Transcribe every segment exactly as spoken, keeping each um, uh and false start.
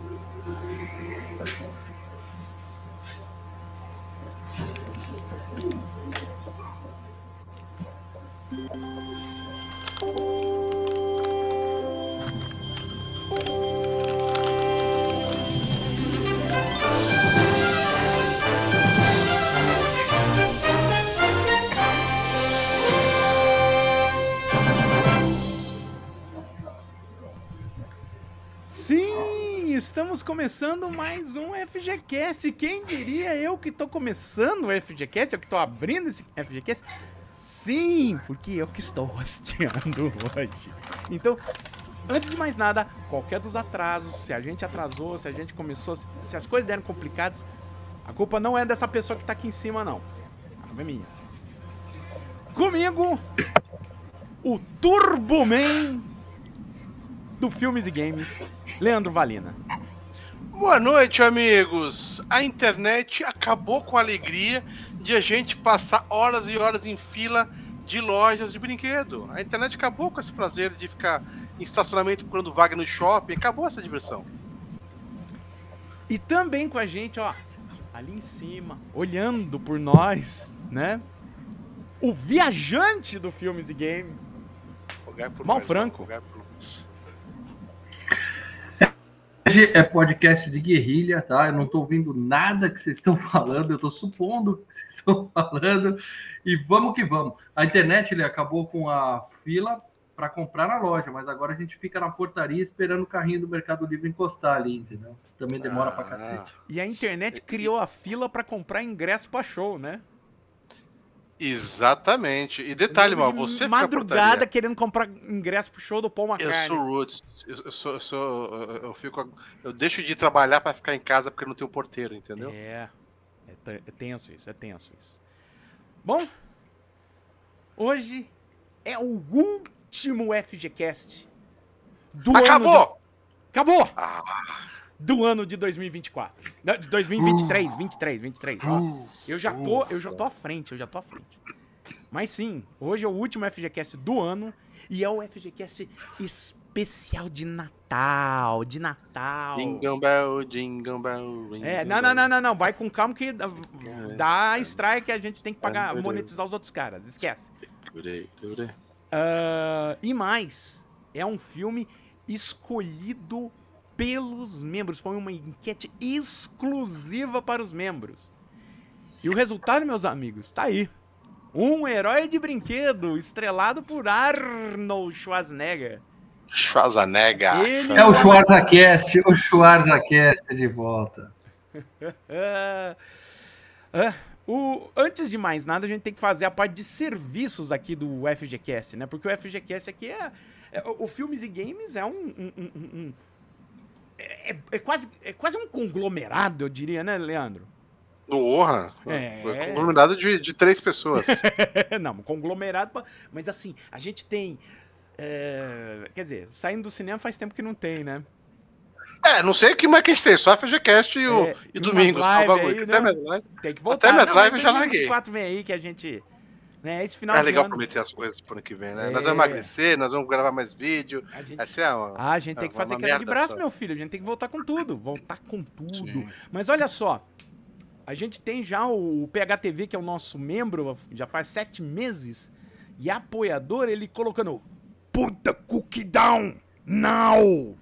Estamos começando mais um F G Cast. Quem diria eu que tô começando o F G Cast, eu que tô abrindo esse F G Cast? Sim, porque eu que estou hosteando hoje. Então, antes de mais nada, qualquer dos atrasos, se a gente atrasou, se a gente começou, se as coisas deram complicadas, a culpa não é dessa pessoa que tá aqui em cima, não. A culpa é minha. Comigo, o Turbo Man do Filmes e Games, Leandro Valina. Boa noite, amigos! A internet acabou com a alegria de a gente passar horas e horas em fila de lojas de brinquedo. A internet acabou com esse prazer de ficar em estacionamento procurando vaga no shopping. Acabou essa diversão. E também com a gente, ó, ali em cima, olhando por nós, né? O viajante do Filmes e Games, Mal Franco. Hoje é podcast de guerrilha, tá? Eu não tô ouvindo nada que vocês estão falando, eu tô supondo que vocês estão falando. E vamos que vamos. A internet, ele acabou com a fila para comprar na loja, mas agora a gente fica na portaria esperando o carrinho do Mercado Livre encostar ali, entendeu? Também demora ah, pra cacete. E a internet criou a fila para comprar ingresso para show, né? Exatamente. E detalhe, mal, você madrugada querendo comprar ingresso pro show do Paul McCartney. Eu sou roots. Eu, eu sou, eu sou, eu fico, eu deixo de trabalhar para ficar em casa porque não tem o porteiro, entendeu? É, é, é tenso isso, é tenso isso. Bom, hoje é o último F G Cast do Acabou! ano. De... Acabou! Ah. Do ano de dois mil e vinte e quatro. Não, de dois mil e vinte e três, vinte e três, vinte e três. Ó, eu já tô, eu já tô à frente, eu já tô à frente. Mas sim, hoje é o último F G Cast do ano e é o F G Cast especial de Natal, de Natal. Jingle bell, jingle bell, jingle É, não, não, não, não, não, vai com calma que dá strike, a gente tem que pagar, monetizar os outros caras, esquece. Uh, e mais, é um filme escolhido pelos membros. Foi uma enquete exclusiva para os membros. E o resultado, meus amigos, tá aí. Um herói de brinquedo estrelado por Arnold Schwarzenegger. Schwarzenegger. Ele é o Schwarzacast, o Schwarzacast de volta. uh, uh, o, antes de mais nada, a gente tem que fazer a parte de serviços aqui do F G Cast, né? Porque o F G Cast aqui é... é o, o Filmes e Games é um... um, um, um É, é, quase, é quase um conglomerado, eu diria, né, Leandro? Porra! É, é conglomerado de, de três pessoas. Não, um conglomerado, mas assim, a gente tem... É, quer dizer, saindo do cinema faz tempo que não tem, né? É, não sei o que mais que a gente tem, só F G Cast e, o, é, e Domingos. Tá, aí, até minhas lives. Tem que voltar. Até minhas não, lives eu já larguei. vinte e quatro vem aí que a gente... Né, esse final é legal ano... prometer as coisas pro ano que vem, né? É... Nós vamos emagrecer, nós vamos gravar mais vídeo. A gente, Essa é uma, ah, a gente tem que fazer queda de braço, só. Meu filho. A gente tem que voltar com tudo. Voltar com tudo. Sim. Mas olha só. A gente tem já o P H T V, que é o nosso membro, já faz sete meses. E apoiador, ele colocando... Puta cookie down now!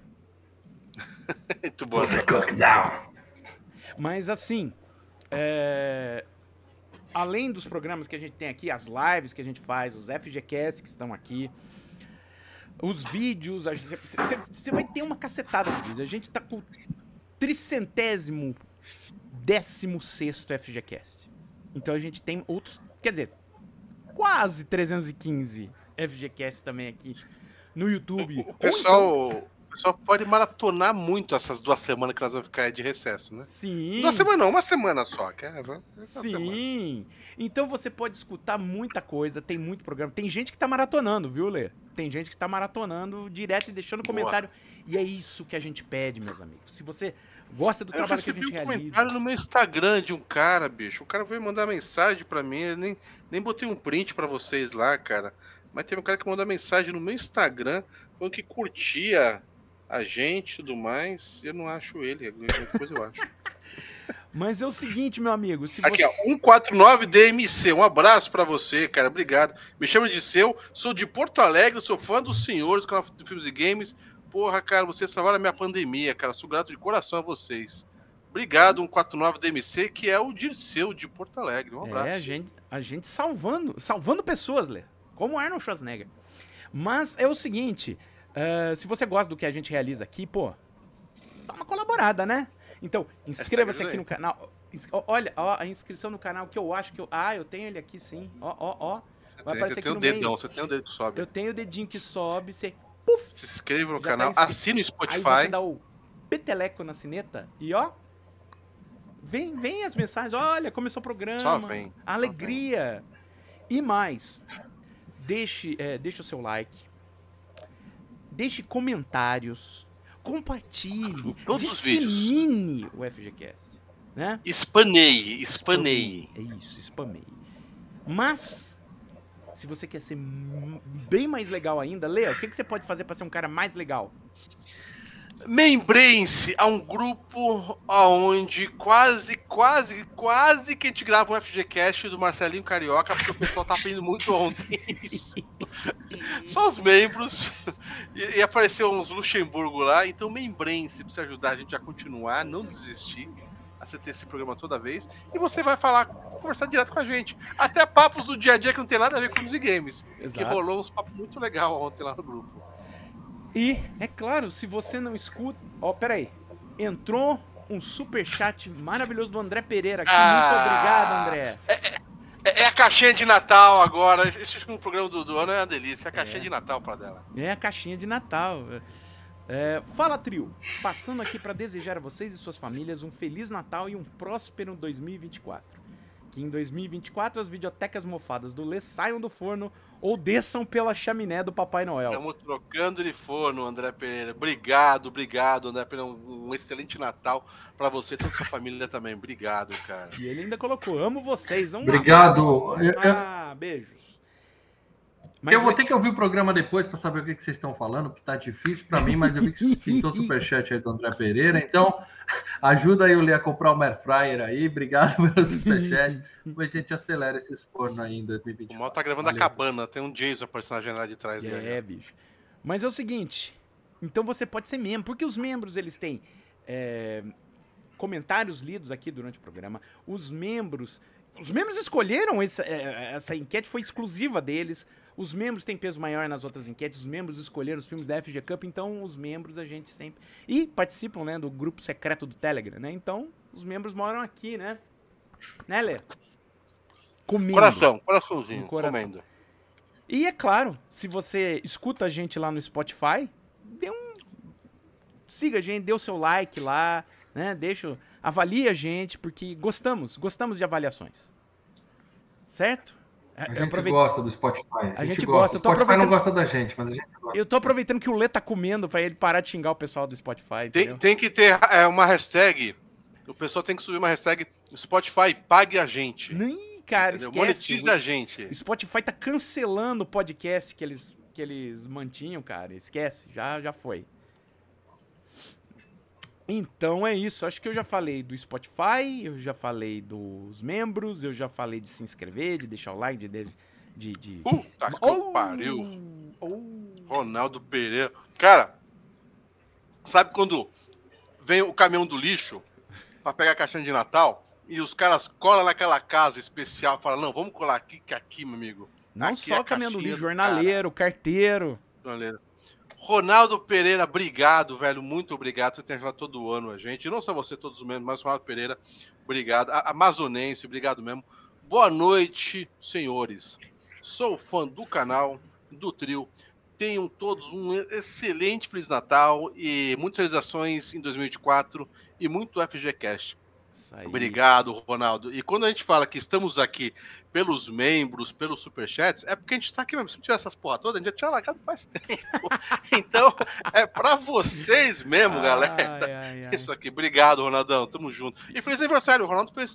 Muito boa essa cookie down. Mas assim... É... Além dos programas que a gente tem aqui, as lives que a gente faz, os F G Cast que estão aqui, os vídeos, você vai ter uma cacetada de vídeos. A gente tá com o tricentésimo décimo sexto F G Cast. Então a gente tem outros, quer dizer, quase trezentos e quinze F G Cast também aqui no YouTube. O pessoal... Então... O pessoal pode maratonar muito essas duas semanas que nós vamos ficar de recesso, né? Sim. Duas semanas não, uma semana só. Que é, Sim. Semana. Então você pode escutar muita coisa, tem muito programa. Tem gente que tá maratonando, viu, Lê? Tem gente que tá maratonando direto e deixando Boa. comentário. E é isso que a gente pede, meus amigos. Se você gosta do eu trabalho que a gente um realiza... Eu comentário no meu Instagram de um cara, bicho. O cara veio mandar mensagem pra mim. Eu nem, nem botei um print pra vocês lá, cara. Mas teve um cara que mandou mensagem no meu Instagram falando que curtia... a gente e tudo mais. Eu não acho ele, depois eu acho. Mas é o seguinte, meu amigo. Se Aqui, você... ó, cento e quarenta e nove D M C. Um abraço pra você, cara. Obrigado. Me chama de Seu. Sou de Porto Alegre, sou fã dos senhores, canal de filmes e games. Porra, cara, vocês salvaram a minha pandemia, cara. Sou grato de coração a vocês. Obrigado, cento e quarenta e nove D M C, que é o Dirceu de Porto Alegre. Um abraço. É, a gente, a gente salvando, salvando pessoas, Lê. Como Arnold Schwarzenegger. Mas é o seguinte, uh, se você gosta do que a gente realiza aqui, pô, dá uma colaborada, né? Então, inscreva-se aqui no canal. Olha, ó, a inscrição no canal que eu acho que eu... Ah, eu tenho ele aqui sim. Ó, ó, ó. Vai aparecer aqui no meio. Dedão, você tem o dedo que sobe. Eu tenho o dedinho que sobe, você... Puf, se inscreva no tá canal, assine o Spotify. Aí você dá o peteleco na sineta e ó... Vem, vem as mensagens. Olha, começou o programa. Só vem. Alegria. Só vem. E mais, deixe, é, deixe o seu like. Deixe comentários. Compartilhe. Todos dissemine o FGCast. Né? Espaneie, espaneie. É isso, spameie. Mas, se você quer ser bem mais legal ainda, Lê, o que, que você pode fazer para ser um cara mais legal? Membrem-se a um grupo onde quase, quase, quase que a gente grava um FGCast do Marcelinho Carioca, porque o pessoal tá pedindo muito ontem isso. Só os membros. E, e apareceu uns Luxemburgo lá, então membrem-se pra ajudar a gente a continuar, não desistir, a você ter esse programa toda vez. E você vai falar, conversar direto com a gente. Até papos do dia a dia que não tem nada a ver com os games. Exato. Que rolou uns papos muito legais ontem lá no grupo. E, é claro, se você não escuta... Ó, pera aí. Entrou um superchat maravilhoso do André Pereira aqui. Ah, muito obrigado, André. É, é, é a caixinha de Natal agora. Esse último programa do, do ano é uma delícia. É a caixinha é. de Natal pra dela. É a caixinha de Natal. É, fala, trio. Passando aqui para desejar a vocês e suas famílias um Feliz Natal e um próspero dois mil e vinte e quatro. Que em dois mil e vinte e quatro as videotecas mofadas do Lê saiam do forno ou desçam pela chaminé do Papai Noel. Estamos trocando de forno, André Pereira. Obrigado, obrigado, André Pereira. Um, um excelente Natal para você e toda a sua família também. Obrigado, cara. E ele ainda colocou, amo vocês. Um obrigado. Ah, beijos. Mas eu vou ter que ouvir o programa depois para saber o que, que vocês estão falando, porque tá difícil para mim, mas eu vi que pintou o superchat aí do André Pereira, então ajuda aí o Lê a comprar o Air Fryer aí, obrigado pelo superchat, depois a gente acelera esses fornos aí em dois mil e vinte e quatro. O Mal tá gravando Valeu. A cabana, tem um Jason aparecendo na janela de trás. É, aí, bicho. Mas é o seguinte, então você pode ser membro, porque os membros, eles têm é, comentários lidos aqui durante o programa, os membros... Os membros escolheram essa, essa enquete, foi exclusiva deles. Os membros têm peso maior nas outras enquetes. Os membros escolheram os filmes da F G Cup. Então, os membros a gente sempre... E participam, né, do grupo secreto do Telegram, né? Então, os membros moram aqui, né? Né, Lê? Comendo. Coração, coraçãozinho, um coração. Comendo. E, é claro, se você escuta a gente lá no Spotify, dê um... siga a gente, dê o seu like lá, né? Deixa... Avalie a gente, porque gostamos, gostamos de avaliações. Certo? A gente aproveito... gosta do Spotify. A, a gente, gente gosta. gosta. O Spotify aproveitando... não gosta da gente, mas a gente gosta. Eu tô aproveitando que o Lê tá comendo pra ele parar de xingar o pessoal do Spotify. Tem, tem que ter é, uma hashtag. O pessoal tem que subir uma hashtag Spotify pague a gente. Nem, cara, entendeu? esquece. Monetize a gente. O Spotify tá cancelando o podcast que eles, que eles mantinham, cara. Esquece, já, já foi. Então é isso, acho que eu já falei do Spotify, eu já falei dos membros, eu já falei de se inscrever, de deixar o like, de... de, de... Puta que oh, pariu! Oh. Ronaldo Pereira. Cara, sabe quando vem o caminhão do lixo pra pegar a caixinha de Natal e os caras colam naquela casa especial e falam, não, vamos colar aqui, que aqui, meu amigo. Não aqui só é o caminhão do lixo, do jornaleiro, cara. carteiro. Jornaleiro. Ronaldo Pereira, obrigado, velho, muito obrigado. Você tem ajudado todo ano a gente, e não só você, todos os membros, mas o Ronaldo Pereira, obrigado. A Amazonense, obrigado mesmo. Boa noite, senhores. Sou fã do canal, do trio. Tenham todos um excelente Feliz Natal e muitas realizações em dois mil e vinte e quatro e muito FGCast. Obrigado, Ronaldo. E quando a gente fala que estamos aqui pelos membros, pelos superchats, é porque a gente tá aqui mesmo. Se não tivesse essas porra toda, a gente já tinha largado faz tempo. Então, é pra vocês mesmo, ai, galera. Ai, ai. Isso aqui. Obrigado, Ronaldão. Tamo junto. E feliz aniversário. O Ronaldo fez,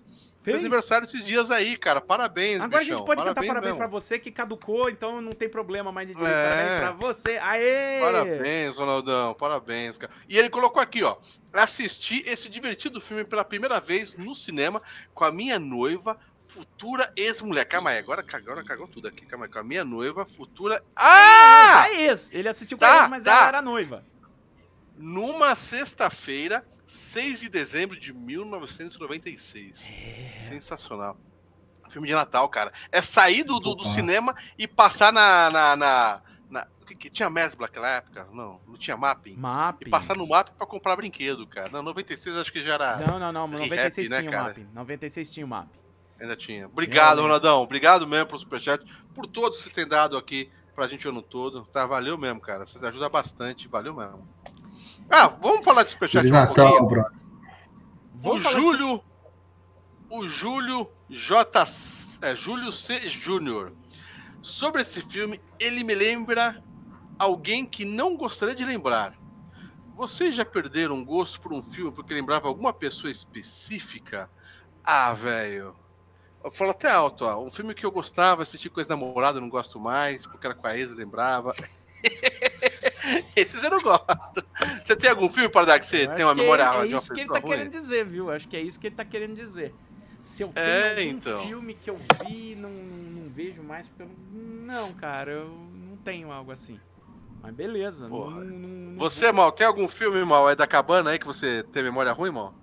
Fez aniversário esses dias aí, cara. Parabéns, Agora bichão. a gente pode parabéns cantar parabéns mesmo. pra você, que caducou, então não tem problema mais de direito. É. Parabéns pra você. Aê! Parabéns, Ronaldão. Parabéns, cara. E ele colocou aqui, ó. Assisti esse divertido filme pela primeira vez no cinema com a minha noiva, futura ex-mulher. Calma aí, agora, agora cagou tudo aqui. Calma aí, com a minha noiva, futura... Ah! Ah, ex! Ele assistiu com Tá, a ex, mas tá. ela era noiva. Numa sexta-feira, seis de dezembro de mil novecentos e noventa e seis. É. Sensacional. Filme de Natal, cara. É sair do, do, do Opa. cinema e passar na... na, na, na... O que, que tinha Mesbla naquela época? Não, não tinha Mapping. Map. E passar no Mapping pra comprar brinquedo, cara. Na noventa e seis acho que já era... Não, não, não. noventa e seis né, tinha o cara? map. noventa e seis tinha o map. Ainda tinha. Obrigado, Eu lembro. Ronaldão. Obrigado mesmo pro superchat. Por todos que você tem dado aqui pra gente o ano todo. Tá, valeu mesmo, cara. Você ajuda bastante. Valeu mesmo. Ah, vamos falar de superchat Feliz um Natal, pouquinho. brother. O Vamos falar Júlio... O Júlio J... É, Júlio C. Júnior. Sobre esse filme, ele me lembra alguém que não gostaria de lembrar. Vocês já perderam um gosto por um filme porque lembrava alguma pessoa específica? Ah, velho. Eu falo até alto, ó. Um filme que eu gostava, assisti com ex-namorada, não gosto mais, porque era com a ex, eu lembrava. Esses eu não gosto. Você tem algum filme, para dar que você Eu tem uma acho que memória é, de é uma isso que ele pessoa tá ruim? querendo dizer, viu? Acho que é isso que ele tá querendo dizer. Se eu tenho É, algum então. filme que eu vi, não, não vejo mais, porque eu não... Não, cara, eu não tenho algo assim. Mas beleza. Não, Porra. não, não Você, vou- Mal, tem algum filme, Mal, é da cabana aí que você tem memória ruim, Mal?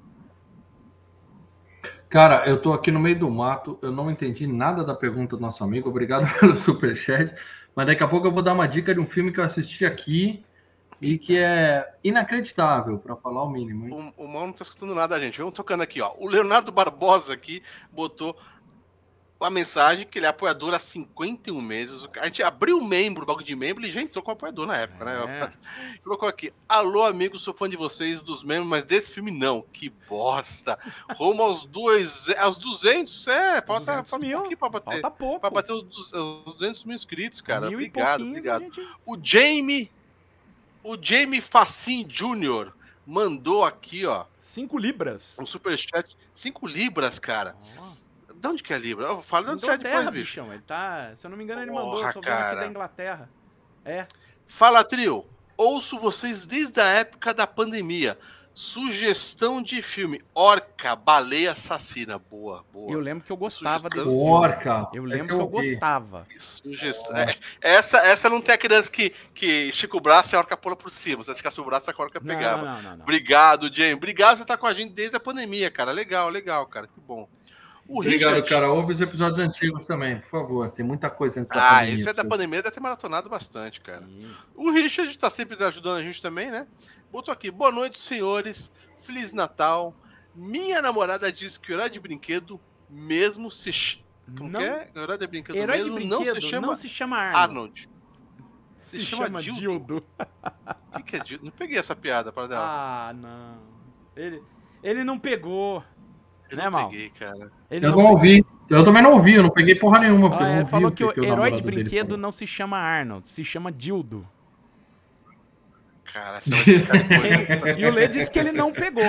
Cara, eu tô aqui no meio do mato, eu não entendi nada da pergunta do nosso amigo, obrigado pelo superchat, mas daqui a pouco eu vou dar uma dica de um filme que eu assisti aqui e que é inacreditável, para falar o mínimo. Hein? O, o Mal não tá escutando nada, gente. Vamos tocando aqui, ó. O Leonardo Barbosa aqui botou uma mensagem que ele é apoiador há cinquenta e um meses. A gente abriu o membro, o bagulho de membro, ele já entrou como apoiador na época, né? É. Colocou aqui, alô, amigo, sou fã de vocês, dos membros, mas desse filme não. Que bosta. Rumo aos, dois, aos duzentos, é, falta, duzentos falta um mil. pouquinho pra bater. Falta pouco. Pra bater os, du- os duzentos mil inscritos, cara. Mil e Obrigado, pouquinhos, obrigado. a gente- O Jamie, o Jamie Facin Júnior mandou aqui, ó, Cinco libras. um superchat, cinco libras, cara. Ó. De onde que é libra? Eu falo de onde você é Inglaterra, depois, bicho. bichão. Ele tá... Se eu não me engano, ele Porra, mandou. Eu tô vendo aqui cara. da Inglaterra. É. Fala, trio. Ouço vocês desde a época da pandemia. Sugestão de filme. Orca, Baleia Assassina. Boa, boa. Eu lembro que eu gostava desse Sugestão. filme. Orca. Eu esse lembro que eu vi. gostava. Sugestão. É, essa, essa não tem a criança que, que estica o braço e a orca pula por cima. Se esticasse o braço, a orca Não, pegava. não, não, não. Obrigado, James. Obrigado por você estar com a gente desde a pandemia, cara. Legal, legal, cara. Que bom. O Obrigado, Richard... cara. Ouve os episódios antigos também, por favor. Tem muita coisa antes da Ah, pandemia. isso é da viu? pandemia, deve ter maratonado bastante, cara. Sim. O Richard tá sempre ajudando a gente também, né? Botou aqui, boa noite, senhores. Feliz Natal. Minha namorada diz que o herói de brinquedo mesmo se... ch- Como Não- que é? O herói de brinquedo Herói de mesmo brinquedo não se chama não se chama Arnold. Arnold. Se, se chama, chama Dildo. Dildo. O que, que é Dildo? Não peguei essa piada para dela. Ah, não. Ele, ele não pegou. Eu né, não Mal? peguei, cara. Ele Eu não não ouvi. Eu também não ouvi, eu não peguei porra nenhuma. Porque Ah, eu não ele ouvi falou o que o que o herói de namorado dele brinquedo falou. não se chama Arnold, se chama Dildo. Cara, você vai ficar depois. E o Lê disse que ele não pegou.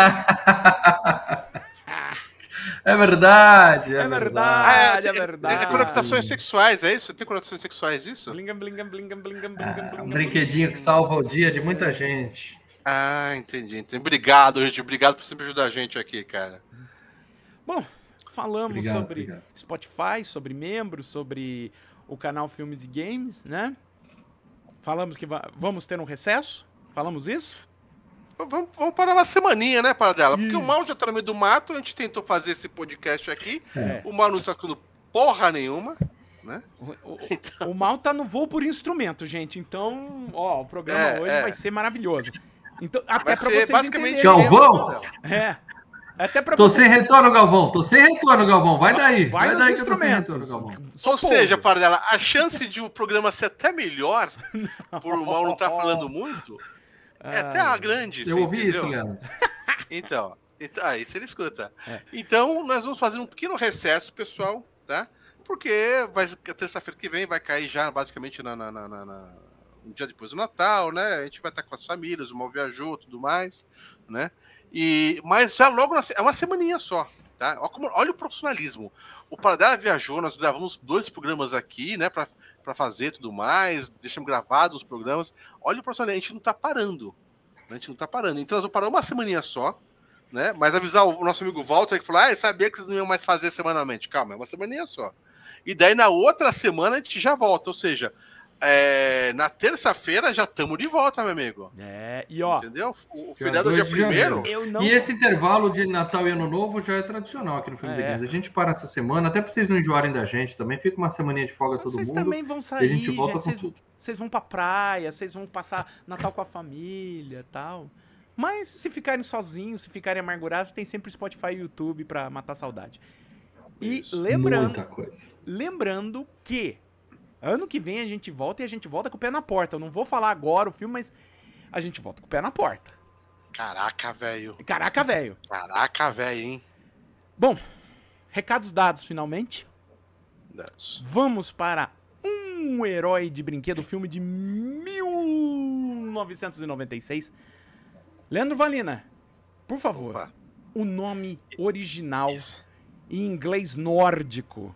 É verdade, é, É verdade. verdade. Ah, é verdade. É conotações sexuais, é isso? Tem conotações sexuais, isso? Blinga, blinga, blinga, blinga, blinga, Ah, blinga. um brinquedinho que salva o dia de muita gente. Ah, entendi, entendi. Obrigado, gente. Obrigado por sempre ajudar a gente aqui, cara. Bom, falamos Obrigado, sobre obrigado. Spotify, sobre membros, sobre o canal Filmes e Games, né? Falamos que va- vamos ter um recesso? Falamos isso? Vamos, vamos parar uma semaninha, né, para dela? Porque Isso. o Mal já tá no meio do mato, a gente tentou fazer esse podcast aqui. É. O Mal não está falando porra nenhuma. O, o- o Mal tá no voo por instrumento, gente. Então, ó, o programa É, hoje é. vai ser maravilhoso. Então, até Vai pra ser vocês basicamente... entenderem. Galvão? É. Até pra Tô vocês. sem retorno, Galvão. Tô sem retorno, Galvão. Vai daí. Vai, nos daí que eu tô sem instrumentos. retorno, Galvão. Só Ou seja, povo. para dela, a chance de o programa ser até melhor, por o Mal não estar falando muito, é até Ah, a grande. Eu você ouvi entendeu? isso, Leandro. Então, então, ah, isso ele escuta. É. Então, nós vamos fazer um pequeno recesso, pessoal, tá? Porque vai, terça-feira que vem vai cair já basicamente na, na, na, na- na- um dia depois do Natal, né? A gente vai estar com as famílias, o Mal viajou, tudo mais, né? E, mas já logo, na, se- é uma semaninha só, tá? Olha, como, olha o profissionalismo. O Paradela viajou, nós gravamos dois programas aqui, né, pra, pra fazer tudo mais, deixamos gravados os programas. Olha o profissionalismo, a gente não tá parando. A gente não tá parando. Então nós vamos parar uma semaninha só, né? Mas avisar o nosso amigo Walter, que falou, ah, eu sabia que vocês não iam mais fazer semanalmente. Calma, é uma semaninha só. E daí na outra semana a gente já volta, ou seja... É, na terça-feira já estamos de volta, meu amigo. É, e ó. Entendeu? O, o feriado dia primeiro. Não... E esse intervalo de Natal e Ano Novo já é tradicional aqui no Filme é. de A gente para essa semana, até para vocês não enjoarem da gente também. Fica uma semaninha de folga todo vocês mundo. Vocês também vão sair, e a gente volta gente, com vocês, tudo. Vocês vão pra praia, vocês vão passar Natal com a família e tal. Mas se ficarem sozinhos, se ficarem amargurados, tem sempre Spotify e YouTube pra matar a saudade. E Isso, lembrando, muita coisa. lembrando que ano que vem a gente volta e a gente volta com o pé na porta. Eu não vou falar agora o filme, mas a gente volta com o pé na porta. Caraca, velho. Caraca, velho. Caraca, velho, hein? Bom, recados dados finalmente. Dados. Vamos para Um Herói de Brinquedo, filme de mil novecentos e noventa e seis. Leandro Valina, por favor, Opa. o nome original Isso. em inglês nórdico.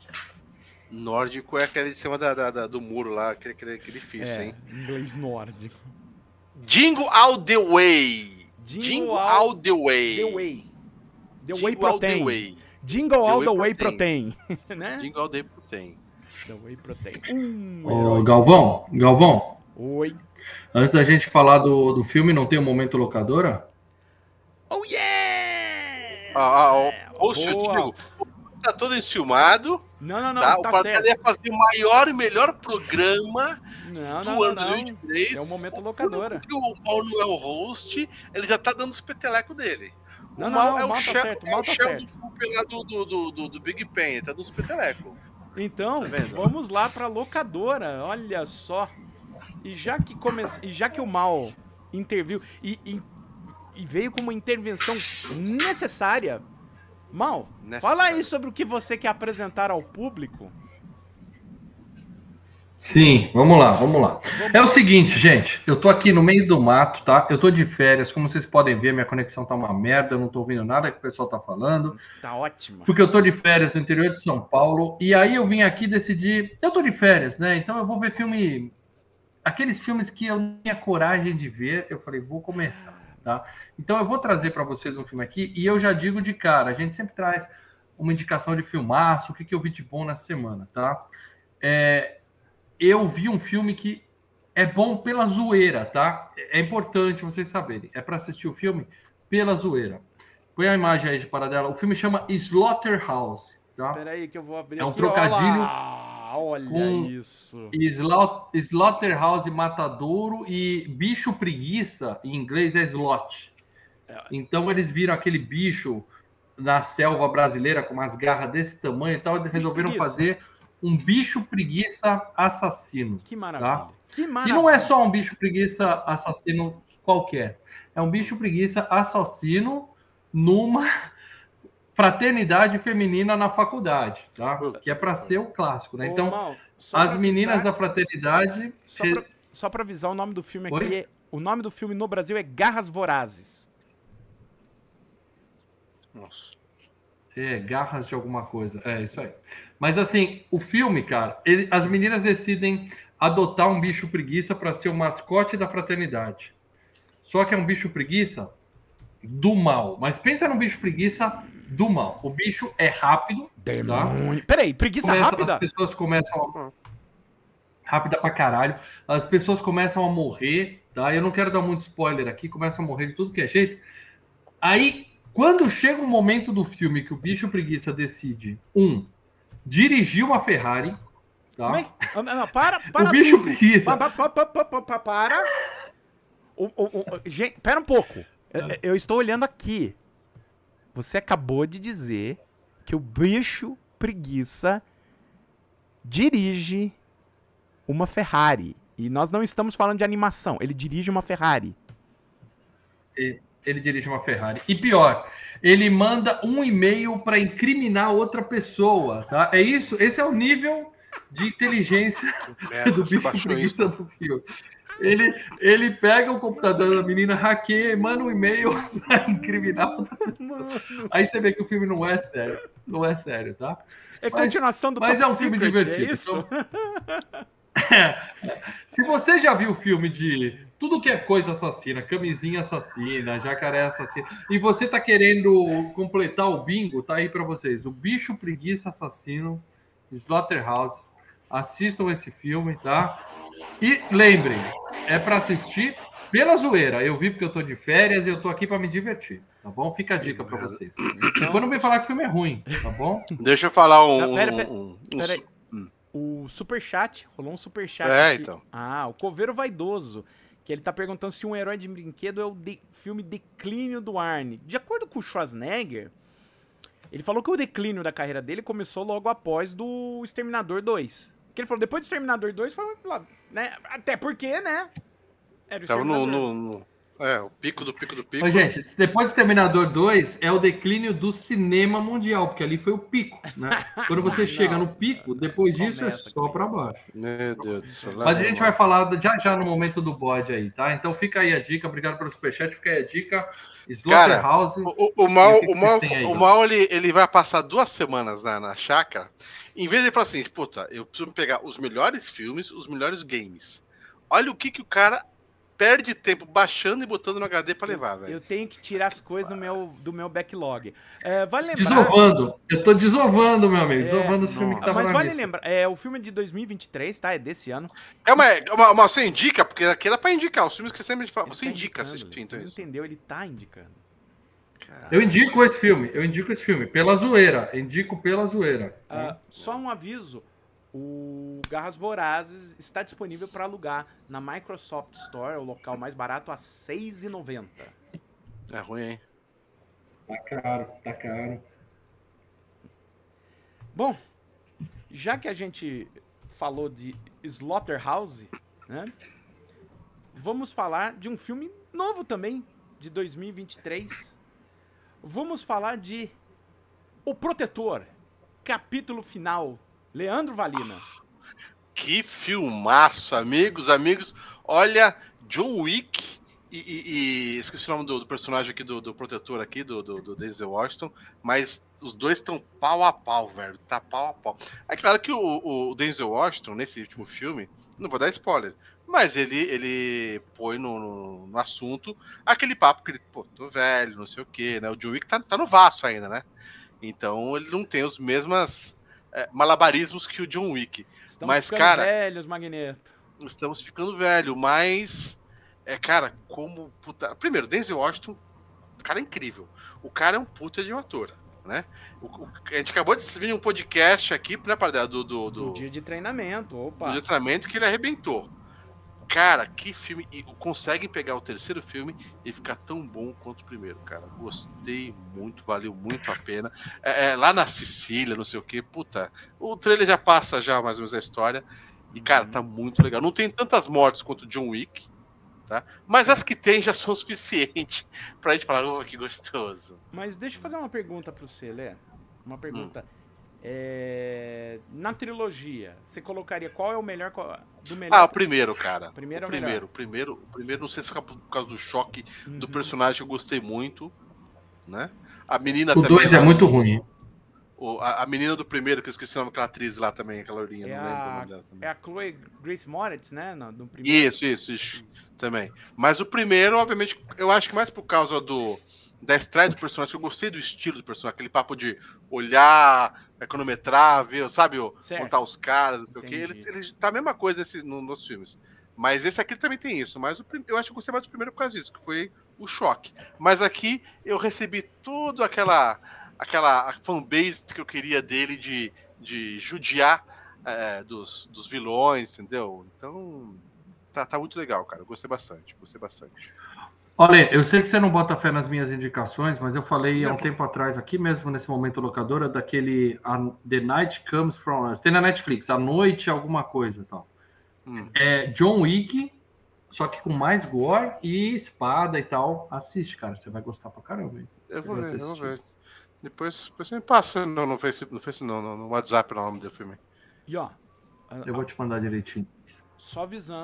Nórdico é aquele de cima da, da, da, do muro lá, aquele, aquele, aquele difícil, é, hein? Inglês nórdico. Jingle All the Way. Jingle, Jingle all, all the Way. The Way. The Jingle Way Protein. The way. Jingle All the Way Protein. né? Jingle All the Protein. The Way Protein. Um Ô, Galvão, Galvão. Oi. Antes da gente falar do, do filme, não tem um momento locadora? Oh, yeah! Ah, ah, ô, Diego, tá todo enciumado. Não, não, não. Tá? tá o Paradela ia fazer o maior e melhor programa não, do não, ano não, de vinte e três. É o momento locadora. Porque o Paulo não é o host, ele já tá dando os peteleco dele. Não, o não, Mal não, é o o Mal tá Shell, certo, o é Mal o tá Shell certo. do, do, do, do, do, do Big Pen, tá dando os peteleco. Então, tá vamos lá pra locadora, olha só. E já que, come... e já que o Mal interviu e, e, e veio com uma intervenção necessária, Mal, necessário. Fala aí sobre o que você quer apresentar ao público. Sim, vamos lá, vamos lá. Vamos é o seguinte, gente, eu tô aqui no meio do mato, tá? Eu tô de férias, como vocês podem ver, minha conexão tá uma merda, eu não tô ouvindo nada que o pessoal tá falando. Tá ótimo. Porque eu tô de férias no interior de São Paulo, e aí eu vim aqui decidir, eu tô de férias, né? Então eu vou ver filme, aqueles filmes que eu não tinha coragem de ver, eu falei, vou começar, tá? Então eu vou trazer para vocês um filme aqui, e eu já digo de cara, a gente sempre traz uma indicação de filmaço, o que, que eu vi de bom na semana, tá? É... Eu vi um filme que é bom pela zoeira, tá? É importante vocês saberem. É para assistir o filme pela zoeira. Põe a imagem aí de Paradela. O filme chama Slaughterhouse, tá? Peraí que eu vou abrir É um aqui. trocadilho Olá, olha com isso. Slaughterhouse matadouro e bicho preguiça, em inglês é slot. Então eles viram aquele bicho na selva brasileira com umas garras desse tamanho e tal, e resolveram fazer um bicho preguiça assassino. Que maravilha. Tá? Que maravilha. E não é só um bicho preguiça assassino qualquer. É um bicho preguiça assassino numa fraternidade feminina na faculdade, tá? Que é para ser o clássico, né? Então, Ô, Mal, as meninas avisar... da fraternidade... Só para avisar, o nome do filme aqui é... O nome do filme no Brasil é Garras Vorazes. Nossa. É, garras de alguma coisa. É, isso aí. Mas assim, o filme, cara, ele, as meninas decidem adotar um bicho preguiça para ser o mascote da fraternidade. Só que é um bicho preguiça do mal. Mas pensa num bicho preguiça do mal. O bicho é rápido. Demônio. Tá? Peraí, preguiça Começa, rápida? As pessoas começam a... Rápida pra caralho. As pessoas começam a morrer, tá? Eu não quero dar muito spoiler aqui. Começam a morrer de tudo que é jeito. Aí, quando chega um momento do filme que o bicho preguiça decide, um... dirigir uma Ferrari, tá? Como é? Para, para o bicho tudo. preguiça. Para, para, para, para, para. O, o, o, gente, pera um pouco. Eu, eu estou olhando aqui. Você acabou de dizer que o bicho preguiça dirige uma Ferrari. E nós não estamos falando de animação. Ele dirige uma Ferrari. E... Ele dirige uma Ferrari. E pior, ele manda um e-mail para incriminar outra pessoa, tá? É isso, esse é o nível de inteligência Merda, do bicho preguiça do filme. Ele, ele pega o computador da menina, hackeia, manda um e-mail pra incriminar. Aí você vê que o filme não é sério. Não é sério, tá? É Mas- continuação do mas Top é um filme Secret, divertido, é isso? Se você já viu o filme de tudo que é coisa assassina, camisinha assassina, jacaré assassino, e você tá querendo completar o bingo, tá aí pra vocês. O Bicho Preguiça Assassino, Slaughterhouse. Assistam esse filme, tá? E lembrem, é pra assistir pela zoeira. Eu vi porque eu tô de férias e eu tô aqui pra me divertir, tá bom? Fica a dica pra vocês. Depois não vem falar que o filme é ruim, tá bom? Deixa eu falar um. Não, pera, um- pera, um- um- pera aí. hum. O superchat, rolou um superchat. É, aqui. então. Ah, o Coveiro Vaidoso, que ele tá perguntando se um herói de brinquedo é o de- filme Declínio do Arne. De acordo com o Schwarzenegger, ele falou que o declínio da carreira dele começou logo após do Exterminador dois. Que ele falou, depois do Exterminador dois foi lá, né? Até porque, né? Era o Tava no, Exterminador. no- no- É, o pico do pico do pico. Mas, gente, depois do Exterminador dois é o declínio do cinema mundial, porque ali foi o pico, né? Quando você Não, chega no pico, depois disso é começa só com para isso. baixo. Meu Deus do céu. lá Mas a vem, gente mano. vai falar já já no momento do bode aí, tá? Então fica aí a dica, obrigado pelo superchat, fica aí a dica. Slaughterhouse. O, o- o mal, E o que que o mal, vocês têm aí, o Dom? mal ele, ele vai passar duas semanas na, na chácara. Em vez de ele falar assim, puta, eu preciso pegar os melhores filmes, os melhores games. Olha o que, que o cara perde tempo baixando e botando no H D pra levar, velho. Eu tenho que tirar as coisas do meu, do meu backlog. É, vale lembrar... Desovando. Eu tô desovando, meu amigo. É, Desovando os filmes que nossa. estavam Mas na vale lista. lembrar, é, o filme de dois mil e vinte e três, tá? É desse ano. É uma, é uma, uma- você indica, porque aqui dá pra indicar. Os filmes que sempre a gente fala, Ele você tá indica, indicando, assistir, você então não isso. entendeu? Ele tá indicando. Eu indico esse filme, eu indico esse filme. Pela zoeira. Indico pela zoeira. Ah, só um aviso: o Garras Vorazes está disponível para alugar na Microsoft Store, o local mais barato, a seis reais e noventa centavos. É ruim, hein? Tá caro, tá caro. Bom, já que a gente falou de Slaughterhouse, né? Vamos falar de um filme novo também, de dois mil e vinte e três. Vamos falar de O Protetor, capítulo final. Leandro Valina. Que filmaço, amigos, amigos. Olha, John Wick e, e- e- esqueci o nome do, do personagem aqui, do, do protetor aqui, do, do, do Denzel Washington, mas os dois estão pau a pau, velho. Tá pau a pau. É claro que o, o Denzel Washington, nesse último filme, não vou dar spoiler, mas ele, ele põe no, no- no assunto aquele papo que ele, pô, tô velho, não sei o quê, né? O John Wick tá, tá no vaso ainda, né? Então ele não tem os mesmos é, malabarismos que o John Wick. Estamos Mas, ficando cara, velhos, Magneto. estamos ficando velho, mas é, cara, como puta... Primeiro, Denzel Washington, o cara é incrível. O cara é um puta de um ator, né? O, o- a gente acabou de vir um podcast aqui, né, Pardela, do, do, Do do, dia de treinamento, opa. do treinamento que ele arrebentou. Cara, que filme. E conseguem pegar o terceiro filme e ficar tão bom quanto o primeiro, cara. Gostei muito, valeu muito a pena. É, é, lá na Sicília, não sei o que, puta. O trailer já passa já mais ou menos a história. E, cara, tá muito legal. Não tem tantas mortes quanto o John Wick, tá? Mas as que tem já são o suficiente pra gente falar, oh, que gostoso. Mas deixa eu fazer uma pergunta pro você, Lé. Uma pergunta. É, na trilogia, você colocaria qual é o melhor qual- do melhor? Ah, o primeiro, cara. Primeiro é o o melhor. primeiro, o primeiro, o primeiro, não sei se é por causa do choque do Uhum. personagem, eu gostei muito, né? A menina O também. dois é lá, muito o- ruim. o- a, a menina do primeiro, que eu esqueci o nome daquela atriz lá também, aquela lourinha, É não lembro o a, nome dela também. é a Chloe Grace Moretz, né? No, do primeiro. Isso, isso, isso, também. Mas o primeiro, obviamente, eu acho que mais por causa do da estreia do personagem, eu gostei do estilo do personagem, aquele papo de olhar, cronometrar, ver, sabe, o- Certo. contar os caras, não sei o quê. Entendi. Ele, ele tá a mesma coisa nesse, no- nos filmes. Mas esse aqui também tem isso. Mas o prim- eu acho que eu gostei mais do primeiro por causa disso, que foi o choque. Mas aqui eu recebi tudo aquela aquela fanbase que eu queria dele de, de judiar é, dos, dos vilões, entendeu? Então, tá, tá muito legal, cara. Eu gostei bastante, gostei bastante. Olha, eu sei que você não bota fé nas minhas indicações, mas eu falei há um Não. tempo atrás, aqui mesmo nesse momento locadora, daquele a- The Night Comes From Us. Tem na Netflix, a noite alguma coisa e tal. Hum. É John Wick, só que com mais gore e espada e tal. Assiste, cara, você vai gostar pra caramba. Hein? Eu vou Eu ver, eu vou assisti. ver. Depois, depois você me passa no, no Facebook, no, Face, não, no, no WhatsApp o nome do filme. E ó, Eu vou te mandar direitinho. só avisando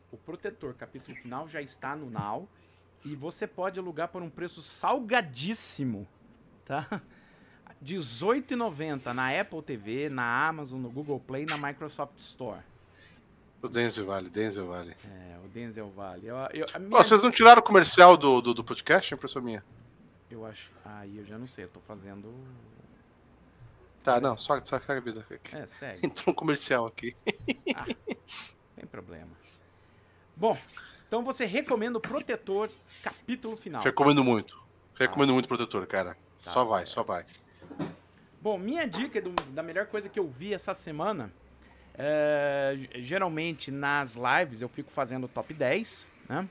o Protetor capítulo final já está no Now e você pode alugar por um preço salgadíssimo, tá? dezoito reais e noventa centavos na Apple T V, na Amazon, no Google Play e na Microsoft Store. O Denzel Vale, Denzel Vale. É, o Denzel Vale. Eu, eu, a minha... oh, vocês não tiraram o comercial do, do, do podcast? É impressão minha. Eu acho... Aí eu já não sei, eu tô fazendo... Tá, não, só, só a vida. É, segue. Entrou um comercial aqui. Ah, sem problema. Bom, então você recomenda o Protetor capítulo final. Recomendo muito. Recomendo Tá. muito Protetor, cara. Tá só vai, certo. só vai. Bom, minha dica do- da melhor coisa que eu vi essa semana, é, g- geralmente nas lives eu fico fazendo o top dez, né?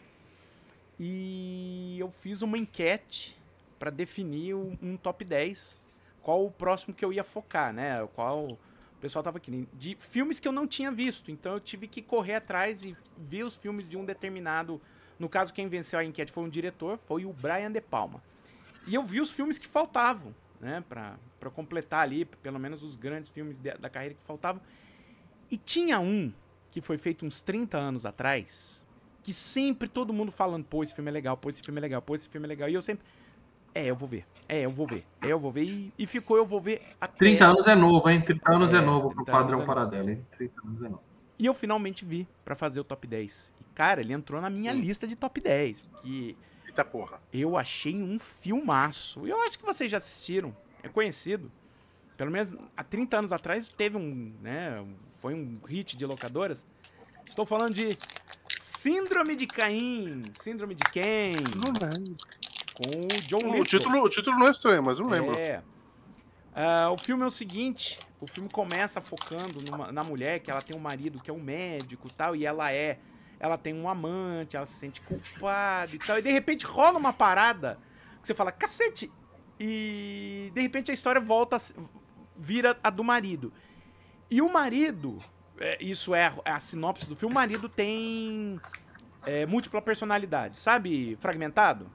E eu fiz uma enquete para definir um, um top dez, qual o próximo que eu ia focar, né? Qual o pessoal tava querendo, de filmes que eu não tinha visto, então eu tive que correr atrás e ver os filmes de um determinado, no caso quem venceu a enquete foi um diretor, foi o Brian De Palma. E eu vi os filmes que faltavam, né, pra, pra completar ali, pelo menos os grandes filmes de- da carreira que faltavam. E tinha um que foi feito uns trinta anos atrás, que sempre todo mundo falando, pô, esse filme é legal, pô, esse filme é legal, pô, esse filme é legal. E eu sempre, é, eu vou ver, é, eu vou ver, é, eu vou ver. E, e ficou, eu vou ver até... trinta anos é novo, hein? trinta anos é, É, novo pro trinta anos padrão é novo. Paradelo, hein? trinta anos é novo. E eu finalmente vi pra fazer o top dez. E, cara, ele entrou na minha Hum. lista de top dez, porque... Eita porra. Eu achei um filmaço. Eu acho que vocês já assistiram. É conhecido. Pelo menos há trinta anos atrás teve um, né, um- foi um hit de locadoras. Estou falando de Síndrome de Caim, Síndrome de Cain, Não lembro. com o John O Lithgow. título, o título não é estranho, mas não lembro. É. Ah, o filme é o seguinte, o filme começa focando numa- na mulher, que ela tem um marido que é um médico e tal, e ela é, ela tem um amante, ela se sente culpada e tal, e de repente rola uma parada que você fala, cacete, e de repente a história volta, a se- vira a do marido. E o marido, é, isso é a, é a sinopse do filme, o marido tem é, múltipla personalidade, sabe, fragmentado?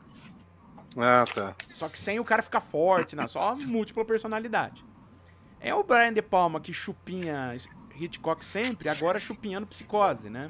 Ah, tá. Só que sem o cara ficar forte, né? Só múltipla personalidade. É o Brian De Palma que chupinha Hitchcock sempre, agora chupinhando Psicose, né?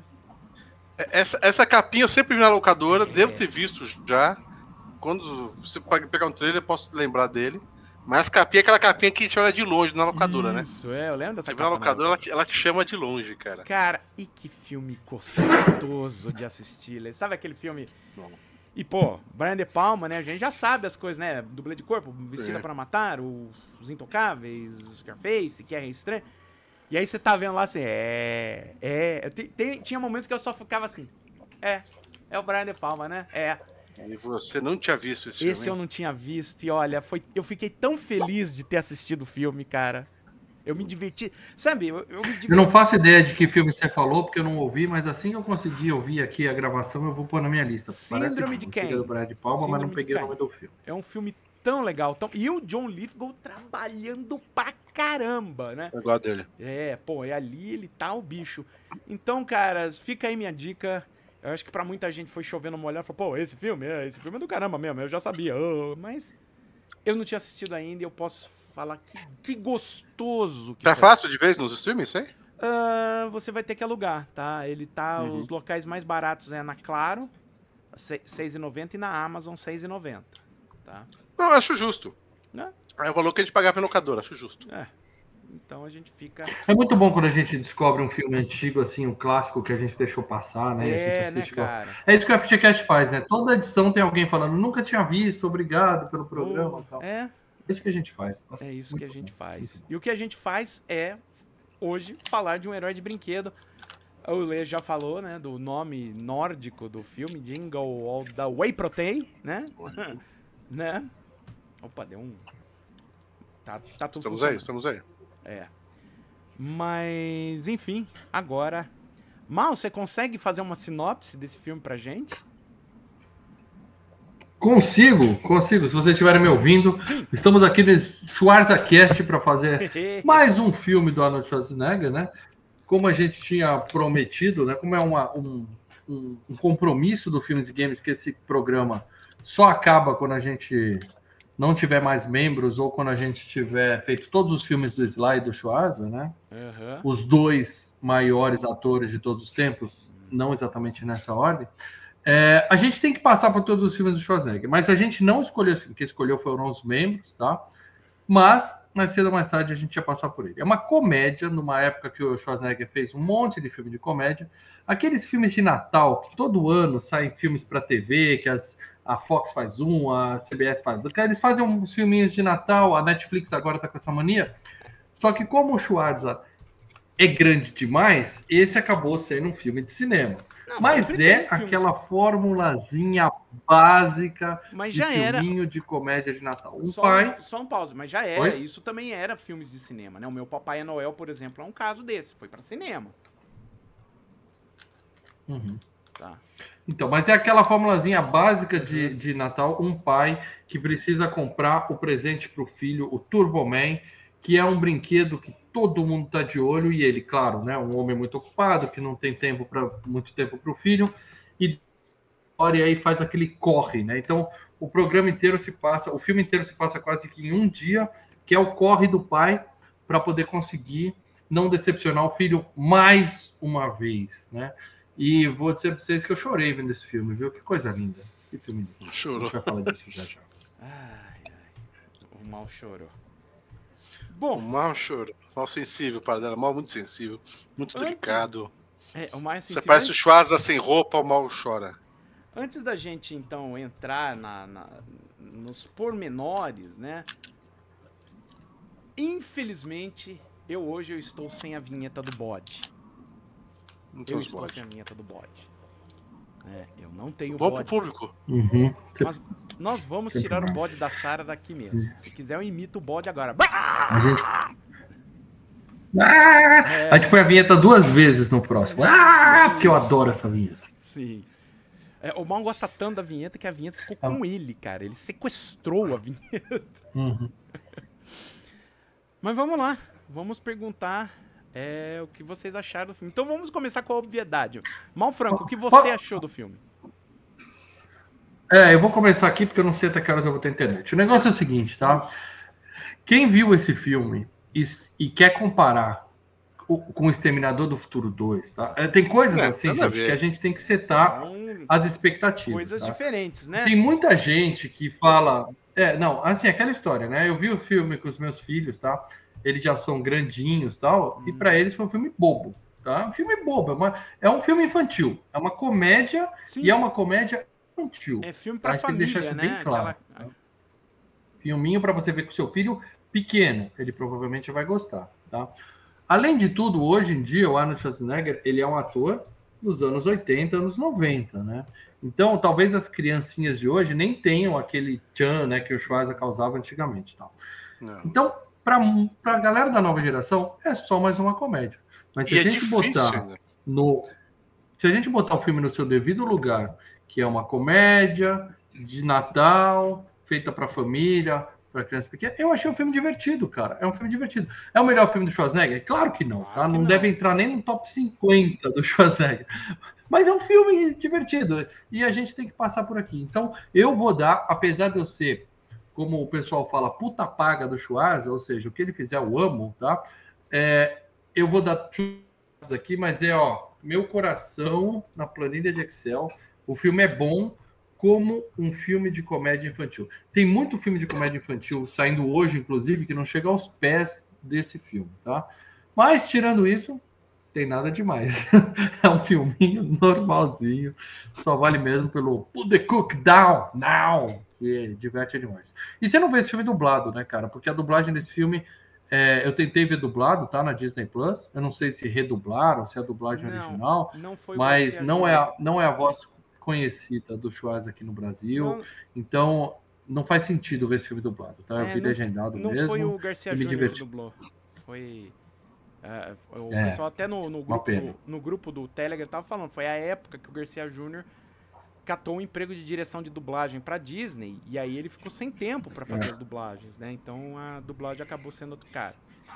Essa, essa capinha eu sempre vi na locadora, É. devo ter visto já. Quando você pode pegar um trailer, eu posso lembrar dele. Mas a capinha é aquela capinha que te olha de longe na locadora, né? Isso, é, eu lembro dessa Você vê na capa, locadora, ela te, ela te chama de longe, cara. Cara, e que filme gostoso de assistir. Lê. Sabe aquele filme... Bom. E, pô, Brian De Palma, né? A gente já sabe as coisas, né? Dublê de corpo, Vestida É. pra Matar, Os Intocáveis, os Scarface, Que é Estranho. E aí você tá vendo lá assim, é... É... Tem, tem- tinha momentos que eu só ficava assim, é... É o Brian De Palma, né? É... E você não tinha visto esse, Esse eu filme? não tinha visto e olha, foi, eu fiquei tão feliz de ter assistido o filme, cara. Eu me diverti. Sabe, eu, eu me diverti. Eu não faço ideia de que filme você falou, porque eu não ouvi, mas assim que eu conseguir ouvir aqui a gravação, eu vou pôr na minha lista. Síndrome de Quem? Cain. do Brian De Palma, mas Síndrome não de peguei o Cain. nome do filme. É um filme tão legal. Tão... E o John Lithgow trabalhando pra caramba, né? Eu gosto dele. É, pô, e ali ele tá o bicho. Então, caras, fica aí minha dica. Eu acho que pra muita gente foi chovendo molhado. Falou, pô, esse filme, é, esse filme é do caramba mesmo. Eu já sabia. Oh, mas eu não tinha assistido ainda e eu posso falar que, que gostoso que Tá foi. fácil de vez nos streams, isso aí? Ah, você vai ter que alugar, tá? Ele tá, Uhum. os locais mais baratos é na Claro, se- seis reais e noventa centavos, e na Amazon, seis reais e noventa centavos, tá? Não, eu acho justo. Né? É o valor que a gente pagava na locadora, acho justo. É. Então a gente fica... É muito bom quando a gente descobre um filme antigo, assim, um clássico que a gente deixou passar, né? E a É, gente né, assiste e gosta. cara? É isso que a FGCast faz, né? Toda edição tem alguém falando, nunca tinha visto, obrigado pelo programa e tal. É, É isso que a gente faz. Nossa, é isso muito que a gente bom. faz. E o que a gente faz é, hoje, falar de um herói de brinquedo. O Lê já falou, né, do nome nórdico do filme, Jingle All the Whey Protein, né? né? Opa, deu um... Tá, tá tudo Estamos aí, funcionando. estamos aí. É. Mas, enfim, agora... Mal, você consegue fazer uma sinopse desse filme pra gente? Consigo, consigo. Se vocês estiverem me ouvindo, Sim. estamos aqui no SchwarzaCast para fazer mais um filme do Arnold Schwarzenegger, né? Como a gente tinha prometido, né? Como é uma, um, um, um compromisso do Filmes e Games que esse programa só acaba quando a gente não tiver mais membros ou quando a gente tiver feito todos os filmes do Sly e do Schwarza, né? Aham. Os dois maiores atores de todos os tempos, não exatamente nessa ordem. É, a gente tem que passar por todos os filmes do Schwarzenegger, mas a gente não escolheu, quem escolheu foram os membros, tá? Mas, mais cedo ou mais tarde, a gente ia passar por ele. É uma comédia, numa época que o Schwarzenegger fez um monte de filme de comédia. Aqueles filmes de Natal, que todo ano saem filmes para T V, que as, a Fox faz um, a C B S faz outro. Eles fazem uns filminhos de Natal, a Netflix agora tá com essa mania. Só que como o Schwarza é grande demais, esse acabou sendo um filme de cinema. Não, mas é aquela formulazinha básica mas já de era... filminho de comédia de Natal. Um só, pai... Só um pause, mas já era. Oi? Isso também era filmes de cinema, né? O Meu Papai é Noel, por exemplo, é um caso desse. Foi para cinema. Uhum. Tá. Então, mas é aquela formulazinha básica de, de Natal. Um pai que precisa comprar o presente para o filho, o Turbo Man, que é um brinquedo que todo mundo está de olho, e ele, claro, né, um homem muito ocupado, que não tem tempo para muito tempo para o filho, e aí faz aquele corre, né? Então, o programa inteiro se passa, o filme inteiro se passa quase que em um dia, que é o corre do pai para poder conseguir não decepcionar o filho mais uma vez, né? E vou dizer para vocês que eu chorei vendo esse filme, viu? Que coisa linda. Que filme lindo. Chorou. A gente vai falar disso já já. Ai, ai. O mal chorou. Bom, o mal choro, mal sensível para dela, mal muito sensível, muito antes, delicado. É, o mal é Você parece o Schwarza sem roupa, o mal chora. Antes da gente então entrar na, na, nos pormenores, né? Infelizmente, eu hoje eu estou sem a vinheta do bode. Não eu estou bode. sem a vinheta do bode. É, eu não tenho Bom bode. pro público. Uhum. Mas nós vamos tirar o bode da Sara daqui mesmo. Se quiser, eu imito o bode agora. A gente... Ah! É... A gente põe a vinheta duas vezes no próximo. Ah! Porque eu adoro essa vinheta. Sim. É, o Mal gosta tanto da vinheta que a vinheta ficou ah. com ele, cara. Ele sequestrou a vinheta. Uhum. Mas vamos lá. Vamos perguntar é, o que vocês acharam do filme. Então vamos começar com a obviedade. Mal Franco, o que você achou do filme? É, eu vou começar aqui porque eu não sei até que horas eu vou ter internet. O negócio é o seguinte, tá? Quem viu esse filme e, e quer comparar o, com o Exterminador do Futuro dois, tá? Tem coisas é, assim, gente, a que a gente tem que setar São as expectativas. Coisas tá? diferentes, né? Tem muita gente que fala... É, não, assim, aquela história, né? Eu vi o filme com os meus filhos, tá? Eles já são grandinhos, tal, hum. e para eles foi um filme bobo, tá? Um filme bobo, é, uma, é um filme infantil, é uma comédia. Sim. E é uma comédia infantil. É filme para tá? família, deixar isso né? bem claro. Aquela... Filminho para você ver com seu filho pequeno, ele provavelmente vai gostar, tá? Além de tudo, hoje em dia o Arnold Schwarzenegger, ele é um ator dos anos oitenta, anos noventa, né? Então, talvez as criancinhas de hoje nem tenham aquele tchan, né, que o Schwarza causava antigamente, tal. Não. Então, para a galera da nova geração, é só mais uma comédia. Mas se e a gente é difícil, botar né? no se a gente botar o filme no seu devido lugar, que é uma comédia de Natal, feita para família, para criança pequena, eu achei um filme divertido, cara. É um filme divertido. É o melhor filme do Schwarzenegger? Claro que não, claro tá? Que não, não deve entrar nem no top cinquenta do Schwarzenegger. Mas é um filme divertido e a gente tem que passar por aqui. Então, eu vou dar, apesar de eu ser, como o pessoal fala, puta paga do Schwarza, ou seja, o que ele fizer eu amo, tá? É, eu vou dar aqui, mas é, ó, meu coração na planilha de Excel. O filme é bom como um filme de comédia infantil. Tem muito filme de comédia infantil saindo hoje, inclusive, que não chega aos pés desse filme, tá? Mas, tirando isso, tem nada demais. É um filminho normalzinho, só vale mesmo pelo Put the Cook Down Now, que diverte demais. E você não vê esse filme dublado, né, cara? Porque a dublagem desse filme, é, eu tentei ver dublado, tá, na Disney Plus. Eu não sei se redublaram, se é a dublagem não, original, não foi mas não é, a, não é a voz conhecida do Schwarza aqui no Brasil. Não, então, não faz sentido ver esse filme dublado, tá? Eu é, vi não, legendado não mesmo. Não foi o Garcia Júnior que dublou. Foi... Uh, o é, pessoal até no, no, grupo, no, no grupo do Telegram tava falando, foi a época que o Garcia Júnior catou um emprego de direção de dublagem pra Disney, e aí ele ficou sem tempo para fazer é. as dublagens, né? Então a dublagem acabou sendo outro cara.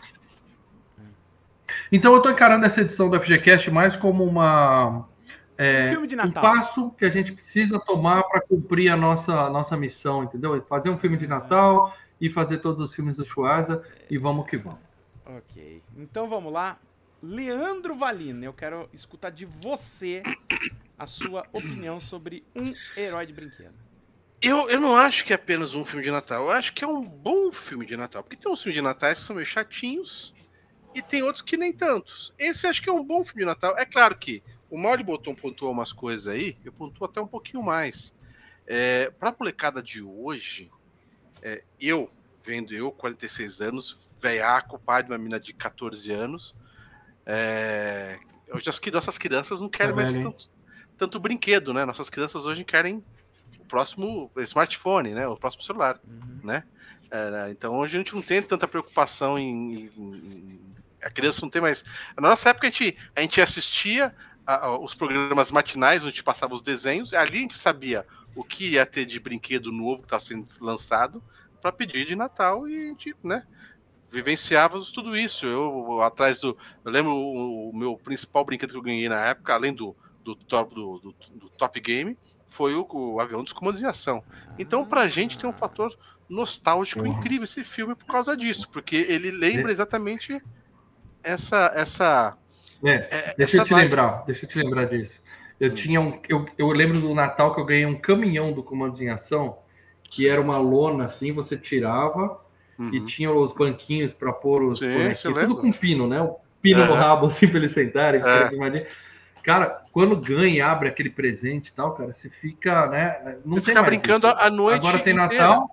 Então eu tô encarando essa edição do F G Cast mais como uma... É, um filme de Natal. Um passo que a gente precisa tomar para cumprir a nossa, a nossa missão, entendeu? Fazer um filme de Natal é. e fazer todos os filmes do Schwarza, e vamos que vamos. Ok, então vamos lá. Leandro Valina, eu quero escutar de você a sua opinião sobre Um Herói de Brinquedo. Eu, eu não acho que é apenas um filme de Natal, eu acho que é um bom filme de Natal. Porque tem uns filmes de Natal que são meio chatinhos e tem outros que nem tantos. Esse eu acho que é um bom filme de Natal. É claro que o Mauri Botão pontuou umas coisas aí, eu pontuo até um pouquinho mais. É, pra molecada de hoje, é, eu, vendo eu, quarenta e seis anos, velhaco, pai de uma menina de catorze anos, é, hoje as nossas crianças não querem Tá mais velho, tanto, tanto brinquedo, né? Nossas crianças hoje querem o próximo smartphone, né? O próximo celular, Uhum. né? É, então hoje a gente não tem tanta preocupação em, em, em... A criança não tem mais... Na nossa época a gente, a gente assistia a, a, os programas matinais, onde a gente passava os desenhos, e ali a gente sabia o que ia ter de brinquedo novo que está sendo lançado para pedir de Natal e a gente, né, vivenciávamos tudo isso. Eu, atrás do... Eu lembro o, o meu principal brinquedo que eu ganhei na época, além do, do, top, do, do, do Top Game, foi o, o avião dos comandos em ação. Então, pra gente tem um fator nostálgico Porra. incrível esse filme por causa disso, porque ele lembra exatamente essa... essa É, é, deixa essa eu te vibe. lembrar, deixa eu te lembrar disso. Eu Hum. tinha um, eu, eu lembro do Natal que eu ganhei um caminhão do Comandos em Ação, que era uma lona assim, você tirava Uhum. e tinha os banquinhos para pôr os Sim, bonequinhos, você tudo lembra? com pino, né? O pino no Aham. rabo assim para eles sentarem, É. ficarem mais- Cara, quando ganha e abre aquele presente e tal, cara, você fica, né? Não Você tem fica mais brincando isso. a noite Agora tem inteira. Natal.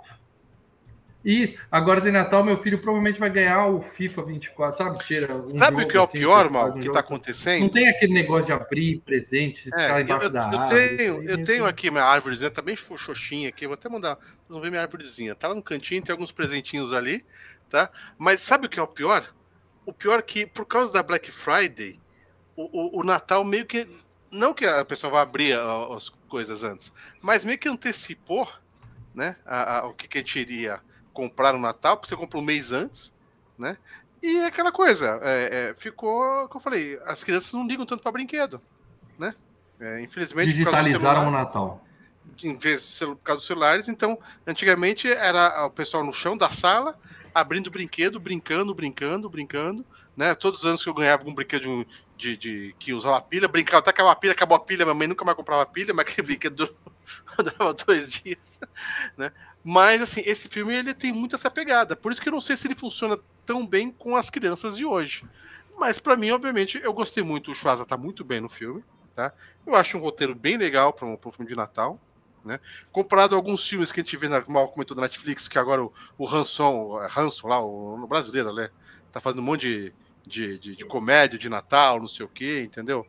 E agora tem Natal, meu filho provavelmente vai ganhar o FIFA vinte e quatro, sabe? Tira um Sabe o jogo que é o assim, pior, você Mal, faz um que jogo. tá Não acontecendo? tem aquele negócio de abrir presente, É, ficar eu, embaixo eu, da eu árvore. tenho, isso aí eu meio tenho que- aqui minha árvorezinha, tá bem xoxinha aqui, vou até mandar, vocês vão ver minha árvorezinha, tá lá no cantinho, tem alguns presentinhos ali, tá? Mas sabe o que é o pior? O pior é que, por causa da Black Friday, o, o, o Natal meio que, não que a pessoa vá abrir a- as coisas antes, mas meio que antecipou, né, a, a- o que, que a gente iria comprar no Natal, porque você compra um mês antes, né? E é aquela coisa, é, é, ficou, como eu falei, as crianças não ligam tanto para brinquedo, né? É, infelizmente, por causa dos Digitalizaram o celulares, Natal. em vez de celu- por causa dos celulares, então, antigamente era o pessoal no chão da sala, abrindo brinquedo, brincando, brincando, brincando, né? Todos os anos que eu ganhava algum brinquedo de, de, de- que usava pilha, brincava até acabava a pilha, acabou a pilha, minha mãe nunca mais comprava pilha, mas aquele brinquedo durava dois dias, né? Mas, assim, esse filme, ele tem muito essa pegada, por isso que eu não sei se ele funciona tão bem com as crianças de hoje. Mas, pra mim, obviamente, eu gostei muito, o Schwarza tá muito bem no filme, tá? Eu acho um roteiro bem legal para um, pra um filme de Natal, né? Comparado a alguns filmes que a gente vê, na, mal comentou da Netflix, que agora o, o Hanson, o Hanson lá, o, o brasileiro, né? Tá fazendo um monte de, de, de, de comédia de Natal, não sei o quê, entendeu?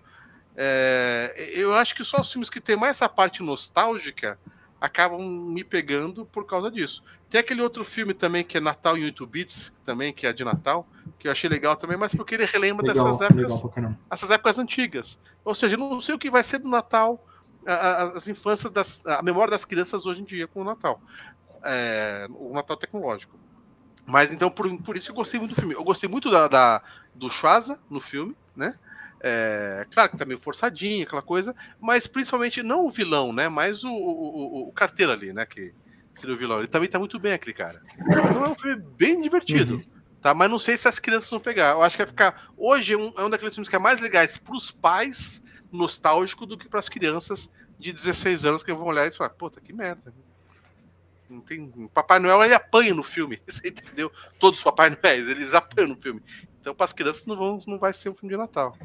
É, eu acho que só os filmes que tem mais essa parte nostálgica acabam me pegando por causa disso. Tem aquele outro filme também que é Natal em oito bits, também, que é de Natal, que eu achei legal também, mas porque ele relembra Legal, dessas épocas, legal pra caramba. essas épocas antigas. Ou seja, eu não sei o que vai ser do Natal, a- a- as infâncias, das, a memória das crianças hoje em dia com o Natal. É, o Natal tecnológico. Mas então, por, por isso eu gostei muito do filme. Eu gostei muito da, da- do Schwarza no filme, né? É, claro que tá meio forçadinho, aquela coisa, mas principalmente não o vilão, né? Mas o, o, o, o carteiro ali, né? Que seria o vilão. Ele também tá muito bem, aquele cara. Então é um filme bem divertido. Uhum. Tá? Mas não sei se as crianças vão pegar. Eu acho que vai ficar. Hoje é um, é um daqueles filmes que é mais legais pros pais, nostálgico, do que pras crianças de dezesseis anos que vão olhar e falar, puta, que merda. Não tem... Papai Noel, ele apanha no filme, você entendeu? Todos os Papai Noéis, eles apanham no filme. Então, para as crianças, não, vão, não vai ser um filme de Natal.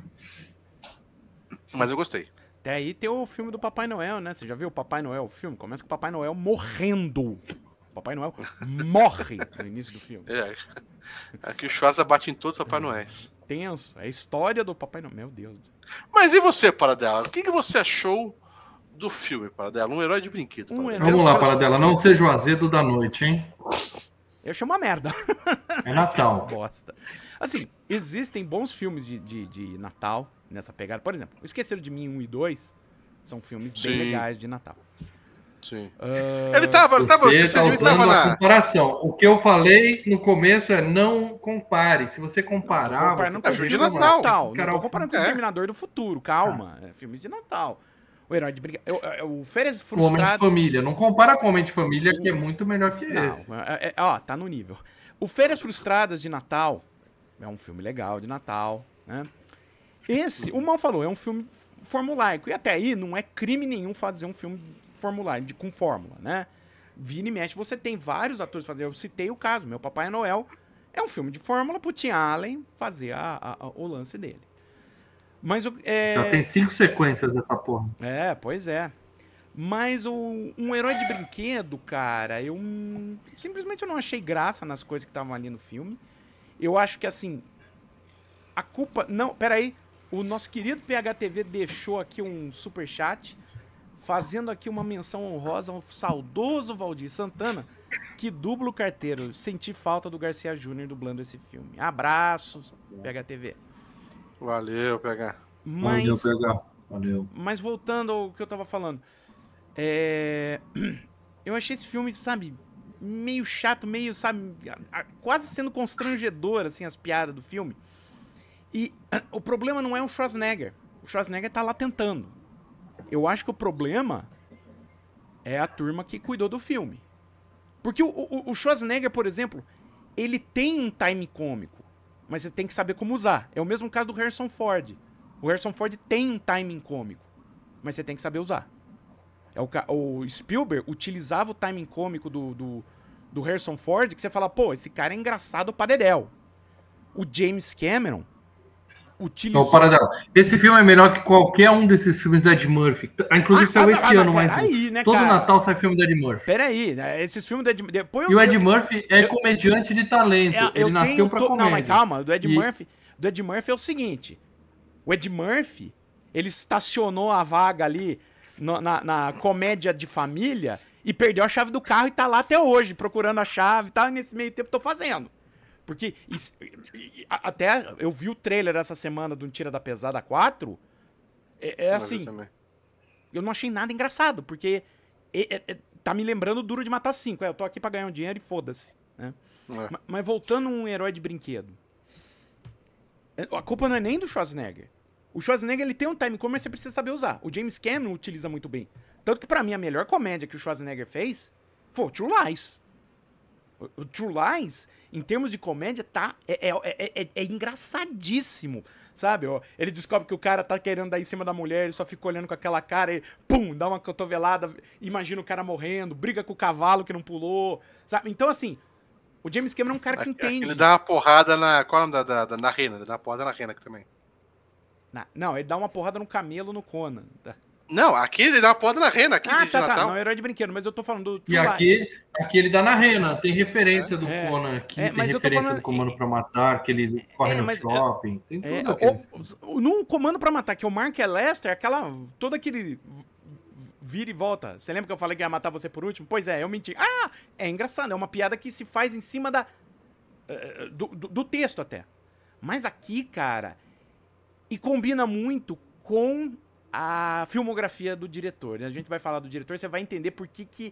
Mas eu gostei. Até aí tem o filme do Papai Noel, né? Você já viu o Papai Noel, o filme? Começa com o Papai Noel morrendo. O Papai Noel morre no início do filme. É. Aqui o Schwarza bate em todos os Papai Noéis. Tenso. É a história do Papai Noel. Meu Deus. Mas e você, Paradela? O que, que você achou do filme, Paradela? Um herói de brinquedo. Um Paradela. herói- Vamos lá, Paradela. Não seja o azedo da noite, hein? Eu chamo uma merda. É Natal. Bosta. Assim, existem bons filmes de, de, de Natal nessa pegada. Por exemplo, o Esqueceram de Mim um e dois são filmes bem Sim. legais de Natal. Sim. Ah, Ele tava, ele tava, eu Você esqueci, está ele usando tava uma na... comparação. O que eu falei no começo é não compare. Se você comparar, comparando você com é o filme filme de de Natal. Natal. Não Encarar tô o comparando com o É. Exterminador do Futuro. Calma. É filme de Natal. O Herói de Brinquedo. eu- eu- O Férias com Homem de Frustradas. Família. Não compara com Homem de Família, que é muito melhor que Não, esse. é- é- ó, tá no nível. O Férias Frustradas de Natal é um filme legal de Natal, né? Esse, o Mal falou, é um filme formulaico. E até aí não é crime nenhum fazer um filme formulaico, de, com fórmula, né? Vira e mexe, você tem vários atores fazendo. Eu citei o caso, Meu Papai é Noel é um filme de fórmula pro Tim Allen fazer a, a, a, o lance dele. Mas o, é... Já tem cinco sequências essa porra. É, pois é. Mas o, um herói de brinquedo, cara, eu simplesmente eu não achei graça nas coisas que estavam ali no filme. Eu acho que, assim, a culpa... Não, peraí. O nosso querido P H T V deixou aqui um superchat, fazendo aqui uma menção honrosa ao saudoso Valdir Santana, que dubla o Carteiro. Senti falta do Garcia Júnior dublando esse filme. Abraços, P H T V. Valeu, P H. Mas, Valeu, P H. Valeu. Mas voltando ao que eu tava falando. É... Eu achei esse filme, sabe, meio chato, meio, sabe, quase sendo constrangedor, assim, as piadas do filme. E o problema não é o Schwarzenegger. O Schwarzenegger tá lá tentando. Eu acho que o problema é a turma que cuidou do filme. Porque o, o, o Schwarzenegger, por exemplo, ele tem um time cômico, mas você tem que saber como usar. É o mesmo caso do Harrison Ford. O Harrison Ford tem um timing cômico, mas você tem que saber usar. É o, o Spielberg utilizava o timing cômico do, do, do Harrison Ford, que você fala, pô, esse cara é engraçado pra dedéu. O James Cameron utilizou... Não, para dela. Esse filme é melhor que qualquer um desses filmes da Ed Murphy. Inclusive ah, saiu ah, esse ah, ano, mas aí, né, todo cara? Natal sai filme da Ed Murphy. Peraí, né? Esses filmes do Ed Murphy... E o Ed Murphy é eu, comediante de talento. É, Ele nasceu pra to... comédia. Não, mas calma, do Ed, e... Murphy, do Ed Murphy é o seguinte. O Ed Murphy, ele estacionou a vaga ali no, na, na comédia de família e perdeu a chave do carro e tá lá até hoje, procurando a chave, tá? Nesse meio tempo tô fazendo. Porque isso, até eu vi o trailer essa semana do Tira da Pesada quatro, é, é assim, eu, eu não achei nada engraçado, porque é, é, é, tá me lembrando Duro de Matar cinco, é, eu tô aqui pra ganhar um dinheiro e foda-se, né? É. Mas, mas voltando a um herói de brinquedo, a culpa não é nem do Schwarzenegger. O Schwarzenegger, ele tem um time cômico, mas você precisa saber usar. O James Cameron utiliza muito bem. Tanto que pra mim a melhor comédia que o Schwarzenegger fez foi o True Lies. O, o True Lies, em termos de comédia, tá é, é, é, é, é engraçadíssimo, sabe? Ó, ele descobre que o cara tá querendo dar em cima da mulher, ele só fica olhando com aquela cara, e pum, dá uma cotovelada, imagina o cara morrendo, briga com o cavalo que não pulou, sabe? Então, assim, o James Cameron é um cara que entende. Ele dá uma porrada na... Qual é o nome da, da, na rena? Ele dá uma porrada na rena aqui também. Na, não, ele dá uma porrada no camelo no Conan. Tá? Não, aqui ele dá uma porrada na rena. Aqui ah, de tá, Natal. tá. Não é herói de brinquedo, mas eu tô falando do... E aqui, aqui ele dá na rena. Tem referência é, do é, Conan aqui. É, tem referência falando, do Comando é, pra Matar, que ele corre é, no shopping. Tem tudo é, o, No Comando pra Matar, que é o Mark Lester, aquela... Todo aquele... Vira e volta. Você lembra que eu falei que ia matar você por último? Pois é, eu menti. Ah, é engraçado. É uma piada que se faz em cima da... Do, do, do texto até. Mas aqui, cara... E combina muito com a filmografia do diretor. Né? A gente vai falar do diretor, você vai entender por que que...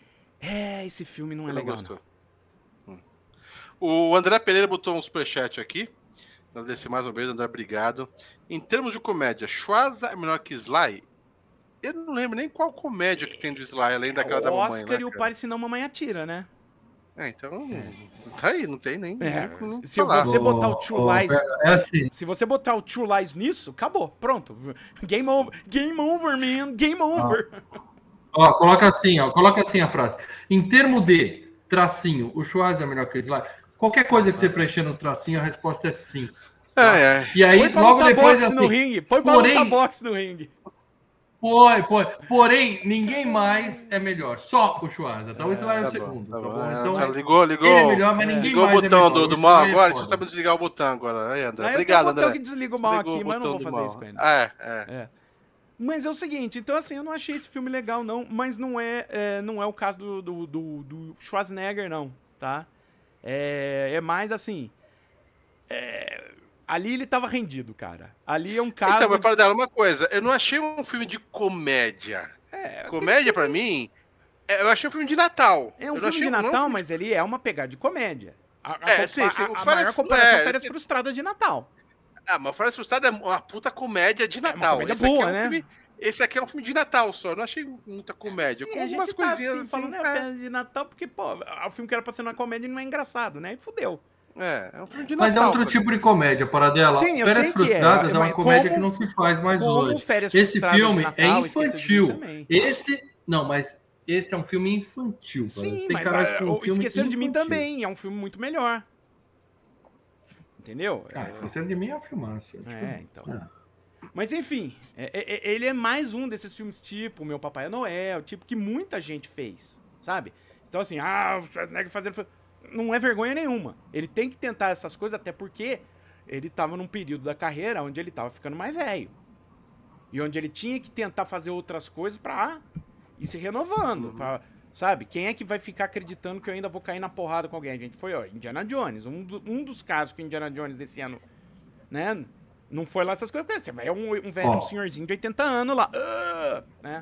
É, esse filme não é não legal, gostou. não. Hum. O André Pereira botou um superchat aqui. Agradecer mais uma vez, André, obrigado. Em termos de comédia, Schwarza é melhor que Sly? Eu não lembro nem qual comédia que tem do Sly, além daquela é, da mamãe. O Oscar né, e o Pare Senão Mamãe Atira, né? É, então, tá aí, não tem nem. É, nem se falar. você botar o True oh, Lies. É assim. Se você botar o True Lies nisso, acabou. Pronto. Game over. Game over, man. Game over. Ó, ó, coloca assim, ó. Coloca assim a frase. Em termo de tracinho, o Schwarz é melhor que o Sly. Qualquer coisa que você preencher no tracinho, a resposta é sim. Tá? É, é. E aí, põe pra logo lutar depois. Boxe assim, no ringue. Põe pra porém, lutar boxe no ringue. Foi, foi. Porém, ninguém mais é melhor. Só o Schwarza, tá? O Sly é o tá segundo, bom, tá tá bom? bom. Então, é, ligou, ligou. Ele é melhor, mas ninguém ligou mais o botão é melhor. do, do mal agora, deixa eu saber desligar o botão agora. Aí, André. Ah, obrigado, eu André. que desliga o mal aqui, mas não vou fazer mal. isso com ele. É, é, é. Mas é o seguinte, então assim, eu não achei esse filme legal, não, mas não é, é não é o caso do, do, do, do Schwarzenegger, não, tá? É, é mais assim... É... Ali ele tava rendido, cara. Ali é um caso... Então, mas para dar uma coisa, eu não achei um filme de comédia. É, comédia, pra mim, eu achei um filme de Natal. É um eu filme achei, de Natal, não... mas ele é uma pegada de comédia. A, a, é, sim, sim. A, a, a maior comparação é Férias Frustradas de Natal. Ah, mas Férias Frustradas é uma puta comédia de Natal. É uma comédia esse boa, aqui é um né? Filme, esse aqui é um filme de Natal só, eu não achei muita comédia. Sim, com a algumas gente tá coisinhas assim, assim, falando, é, Férias de Natal, porque, pô, o filme que era pra ser uma comédia não é engraçado, né? E fudeu. É, é um filme de Mas Natal. é outro cara. tipo de comédia, Paradela. Sim, eu Férias sei que é. Frustradas é, uma Mas comédia como- que não se faz mais como hoje. Férias Esse Frustradas de filme Natal, é Esqueceu de Mim infantil. também. Esse. Não, mas esse é um filme infantil. Parada. Sim, Tem mas cara ah, com um o filme Esqueceram de Mim infantil. também. É um filme muito melhor. Entendeu? Ah, Esqueceram de Mim é um filmaço. É, é então. É. Mas enfim, é- é- ele é mais um desses filmes tipo Meu Papai é Noel, tipo que muita gente fez, sabe? Então assim, ah, o Schwarzenegger fazendo... Não é vergonha nenhuma. Ele tem que tentar essas coisas, até porque ele tava num período da carreira onde ele tava ficando mais velho. E onde ele tinha que tentar fazer outras coisas pra ir se renovando, pra, sabe? Quem é que vai ficar acreditando que eu ainda vou cair na porrada com alguém? A gente foi, ó, Indiana Jones. Um, do- um dos casos que o Indiana Jones desse ano, né? Não foi lá essas coisas. Você vai, é um, um velho, Ó. um senhorzinho de oitenta anos lá, ah, né?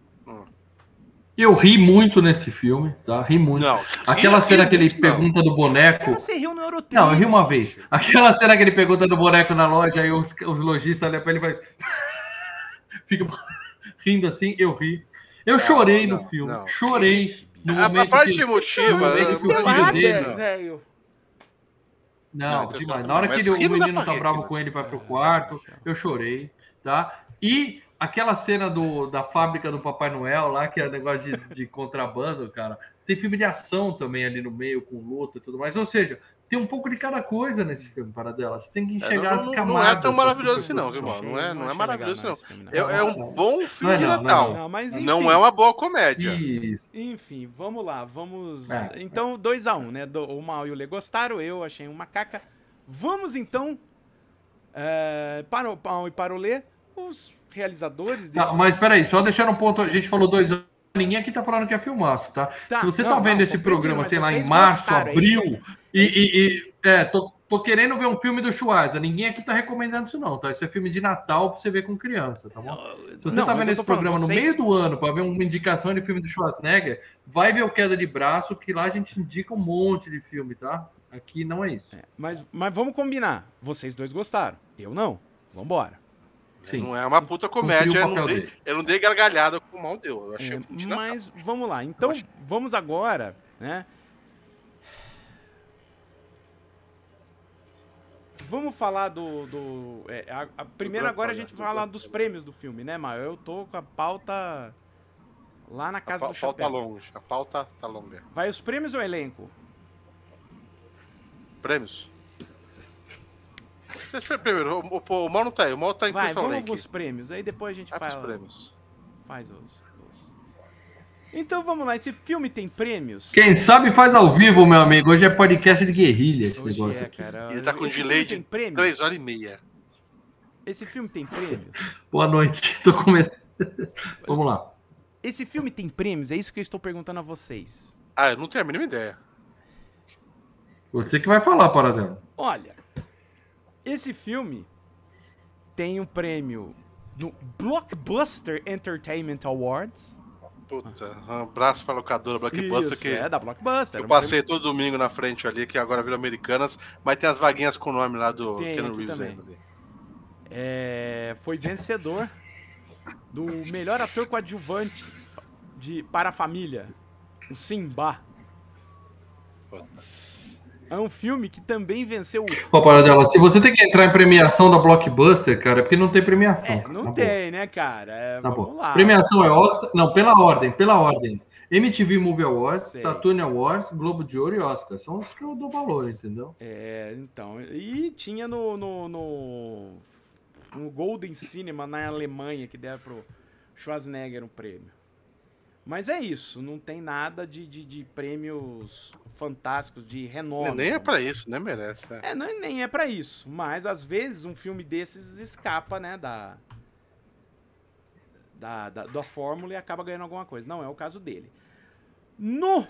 Eu ri muito nesse filme, tá? Ri muito. Não, Aquela ri- cena ri que ele muito, não. pergunta do boneco. Cara, você riu no Eurotrip. Não, eu ri uma vez. Aquela cena que ele pergunta do boneco na loja, aí os, os lojistas olham pra ele e vai. Fica rindo assim, eu ri. Eu Não, chorei não, no filme. não. Chorei no A- a momento parte que, emotiva, no momento eu- que o filho Estelada, dele. não. velho. Não, Não, então demais. só- Na hora que mas ele, o rir não dá menino pra tá rir, bravo né? com ele, vai pro quarto, eu chorei, tá? E aquela cena do, da fábrica do Papai Noel lá, que é negócio de, de contrabando, cara. Tem filme de ação também ali no meio, com luta e tudo mais. Ou seja, tem um pouco de cada coisa nesse filme, Paradela. Você tem que É, enxergar não, as não- camadas. não é tão da maravilhoso assim, situação. não, viu, mano? Não é, não é achei maravilhoso, legal, não. esse filme, não. É, é um bom filme Não é de não, não é Natal. Não, mas enfim. Não é uma boa comédia. Isso. Enfim, vamos lá, vamos... É. Então, dois a um, né? Do- O Mal e o Lê gostaram, eu achei uma caca. Vamos, então, é, para o Mal e para o Lê, os realizadores desse... Tá, mas peraí, só deixando um ponto. A gente falou dois anos. Ninguém aqui tá falando que é filmaço, tá? Tá, Se você não, tá vendo não, esse compreendido, programa, mas sei lá, em vocês março, gostaram, é isso abril, que e, e- e- é, tô, tô querendo ver um filme do Schwarza. Ninguém aqui tá recomendando isso, não, tá? Isso é filme de Natal pra você ver com criança, tá bom? Se você Não, tá mas vendo eu esse tô falando, programa no vocês- meio do ano pra ver uma indicação de filme do Schwarzenegger, vai ver o Queda de Braço, que lá a gente indica um monte de filme, tá? Aqui não é isso. É, mas, mas vamos combinar, vocês dois gostaram, eu não. Vambora. Sim. Não é uma puta Cumpriu comédia. o Eu não, papel dei, dele. eu não dei gargalhada com o mal deu. Eu achei É, um filme de Natal. mas vamos lá. Então, vamos agora, né? Vamos falar do. do é, a, a- primeiro, agora a gente vai falar dos prêmios do filme, né, Maio? Eu tô com a pauta lá na A casa pau- do pauta chapéu. longe. A pauta tá longa. Vai os prêmios ou elenco? Prêmios. Deixa eu ver primeiro. O, o, o mal não tá aí. O mal tá em Vai, Crystal vamos Lake. com os prêmios. Aí depois a gente Vai pros fala, prêmios. faz os, os- Então vamos lá. Esse filme tem prêmios? Quem sabe faz ao vivo, meu amigo. Hoje é podcast de guerrilha esse Hoje negócio é, aqui. cara. Ele tá com um Esse delay filme tem de prêmios? três horas e meia. Esse filme tem prêmios? Boa noite. Tô começando. Vamos lá. Esse filme tem prêmios? É isso que eu estou perguntando a vocês. Ah, eu não tenho a mínima ideia. Você que vai falar, Paradela. Olha, esse filme tem um prêmio no Blockbuster Entertainment Awards. Puta, um abraço pra locadora Blockbuster Isso, que é da Blockbuster. eu um passei todo domingo na frente ali, que agora virou Americanas, mas tem as vaguinhas com o nome lá do Tem Keanu aqui Reeves também. ainda. ali. prêmio- é, foi vencedor do melhor ator coadjuvante de, para a família, o Simba. Putz. É um filme que também venceu o... Ó, Paradela, se você tem que entrar em premiação da Blockbuster, cara, é porque não tem premiação. É, cara. não Tá tem, né, cara? É, Bom, tá vamos bom. lá. Premiação é Oscar. Não, pela ordem, pela ordem. M T V Movie Awards, Sei. Saturn Awards, Globo de Ouro e Oscar. São os que eu dou valor, entendeu? É, então. E tinha no, no, no, no Golden Cinema na Alemanha que deram pro Schwarzenegger um prêmio. Mas é isso, não tem nada de, de, de prêmios fantásticos, de renome. Nem é pra isso, nem merece. É. É, não, é- nem é pra isso. Mas às vezes um filme desses escapa, né, da, da, da, da fórmula e acaba ganhando alguma coisa. Não é o caso dele. No,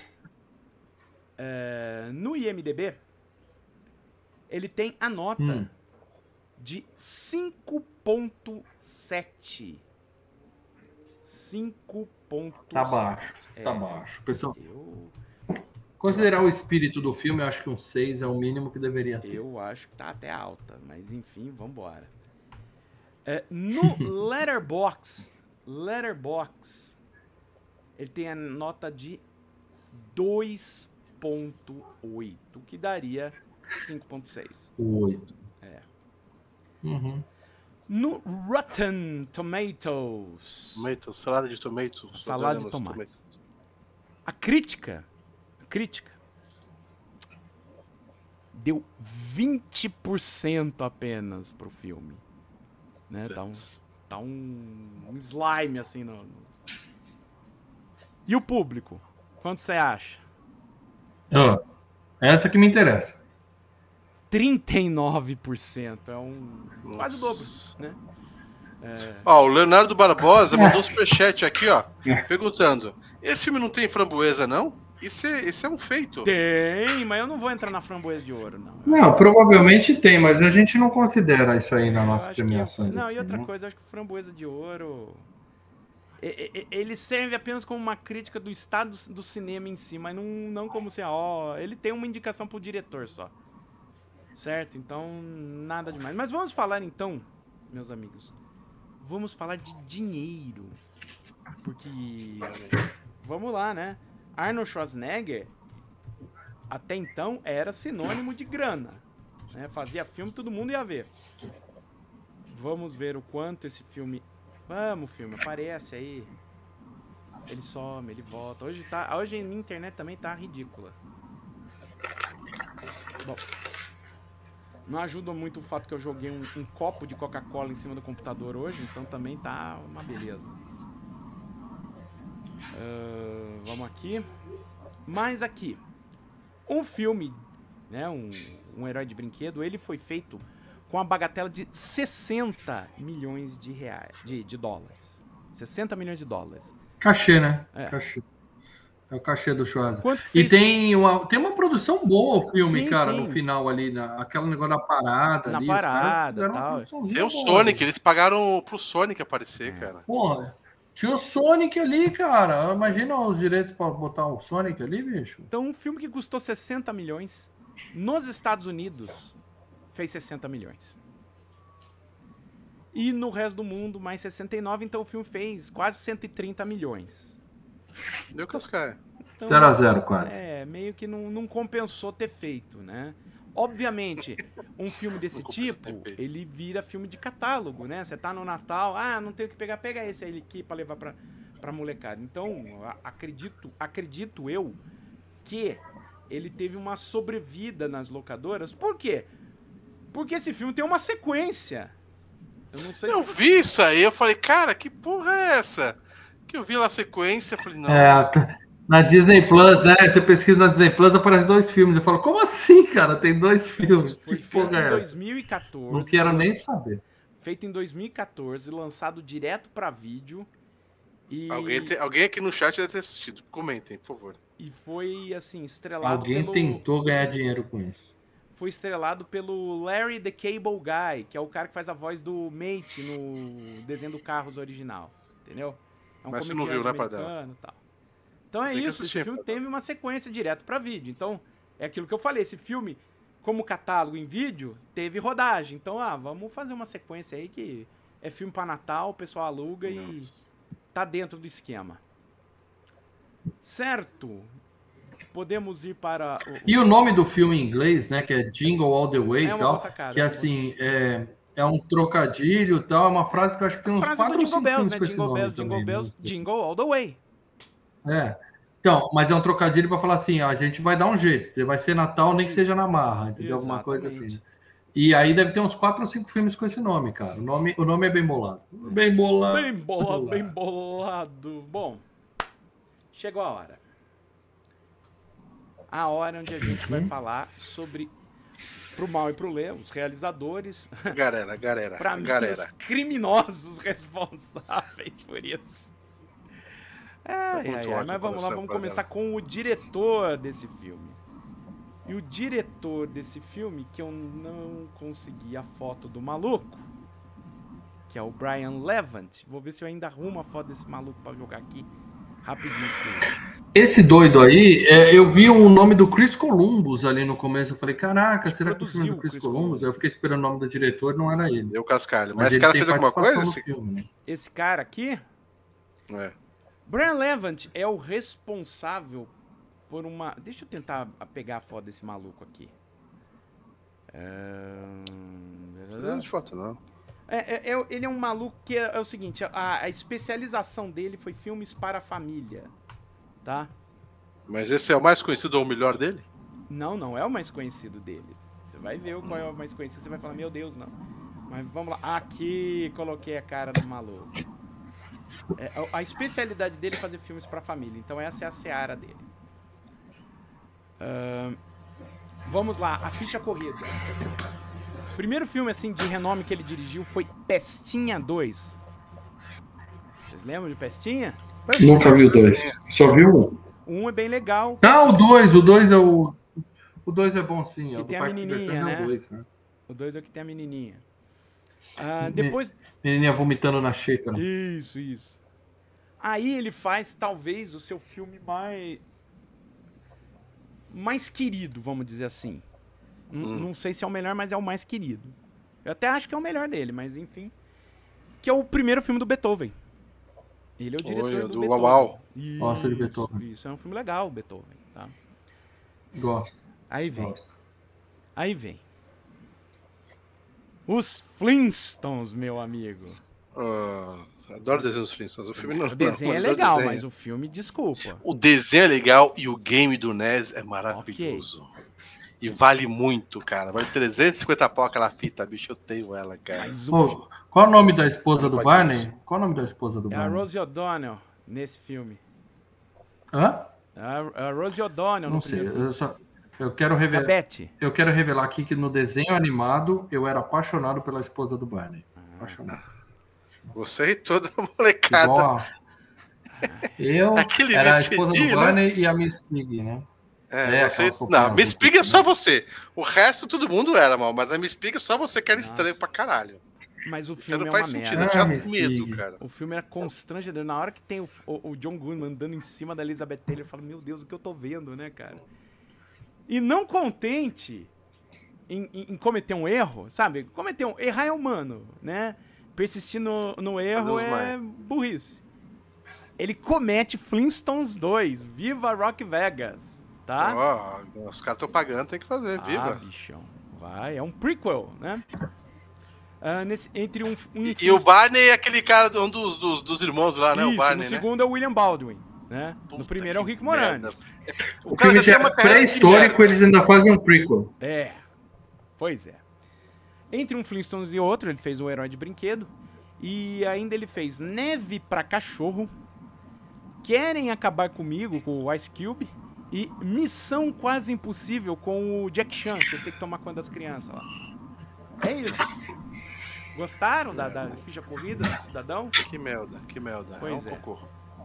é, no I M D B, ele tem a nota Hum. de cinco ponto sete. cinco ponto sete. Tá baixo, tá É. baixo. Pessoal, Eu, considerar o espírito do filme, eu acho que um seis é o mínimo que deveria ter. eu acho que tá até alta, mas enfim, vambora. É, no Letterboxd, Letterboxd, ele tem a nota de dois ponto oito, que daria cinco ponto seis. Oito. É. Uhum. No Rotten Tomatoes. Tomatoes, salada de tomatoes. Salada de tomate. A crítica, a crítica deu vinte por cento apenas pro filme. Né? Tá, um, tá um, um slime assim no, no... E o público? Quanto você acha? Oh, essa que me interessa. trinta e nove por cento. É um... quase o dobro, né? É... Ó, o Leonardo Barbosa mandou um superchat aqui, ó, perguntando: esse filme não tem framboesa, não? Isso é, isso é um feito. Tem, mas eu não vou entrar na framboesa de ouro, não. Não, provavelmente tem, mas a gente não considera isso aí na nossa premiação. Que... Não, e outra coisa, acho que framboesa de ouro... Ele serve apenas como uma crítica do estado do cinema em si, mas não, não como se... Ó, ele tem uma indicação pro diretor só. Certo? Então, nada demais. Mas vamos falar então, meus amigos. Vamos falar de dinheiro. Porque... Vamos lá, né? Arnold Schwarzenegger, até então, era sinônimo de grana. Né? Fazia filme, todo mundo ia ver. Vamos ver o quanto esse filme... Vamos, filme, aparece aí. Ele some, ele volta. Hoje, tá... Hoje na internet também tá ridícula. Bom... Não ajuda muito o fato que eu joguei um, um copo de Coca-Cola em cima do computador hoje, então também tá uma beleza. Uh, vamos aqui. Mas aqui, um filme, né, um, um herói de brinquedo, ele foi feito com a bagatela de sessenta milhões de reais, de, de dólares. sessenta milhões de dólares. Cachê, né? É. Cachê. É o cachê do Schwarzenegger. Quanto que fez... E tem uma, tem uma produção boa o filme, sim, cara, sim. no final ali, na, aquela negócio da parada na ali. parada e tal. Tem o Sonic, eles pagaram pro Sonic aparecer, é. cara. Porra, tinha o Sonic ali, cara. Imagina os direitos pra botar o Sonic ali, bicho. Então, um filme que custou sessenta milhões, nos Estados Unidos, fez sessenta milhões. E no resto do mundo, mais sessenta e nove, então o filme fez quase cento e trinta milhões. Deu cascaia. Então, zero a zero quase. É, meio que não, não compensou ter feito, né? Obviamente, um filme desse tipo, ele vira filme de catálogo, né? Você tá no Natal, ah, não tem o que pegar, pega esse aí aqui pra levar pra, pra molecada. Então, acredito, acredito eu que ele teve uma sobrevida nas locadoras. Por quê? Porque esse filme tem uma sequência. Eu não sei eu se... vi isso aí, eu falei, cara, que porra é essa? Que eu vi lá a sequência, eu falei, não. É, na Disney Plus, né? Você pesquisa na Disney Plus, aparece dois filmes. Eu falo, como assim, cara? Tem dois filmes. Foi que feito porra em é dois mil e quatorze. Não quero nem saber. Feito em dois mil e quatorze, lançado direto pra vídeo. E... Alguém, tem, alguém aqui no chat deve ter assistido. Comentem, por favor. E foi, assim, estrelado Alguém pelo... tentou ganhar dinheiro com isso. Foi estrelado pelo Larry the Cable Guy, que é o cara que faz a voz do Mate no desenho do Carros original. Entendeu? É um Mas você não viu, né, americano e tal. Então é tem isso, esse filme teve uma sequência direto pra vídeo. Então, é aquilo que eu falei, esse filme, como catálogo em vídeo, teve rodagem. Então, ah, vamos fazer uma sequência aí que é filme pra Natal, o pessoal aluga Nossa. E tá dentro do esquema. Certo? Podemos ir para... O, o... E o nome do filme em inglês, né, que é Jingle All The Way e é tal, sacada, que assim, é, é um trocadilho e tal, é uma frase que eu acho que tem uns quatro ou cinco filmes com esse nome também. Jingle Bells, Jingle All The Way. É, então, mas é um trocadilho para falar assim, ó, a gente vai dar um jeito, vai ser Natal nem que seja na marra, entendeu? Alguma coisa assim. E aí deve ter uns quatro ou cinco filmes com esse nome, cara. O nome, o nome é bem bolado. Bem bolado. Bem bolado, bem bolado. Bom, chegou a hora. A hora onde a gente vai falar sobre, pro mal e pro Lê, os realizadores. Galera, galera, pra mim, galera. os criminosos responsáveis por isso. Ai, ai, ai. Mas vamos lá, vamos começar com o diretor desse filme. E o diretor desse filme, que eu não consegui a foto do maluco, que é o Brian Levant. Vou ver se eu ainda arrumo a foto desse maluco pra jogar aqui rapidinho. Esse doido aí, é, eu vi o nome do Chris Columbus ali no começo. Eu falei, caraca, será que é o filme do Chris, Chris Columbus? Columbus? Eu fiquei esperando o nome do diretor, não era ele. Deu cascalho. Mas, Mas esse cara fez alguma coisa? Esse... Filme, né? esse cara aqui? É. Brian Levant é o responsável por uma... Deixa eu tentar pegar a foto desse maluco aqui. Não de foto, não. É, é, é, ele é um maluco que é, é o seguinte, a, a especialização dele foi filmes para a família, tá? Mas esse é o mais conhecido ou o melhor dele? Não, não é o mais conhecido dele. Você vai ver o qual é o mais conhecido, você vai falar, meu Deus, não. Mas vamos lá. Aqui, coloquei a cara do maluco. É, a, a especialidade dele é fazer filmes pra família. Então essa é a seara dele. Uh, vamos lá, a ficha corrida. O primeiro filme, assim, de renome que ele dirigiu foi Pestinha dois. Vocês lembram de Pestinha? Nunca vi o dois. Só vi um. O um é bem legal. Ah, o dois. O dois é o... O dois é bom, sim. Que é o tem a Parque de menininha, Diversões, né? É o dois, né? O dois é o que tem a menininha. Ah, depois... Menininha vomitando na xícara. Isso, isso. Aí ele faz, talvez, o seu filme mais... mais querido, vamos dizer assim. N Hum. Não sei se é o melhor, mas é o mais querido. Eu até acho que é o melhor dele, mas enfim. Que é o primeiro filme do Beethoven. Ele é o diretor Oi, do, do Beethoven. Uau. Isso, Gosto de Beethoven. Isso, é um filme legal, o Beethoven, tá? Gosto. Aí vem. Gosto. Aí vem. Os Flintstones, meu amigo. Ah, adoro desenho dos Flintstones. O filme não. O desenho não, é adoro legal, desenho. mas o filme, desculpa. O desenho é legal e o game do N E S é maravilhoso. E vale muito, cara. Vale trezentos e cinquenta pau aquela fita, bicho. Eu tenho ela, cara. Mas o Ô, qual é o nome da esposa do Pode Barney? isso. Qual é o nome da esposa do É a Barney? Rosie O'Donnell nesse filme. Hã? A, a Rosie O'Donnell Não no sei. primeiro Eu, filme. só, eu, quero A revelar, Betty. eu quero revelar aqui que no desenho animado eu era apaixonado pela esposa do Barney. Ah. Apaixonado. Você e toda a molecada. Igual a... Eu Aquele era a esposa do vestidinho, né? Barney e a Miss Piggy, né? É, É, você... aquelas roupinhas Não, Miss azul, Pig é né? só você. O resto todo mundo era, mal. Mas a Miss Pig é só você que era Nossa. estranho pra caralho. Mas o Você filme não é faz uma sentido. merda. Eu tinha Ah, Miss medo, Pig. cara. O filme era constrangedor. Na hora que tem o, o, o John Goodman andando em cima da Elizabeth Taylor, eu falo, meu Deus, o que eu tô vendo, né, cara? E não contente em, em, em cometer um erro, sabe? Cometer um... Errar é humano, né? Persistir no, no erro Deus é burrice. Ele comete Flintstones dois. Viva Rock Vegas, tá? Ó, os caras estão pagando, tem que fazer. Ah, Viva. bichão. Vai, é um prequel, né? Ah, nesse, entre um, um E, e o Barney é aquele cara, um dos, dos, dos irmãos lá, né? Isso, o Barney, no né? segundo é o William Baldwin, né? Puta no primeiro é o que Rick merda. Moranis. O O cara filme já já tem uma é carreira de pré-histórico, merda. eles ainda fazem um prequel. É, pois é. Entre um Flintstones e outro, ele fez o Herói de Brinquedo. E ainda ele fez Neve pra Cachorro, Querem Acabar Comigo, com o Ice Cube, e Missão Quase Impossível com o Jack Chan, que ele tem que tomar conta das crianças lá. É isso. Gostaram da, da ficha corrida do cidadão? Que merda, que merda. Pois é um é. cocô.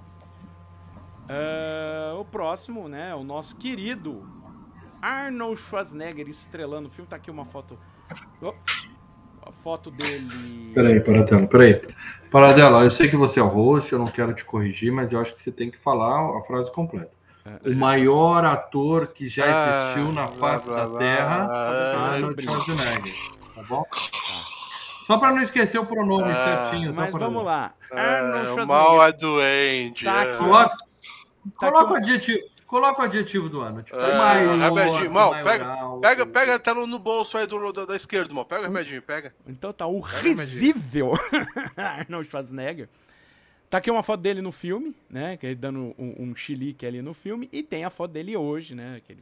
Ah, o próximo, né? O nosso querido Arnold Schwarzenegger estrelando o filme. Tá aqui uma foto. Oh, a foto dele. Peraí, Paradela, peraí. Paradela, eu sei que você é o host, eu não quero te corrigir, mas eu acho que você tem que falar a frase completa. O maior ator que já existiu na face blá, da blá, Terra blá, é blá, Arnold blá. Schwarzenegger, tá bom? Só para não esquecer o pronome Ah, certinho, tá, Mas Paradela? vamos lá. É, Arnold o mal Schwarzenegger. é doente. Tá é. aqui, Coloca, Tá coloca, aqui o um- adjetivo, coloca o adjetivo do ano. Tipo, É, maior, remedinho. Mal, maioral, Pega, pega, tá no, no bolso aí do, do- da esquerda, mal. Pega o remedinho, pega. Então tá, o Pega, risível Arnold Schwarzenegger. Tá aqui uma foto dele no filme, né? Que ele dando um, um chilique ali no filme. E tem a foto dele hoje, né? Aquele...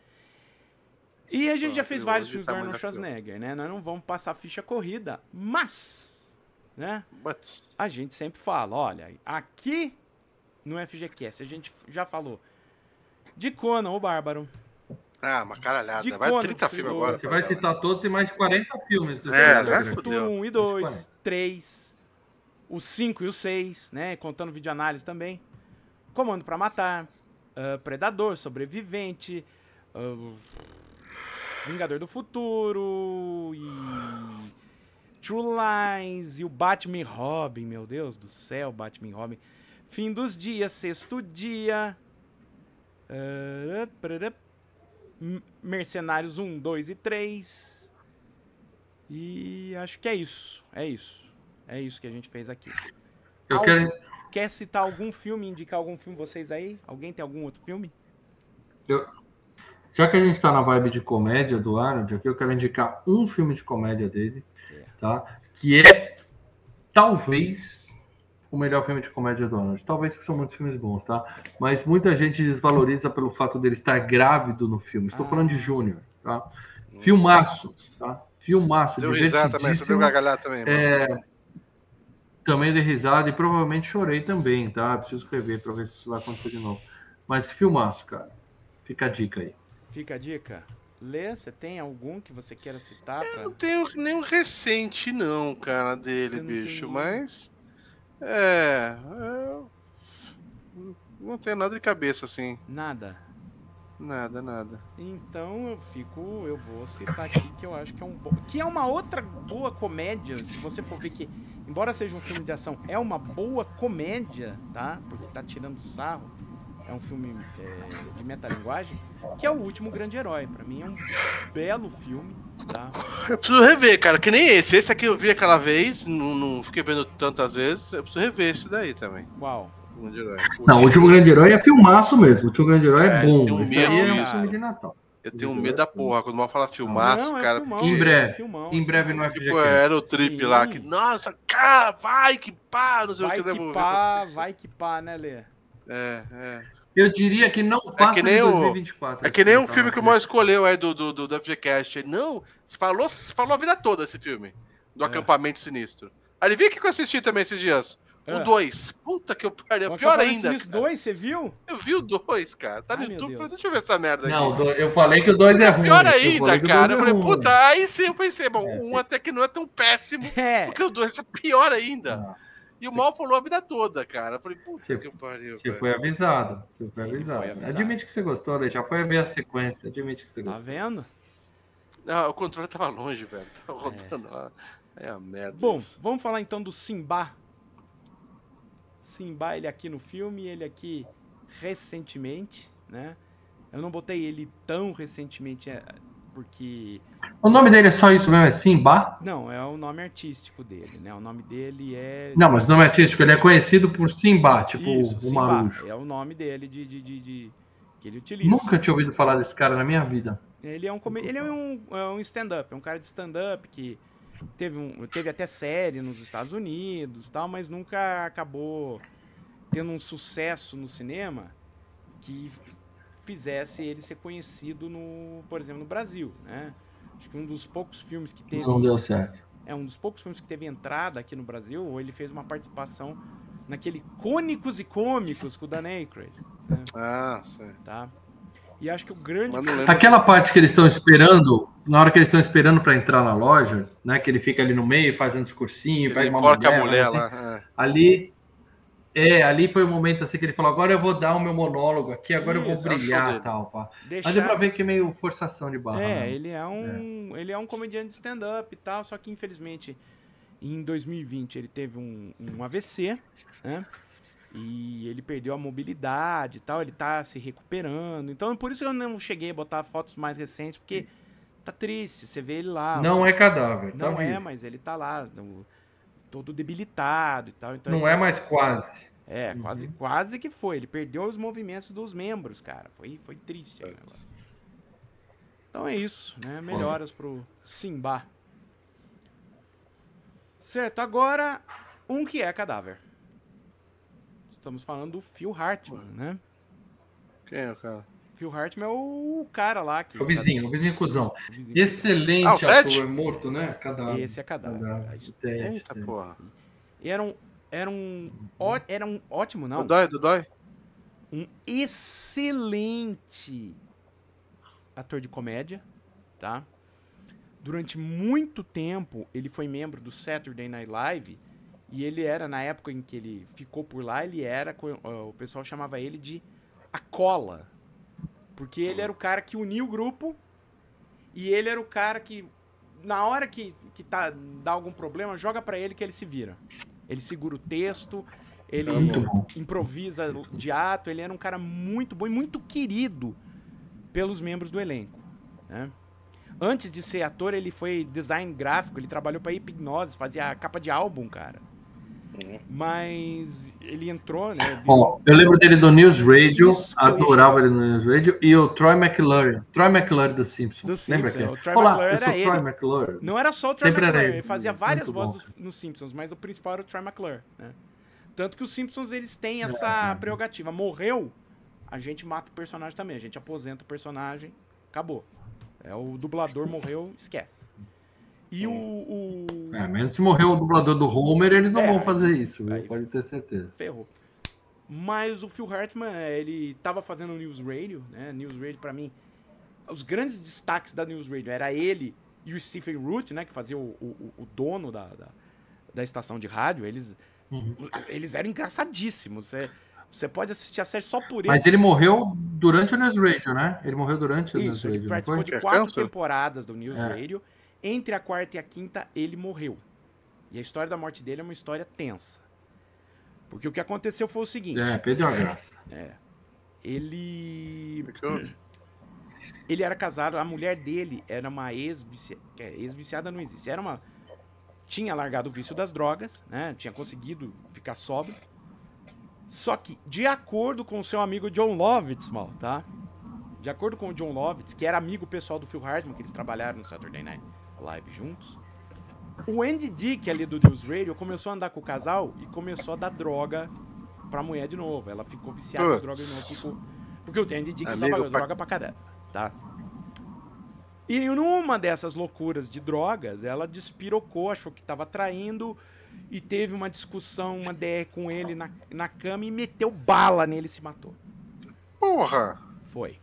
E a gente Pô, já fez ele vários hoje filmes tá do Arnold muito aquilo. Schwarzenegger, né? Nós não vamos passar ficha corrida, mas, né? But... A gente sempre fala, olha, aqui no F G Cast a gente já falou de Conan, o Bárbaro. Ah, uma caralhada. De Vai Conan, trinta filmes Destruidor. agora. Você vai Paradela. citar todos e mais quarenta filmes. do É, Schwarzenegger. vai Futuro fudeu. um e Vai. dois, três, o cinco e o seis, né? Contando videoanálise também. Comando pra Matar, ah, Predador, Sobrevivente, ah, Vingador do Futuro e True Lies e o Batman e Robin, meu Deus do céu, Batman e Robin. Fim dos Dias, Sexto Dia, ah, parará, M- Mercenários um, dois e três. E acho que é isso. É isso. É isso que a gente fez aqui. Eu Al- quero, Quer citar algum filme, indicar algum filme vocês aí? Alguém tem algum outro filme? eu, Já que a gente está na vibe de comédia do Arnold, aqui eu quero indicar um filme de comédia dele, tá? Que é, talvez, o melhor filme de comédia do Arnold. Talvez, porque são muitos filmes bons, tá? Mas muita gente desvaloriza pelo fato dele estar grávido no filme. Estou ah. falando de Júnior, tá? Filmaço, tá? Filmaço, deu risada também, você deu gargalhada também. É... Também dei risada e provavelmente chorei também, tá? Preciso rever para ver se isso vai acontecer de novo. Mas filmaço, cara. Fica a dica aí. Fica a dica. Lê, você tem algum que você queira citar? Eu pra... não tenho nenhum recente, não, cara, dele, não bicho. Mas. É. Eu... Não tenho nada de cabeça, assim. Nada? Nada, nada. Então eu fico. Eu vou citar aqui que eu acho que é um bom. Que é uma outra boa comédia. Se você for ver que, embora seja um filme de ação, é uma boa comédia, tá? Porque tá tirando sarro. É um filme é, de metalinguagem, que é O Último Grande Herói. Pra mim é um belo filme, tá? Eu preciso rever, cara, que nem esse. Esse aqui eu vi aquela vez, não, não fiquei vendo tantas vezes. Eu preciso rever esse daí também. Qual? O Grande Herói. O não, O Último Grande Herói é filmaço mesmo. O Último Grande Herói é, é bom. Um esse medo, aí é um filme de Natal. Eu tenho medo da porra. Quando mal fala filmaço, não, é cara. filmão, em breve. É filmão, em breve no tipo, era o trip Sim. lá. Que, nossa, cara, vai que pá. Não sei vai o que eu que devo pá, ver. Vai que pá, né, Lê? É, é. Eu diria que não passa é que nem de dois mil e vinte e quatro. O, é que nem um filme que o Mal escolheu aí do, do, do, do F G Cast. Não, você falou, você falou a vida toda esse filme. Do é. Acampamento Sinistro. Adivinha o que eu assisti também esses dias? É. O dois. Puta que eu pariu. Pior ainda. O dois, você viu? Eu vi o dois, cara. Tá no Ai, YouTube. Deixa eu ver essa merda aqui. Não, eu falei que o dois é ruim. Pior ainda, eu cara. Eu falei, é puta, aí sim eu pensei, bom, é, um até que não é tão péssimo. É. Porque o dois é pior ainda. Ah. E o Mal falou a vida toda, cara. Eu falei, puta você, que pariu. Você foi avisado. Você foi avisado. foi avisado. Admite que você gostou, né? Já foi ver a sequência. Admite que você gostou. Tá vendo? Não, o controle tava longe, velho. Tava rodando é. lá. É a merda. Bom, isso. vamos falar então do Simba. Simba, ele aqui no filme, ele aqui recentemente, né? Eu não botei ele tão recentemente porque... O nome dele é só isso mesmo? É Simba? Não, é o nome artístico dele, né? O nome dele é... Não, mas o nome artístico, ele é conhecido por Simba, tipo isso, o Simba, Marujo. É o nome dele de, de, de, de... que ele utiliza. Nunca tinha ouvido falar desse cara na minha vida. Ele é um, ele é um, é um stand-up, é um cara de stand-up que teve, um, teve até série nos Estados Unidos e tal, mas nunca acabou tendo um sucesso no cinema que fizesse ele ser conhecido, no, por exemplo, no Brasil, né? Acho que um dos poucos filmes que teve... Não deu certo. É um dos poucos filmes que teve entrada aqui no Brasil, ou ele fez uma participação naquele Cônicos e Cômicos com o Dan Aykroyd. Né? Ah, sim. Tá? E acho que o grande... Aquela parte que eles estão esperando, na hora que eles estão esperando para entrar na loja, né? Que ele fica ali no meio, faz um discursinho, ele pega uma mulher, a mulher assim, lá. É. Ali... É, ali foi o momento assim que ele falou, agora eu vou dar o meu monólogo aqui, agora Isso, eu vou brilhar e tal, pá. Deixar... Mas deu pra ver que é meio forçação de barra. É, né? ele é um, é. ele é um comediante de stand-up e tal, só que infelizmente em dois mil e vinte ele teve um, um A V C, né? E ele perdeu a mobilidade e tal, ele tá se recuperando. Então por isso que eu não cheguei a botar fotos mais recentes, porque tá triste, você vê ele lá. Não é cadáver, Não tá é, vivo. mas ele tá lá... No, todo debilitado e tal. Então não é mais quase. É, uhum. quase, quase que foi. Ele perdeu os movimentos dos membros, cara. Foi, foi triste. É. Então é isso, né? Melhoras pro Simba. Certo, agora um que é cadáver. Estamos falando do Phil Hartman, né? Quem é o cara? Phil Hartman é o cara lá que... O vizinho, o vizinho cuzão. O vizinho Excelente ah, ator, morto, né? Cadáver. Esse é cadáver. cadáver. Eita, porra. E era um, era um, ó, era um ótimo, não? Dodói, Dodói. Um excelente ator de comédia, tá? Durante muito tempo, ele foi membro do Saturday Night Live e ele era, na época em que ele ficou por lá, ele era, o pessoal chamava ele de a cola. Porque ele era o cara que unia o grupo e ele era o cara que, na hora que, que tá, dá algum problema, joga pra ele que ele se vira. Ele segura o texto, ele improvisa de ato, ele era um cara muito bom e muito querido pelos membros do elenco, né? Antes de ser ator, ele foi design gráfico, ele trabalhou pra Hipnose, fazia a capa de álbum, cara. Mas ele entrou, né? virou- Ó, eu lembro dele do News Radio, Isso que eu ia adorava ele no News Radio, e o Troy McClure, Troy McClure dos Simpsons. Dos Lembra Simpsons, que o Troy Olá, McClure eu sou era Troy ele. McClure. Não era só o Troy Sempre era McClure, ele. ele fazia várias Muito vozes bom. dos- nos Simpsons, mas o principal era o Troy McClure, né? Tanto que os Simpsons, eles têm essa É. prerrogativa. Morreu, a gente mata o personagem também, a gente aposenta o personagem, acabou. É, o dublador morreu, esquece. E o... o... É, menos se morreu o dublador do Homer, eles não É, vão fazer isso, viu? aí- Pode ter certeza. ferrou. Mas o Phil Hartman, ele tava fazendo News Radio, né? News Radio, pra mim, os grandes destaques da News Radio era ele e o Stephen Root, né? Que fazia o, o, o dono da, da, da estação de rádio. Eles, Uhum. eles eram engraçadíssimos. Você, você pode assistir a série só por Mas eles. ele morreu durante o News Radio, né? Ele morreu durante o News Isso, ele Radio, não participou foi? de Quer quatro câncer? temporadas do News É. Radio. Entre a quarta e a quinta, ele morreu. E a história da morte dele é uma história tensa. Porque o que aconteceu foi o seguinte. É, perdeu a graça. Ele... Ficou- Ele era casado, a mulher dele era uma ex-viciada. Ex-viciada não existe. Era uma. Tinha largado o vício das drogas, né? Tinha conseguido ficar sóbrio. Só que, de acordo com o seu amigo John Lovitz, mal, tá? De acordo com o John Lovitz, que era amigo pessoal do Phil Hartman, que eles trabalharam no Saturday Night Live juntos, o Andy Dick ali do News Radio começou a andar com o casal e começou a dar droga pra mulher de novo. Ela ficou viciada em Putz. droga de novo. Ficou... Porque o Andy Dick Amigo usava pra- droga pra caramba, tá? E numa dessas loucuras de drogas, ela despirocou, achou que tava traindo e teve uma discussão, uma D R com ele na, na cama e meteu bala nele e se matou. Porra! Foi.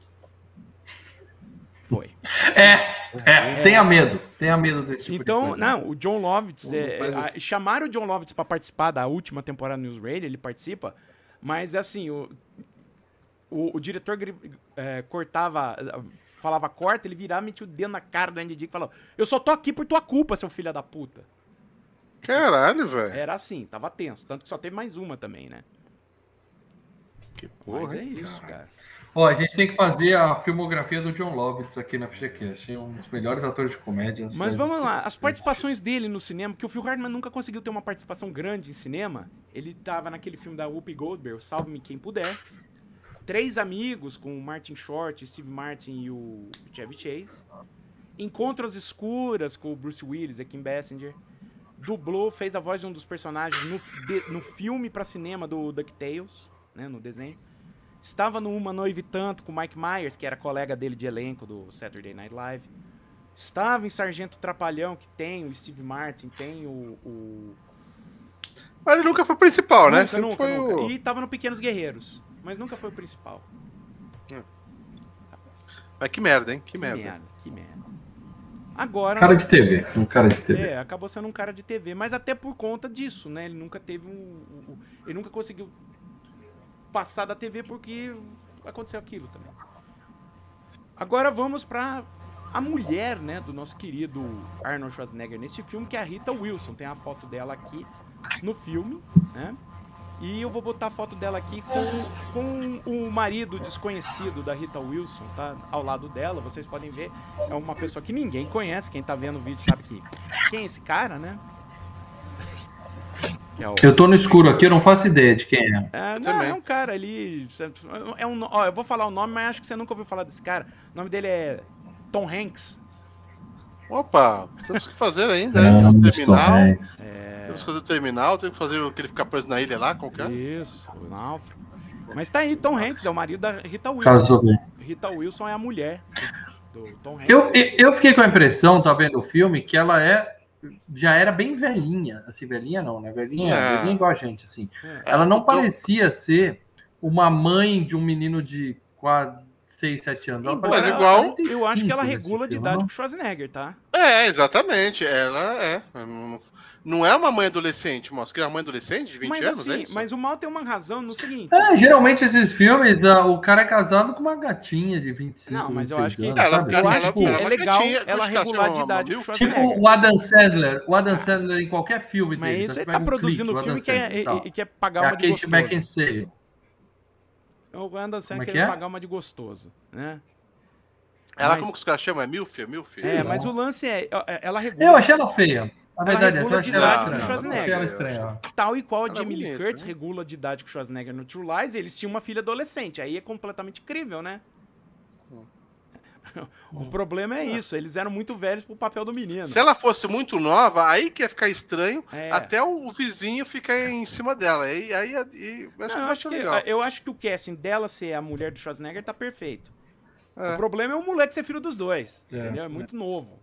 Foi. É, é, tenha medo. Tenha medo desse tipo Então, de coisa. não, o John Lovitz, Não é, faz a- assim. chamaram o John Lovitz pra participar da última temporada do News Radio, ele participa, mas assim, o, o, o diretor gri- é, cortava, falava corta, ele virava, metia o dedo na cara do Andy Dick e falava, eu só tô aqui por tua culpa, seu filho da puta. Caralho, velho. Era assim, tava tenso, tanto que só teve mais uma também, né? Que Mas porra, é hein? isso, cara. Ó, a gente tem que fazer a filmografia do John Lovitz aqui na FGCast. É um dos melhores atores de comédia. Mas Já vamos lá, as existe. participações dele no cinema, porque o Phil Hartman nunca conseguiu ter uma participação grande em cinema. Ele tava naquele filme da Whoopi Goldberg, Salve-me Quem Puder. Três amigos com o Martin Short, Steve Martin e o Chevy Chase. Encontros Escuras com o Bruce Willis e Kim Basinger. Dublou, fez a voz de um dos personagens no, de- no filme pra cinema do DuckTales, né, no desenho. Estava no Uma Noiva e Tanto com o Mike Myers, que era colega dele de elenco do Saturday Night Live. Estava em Sargento Trapalhão, que tem o Steve Martin, tem o... o... Mas ele nunca foi principal, né? Nunca, Sempre nunca, foi nunca. o... E estava no Pequenos Guerreiros, mas nunca foi o principal. Mas que merda, hein? Que, Que merda. merda, que merda. Agora... Cara de T V. Um cara de T V. É, acabou sendo um cara de T V, mas até por conta disso, né? Ele nunca teve um... um- ele nunca conseguiu passar da T V porque aconteceu aquilo também. Agora vamos pra a mulher, né, do nosso querido Arnold Schwarzenegger neste filme, que é a Rita Wilson. Tem a foto dela aqui no filme, né? E eu vou botar a foto dela aqui com, com o marido desconhecido da Rita Wilson, tá? Ao lado dela, vocês podem ver. É uma pessoa que ninguém conhece. Quem tá vendo o vídeo sabe que... Quem é esse cara, né? Que é o... Eu tô no escuro aqui, eu não faço ideia de quem é. É, Eu não, também. é um cara ali. É um, ó, eu vou falar o nome, mas acho que você nunca ouviu falar desse cara. O nome dele é Tom Hanks. Opa, temos que fazer ainda, né? Não, Tem o Tom terminal. Hanks. É, Temos que fazer o terminal, temos que fazer o que ele ficar preso na ilha lá, como que é? isso, o náufrago. Mas tá aí, Tom Hanks é o marido da Rita Wilson. Casou bem. Rita Wilson é a mulher do, do Tom Hanks. Eu, eu fiquei com a impressão, tá vendo o filme, que ela é já era bem velhinha, assim, velhinha não, né? Velhinha, É. velhinha igual a gente, assim. É. Ela não eu- parecia ser uma mãe de um menino de quatro, seis, sete anos. Ela Embora- parecia Mas igual- quarenta e Eu acho que ela cinco nesse regula de filme, idade não? com o Schwarzenegger, tá? É, exatamente. Ela é. Não- Não é uma mãe adolescente, moço. Que é uma mãe adolescente de vinte Mas anos, assim, é isso? mas o mal tem uma razão no seguinte. É, geralmente esses filmes, ah, o cara é casado com uma gatinha de vinte e cinco, Não, mas eu vinte e acho seis que- anos, Ela- sabe? Eu ela- acho ela- que ela- é uma legal gatinha, ela acho que ela regular tinha de uma- idade uma com o milf. Tipo Schwarzenegger. o Adam Sandler, o Adam Sandler em qualquer filme Mas dele. isso você ele pega tá um produzindo clipe do um filme Adam que é, Sandler e e, tal. e quer pagar É a uma de Kate gostoso. Beckinsale. O Anderson Como é que querendo é? pagar uma de gostoso, né? Ela, Mas- como que os caras chamam? É Milf? É Milf? É, Sei mas lá. o lance é, é- ela regula. Eu achei ela feia. A ela verdade é regula a essa, didática não, do não, Schwarzenegger. Ela é estranha. Tal e qual a Ela é Jamie Lee bonita, Curtis né? regula a didática do Schwarzenegger no True Lies, eles tinham uma filha adolescente. Aí é completamente incrível, né? Hum. O problema é isso, eles eram muito velhos pro papel do menino. Se ela fosse muito nova, aí que ia ficar estranho, É. até o vizinho ficar em cima dela. Aí, aí, aí Não, acho que eu, vai acho ser que, legal. eu acho que o casting dela ser a mulher do Schwarzenegger tá perfeito. É. O problema é o moleque ser filho dos dois, É, entendeu? É é. muito novo.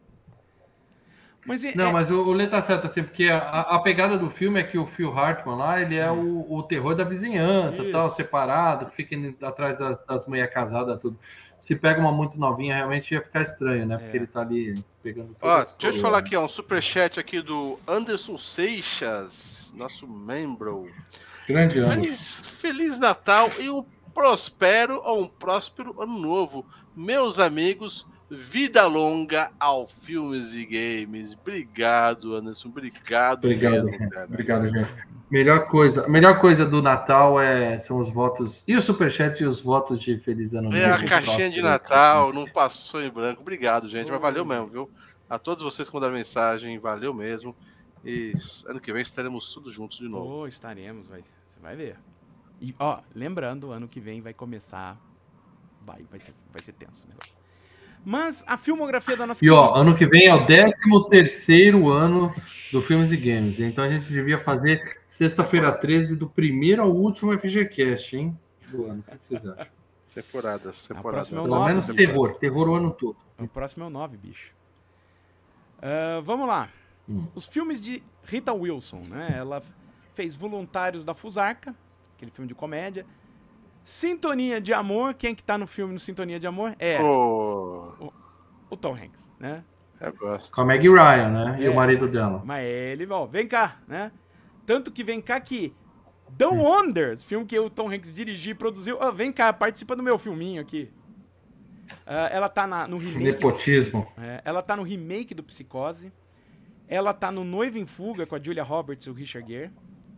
Mas, é- Não, é- mas o, o Lê tá certo, assim, porque a, a pegada do filme é que o Phil Hartman lá, ele é o, o terror da vizinhança, Isso. tal, separado, que fica indo atrás das, das mulheres casadas, tudo. Se pega uma muito novinha, realmente ia ficar estranho, né? Porque É. ele tá ali pegando Ó, todas as deixa eu te coroas, falar né? aqui, ó, um superchat aqui do Anderson Seixas, nosso membro. Grande ano. Feliz, Feliz Natal e um prospero ou um próspero ano novo. Meus amigos, vida longa ao Filmes e Games. Obrigado, Anderson. Obrigado, Obrigado, mesmo, gente. cara. Obrigado, gente. Melhor coisa, a melhor coisa do Natal é, são os votos, e os superchats e os votos de Feliz Ano Novo. É a caixinha de próspero. Natal, não passou em branco. Obrigado, gente. Mas valeu mesmo, viu? A todos vocês que mandaram mensagem, valeu mesmo. E ano que vem estaremos todos juntos de novo. Oh, estaremos, vai, você vai ver. E, ó, lembrando, ano que vem vai começar. Vai, vai ser, vai ser tenso o negócio. Mas a filmografia da nossa. E ó, ano que vem é o décimo terceiro ano do Filmes e Games. Então a gente devia fazer sexta-feira treze, do primeiro ao último F G Cast, hein? Do ano. O que vocês acham? Temporadas, temporadas. próxima é o Pelo nove, menos bicho. terror, terror o ano todo. O próximo é o nove, bicho. Ah, vamos lá. Hum. Os filmes de Rita Wilson, né? Ela fez Voluntários da Fusarca, aquele filme de comédia. Sintonia de Amor, quem que tá no filme no Sintonia de Amor? É Pô, o Tom Hanks, né? eu gosto. Com a Meg Ryan, né? E É, o marido mas- dela. Mas ele, ó, vem cá, né? Tanto que vem cá que Down Wonders, filme que o Tom Hanks dirigiu e produziu, ó, vem cá, participa do meu filminho aqui. Ah, ela tá na- no remake. Nepotismo. É, ela tá no remake do Psicose. Ela tá no Noivo em Fuga com a Julia Roberts e o Richard Gere.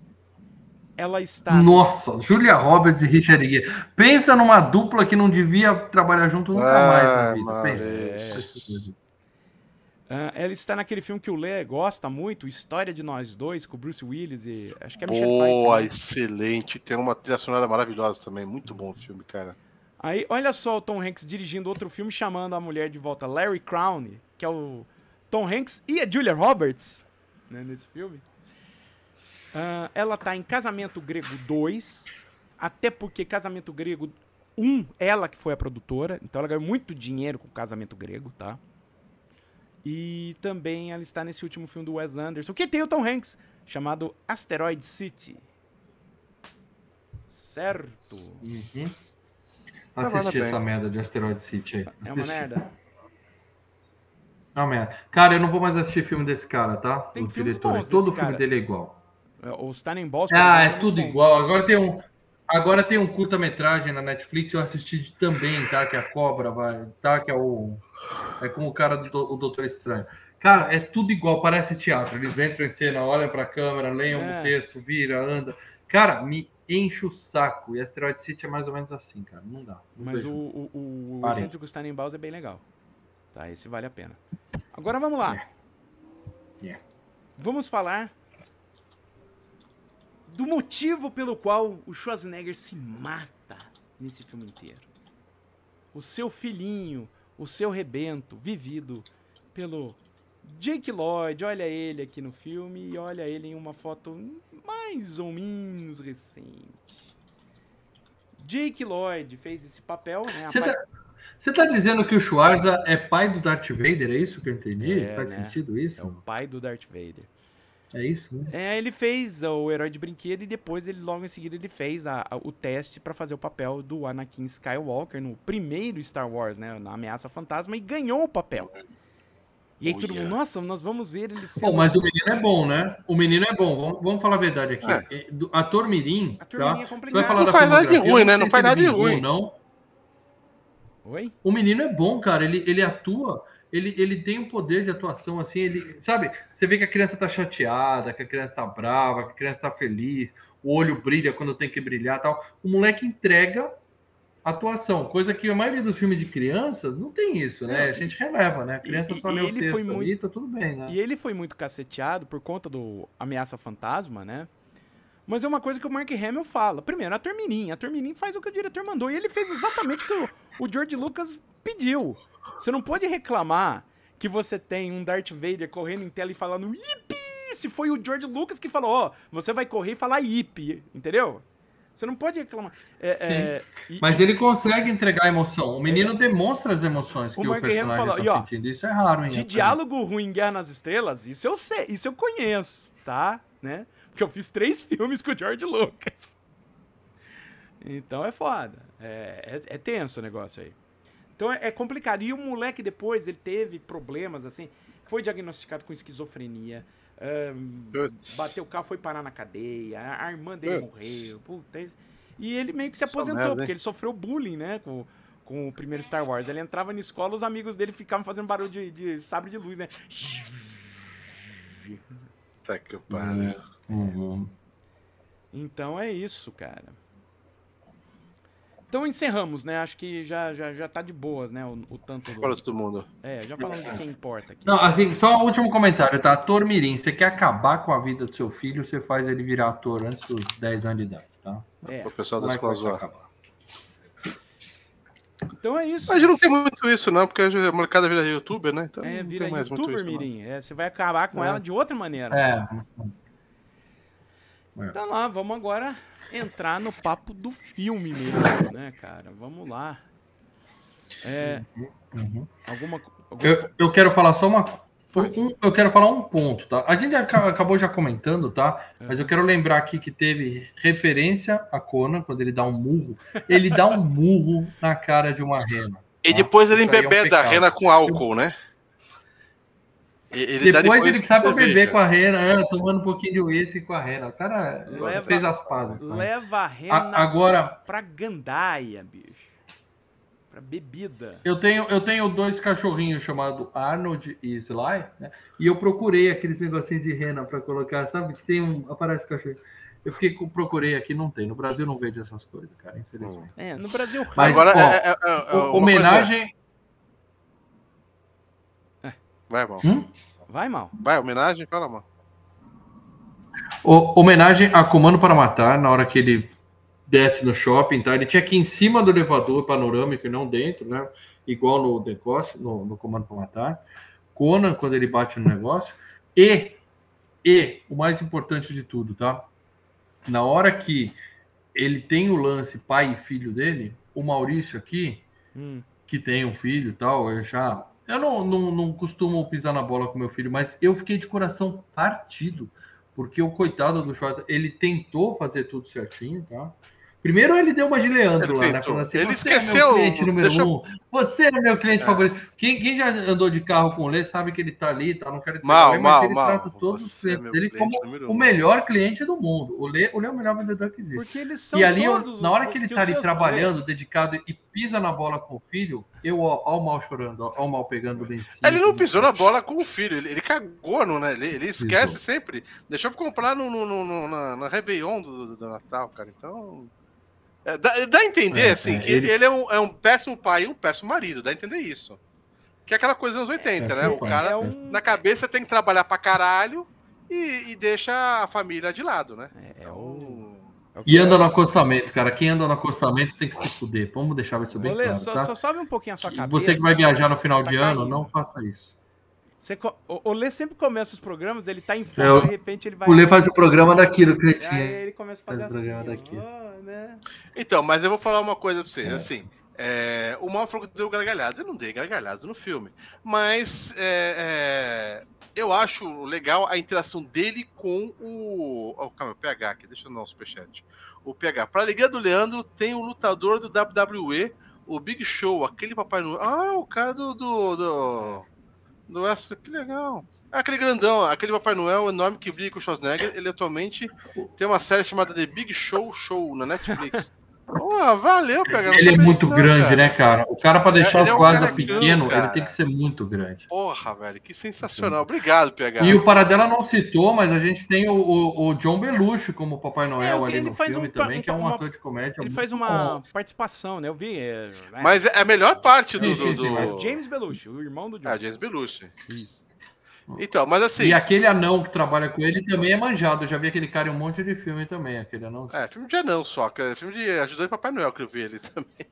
Ela está. Nossa, Julia Roberts e Richard Gere. Pensa numa dupla que não devia trabalhar junto nunca Ah, mais na vida. Maurício. Pensa. Ah, ela está naquele filme que o Lê gosta muito, História de Nós Dois, com o Bruce Willis e. Acho que é a Michelle Boa, Pfeiffer. Né? excelente. Tem uma trilha sonora maravilhosa também. Muito bom o filme, cara. Aí, olha só o Tom Hanks dirigindo outro filme chamando a mulher de volta, Larry Crown, que é o Tom Hanks e a Julia Roberts, né, nesse filme. Ah, ela tá em Casamento Grego dois, até porque Casamento Grego um, ela que foi a produtora, então ela ganhou muito dinheiro com Casamento Grego, tá? E também ela está nesse último filme do Wes Anderson, que tem o Tom Hanks, chamado Asteroid City. Certo. Uhum. Tá Assisti bem. essa merda de Asteroid City aí. É uma Assisti. merda. É uma merda. Cara, eu não vou mais assistir filme desse cara, tá? Tem O filmes diretor. bons Todo desse filme cara. dele é igual. Os Tannenballs, por Ah, exemplo, é tudo muito bom. igual. Agora tem um. Agora tem um curta-metragem na Netflix, eu assisti de- também, tá? Que é a Cobra, vai, tá? Que é o. É com o cara do do- o Doutor Estranho. Cara, é tudo igual, parece teatro. Eles entram em cena, olham pra câmera, leiam É. o texto, vira, anda. Cara, me enche o saco. E Asteroid City é mais ou menos assim, cara. Não dá. Não Mas vejo. o, o, o, o Parem. Excêntricos Tannenbaums é bem legal. Tá, esse vale a pena. Agora vamos lá. É. É. Vamos falar do motivo pelo qual o Schwarzenegger se mata nesse filme inteiro. O seu filhinho, o seu rebento, vivido pelo Jake Lloyd. Olha ele aqui no filme e olha ele em uma foto mais ou menos recente. Jake Lloyd fez esse papel, né? Você apa- tá, você tá dizendo que o Schwarza é pai do Darth Vader? É isso que eu entendi? É, Faz né? sentido É o isso? pai do Darth Vader. É isso, né? É, ele fez o Herói de Brinquedo e depois, ele logo em seguida, ele fez a- a- o teste pra fazer o papel do Anakin Skywalker no primeiro Star Wars, né? Na Ameaça Fantasma, e ganhou o papel. E aí Oh, todo mundo, yeah. nossa, nós vamos ver ele Bom, sendo... mas o menino é bom, né? O menino é bom. Vamos, vamos falar a verdade aqui. É. É, do- Ator Mirim, Ator tá? Mirim é Você complicado. vai falar Não da faz nada de filmografia, ruim, eu né? sei Não se faz ele nada de vingou ou ruim. Não. Oi? O menino é bom, cara. Ele, ele atua, ele, ele tem um poder de atuação, assim, ele, sabe? Você vê que a criança tá chateada, que a criança tá brava, que a criança tá feliz, o olho brilha quando tem que brilhar e tal. O moleque entrega atuação, coisa que a maioria dos filmes de criança não tem isso, né? Não, A gente releva, né? A criança e- só e lê o ele texto foi ali, muito- tá tudo bem, né? E ele foi muito caceteado por conta do Ameaça Fantasma, né? Mas é uma coisa que o Mark Hamill fala. Primeiro, ator mirim. Ator mirim faz o que o diretor mandou. E ele fez exatamente o que o, o George Lucas pediu. Você não pode reclamar que você tem um Darth Vader correndo em tela e falando Yippee! Se foi o George Lucas que falou, ó, você vai correr e falar Yippee, entendeu? Você não pode reclamar. É, é, e- Mas ele consegue entregar emoção. O menino demonstra as emoções que O o, Mark Hamill personagem falou, tá e ó, sentindo. Isso é raro, hein? De rapaz? diálogo ruim em Guerra nas Estrelas, isso eu sei, isso eu conheço, tá? Né? Porque eu fiz três filmes com o George Lucas. Então é foda. É, é, é tenso o negócio aí. Então é, é complicado. E o moleque depois, ele teve problemas, assim, foi diagnosticado com esquizofrenia, ahn, Putz. bateu o carro, foi parar na cadeia, a, a irmã dele Putz. morreu. Puta, isso- e ele meio que se Só aposentou, merda, hein? porque ele sofreu bullying, né, com, com o primeiro Star Wars. Ele entrava na escola, os amigos dele ficavam fazendo barulho de, de sabre de luz, né? Tá que pariu. Uhum. Então é isso, cara. Então encerramos, né? Acho que já, já, já tá de boas, né? O, o tanto do... Fora todo mundo. É, já falamos de quem importa aqui. Não, assim, só um último comentário, tá? Ator mirim, você quer acabar com a vida do seu filho, você faz ele virar ator antes dos dez anos de idade, tá? É, O pessoal Não das é que vai se escolas acabar. então é isso. Mas não tem muito isso, não, porque a molecada vira youtuber, né? Então É, não vira tem mais muito youtuber, isso, não. Mirim. É, você vai acabar com É. ela de outra maneira. É. Então lá, vamos agora entrar no papo do filme mesmo, né, cara? Vamos lá. É, Uhum. alguma... alguma... Eu, eu quero falar só uma. um- eu quero falar um ponto, tá? A gente aca- acabou já comentando, tá? Mas eu quero lembrar aqui que teve referência a Conan, quando ele dá um murro. Ele dá um murro na cara de uma rena. E tá? depois ele Isso aí é um embebeda a pecado. rena com álcool, né? E- Ele dá Depois, ele sai pra cerveja. beber com a rena, é, tomando um pouquinho de uísque com a rena. O cara Leva- fez as pazes. com ele. Leva a A- rena agora, pra gandaia, bicho. Pra bebida. eu tenho, eu tenho dois cachorrinhos chamados Arnold e Sly, né? E eu procurei aqueles negocinhos de rena para colocar, sabe? Que tem um. Aparece cachorro. Eu fiquei com- procurei aqui, não tem. No Brasil não vejo essas coisas, cara, infelizmente. É, no Brasil... Mas, Agora, ó, é, é, é, é o- uma homenagem. coisa- Vai, mal. Hum? Vai, mal. Vai, homenagem? Fala, mal. O- homenagem a Comando para Matar, na hora que ele desce no shopping, tá? Ele tinha aqui em cima do elevador panorâmico e não dentro, né? Igual no negócio, no, no Comando para Matar. Conan, quando ele bate no negócio. E, e, o mais importante de tudo, tá? Na hora que ele tem o lance pai e filho dele, o Maurício aqui, Hum. que tem um filho e tal, eu já. Eu não, não, não costumo pisar na bola com meu filho, mas eu fiquei de coração partido, porque o coitado do Schwarza, ele tentou fazer tudo certinho, tá? Primeiro ele deu uma de Leandro Ele lá, né? tentou. Falando assim, Ele você é esqueceu, meu cliente número deixa eu- um, você é meu cliente É. favorito. Quem, quem já andou de carro com o Lê sabe que ele tá ali, tá? Não quero te Mal, pegar, mas mal, ele mal. trata todos os Você é clientes meu dele cliente como número o um. melhor cliente do mundo. O Lê, o Lê é o melhor vendedor que existe. Porque eles são E ali, eu- todos na os- hora que ele os tá ali seus- trabalhando, dedicado, e pisa na bola com o filho, eu, ó, ó o mal chorando, ó, ó o mal pegando o lencinho. Ele não pisou na bola com o filho, ele, ele cagou, no, né? Ele, ele esquece Pisou. sempre. Deixou pra comprar no, no, no, no- na, na Réveillon do, do- do Natal, cara. Então. é, dá, dá a entender, É, assim, é, que ele- ele, é, um, é um péssimo pai e um péssimo marido, dá a entender isso. Que é aquela coisa dos anos oitenta, né? péssimo O pai. cara, É um... na cabeça, tem que trabalhar pra caralho e, e deixa a família de lado, né? É, é o... Então, é o E anda no acostamento, cara. Quem anda no acostamento tem que se fuder. Vamos deixar isso bem Olê, claro, só, tá? só sobe um pouquinho a sua E cabeça. você que vai viajar no final Você tá de ano, caindo. não faça isso. Você co- o o Lê sempre começa os programas, ele tá em foco, É, o- de repente ele vai... O Lê faz o programa daqui do Aí cantinho. ele começa a fazer Faz o assim, programa daqui. ó, né? Então, mas eu vou falar uma coisa pra vocês, É. assim, é, o Mal falou que deu gargalhadas, eu não dei gargalhadas no filme, mas é, é, eu acho legal a interação dele com o... Oh, calma, o P H aqui, deixa eu dar um superchat. O P H, pra alegria do Leandro, tem o lutador do W W E, o Big Show, aquele Papai Noel, ah, o cara do... do, do, do Extra, que legal. Ah, aquele grandão, aquele Papai Noel enorme que briga com o Schwarzenegger, ele atualmente tem uma série chamada The Big Show Show na Netflix. Pô, valeu, pegar. Ele é muito não, grande, cara. né, cara? O cara, para deixar é, o Schwarza é um pequeno, cara. ele tem que ser muito grande. Porra, velho, que sensacional. Obrigado, P H. E o Paradela não citou, mas a gente tem o, o, o John Belushi como Papai Noel é, ali no filme um, também, um, que é um uma, ator de comédia. Ele faz uma bom. participação, né? Eu vi. É, mas é a melhor parte do... do, do... Mas James Belushi, o irmão do John. Ah, James Belushi. Isso. Então, mas assim... E aquele anão que trabalha com ele também é manjado. Eu já vi aquele cara em um monte de filme também, aquele anão. É, filme de anão só. Filme de ajudante de Papai Noel que eu vi ele também.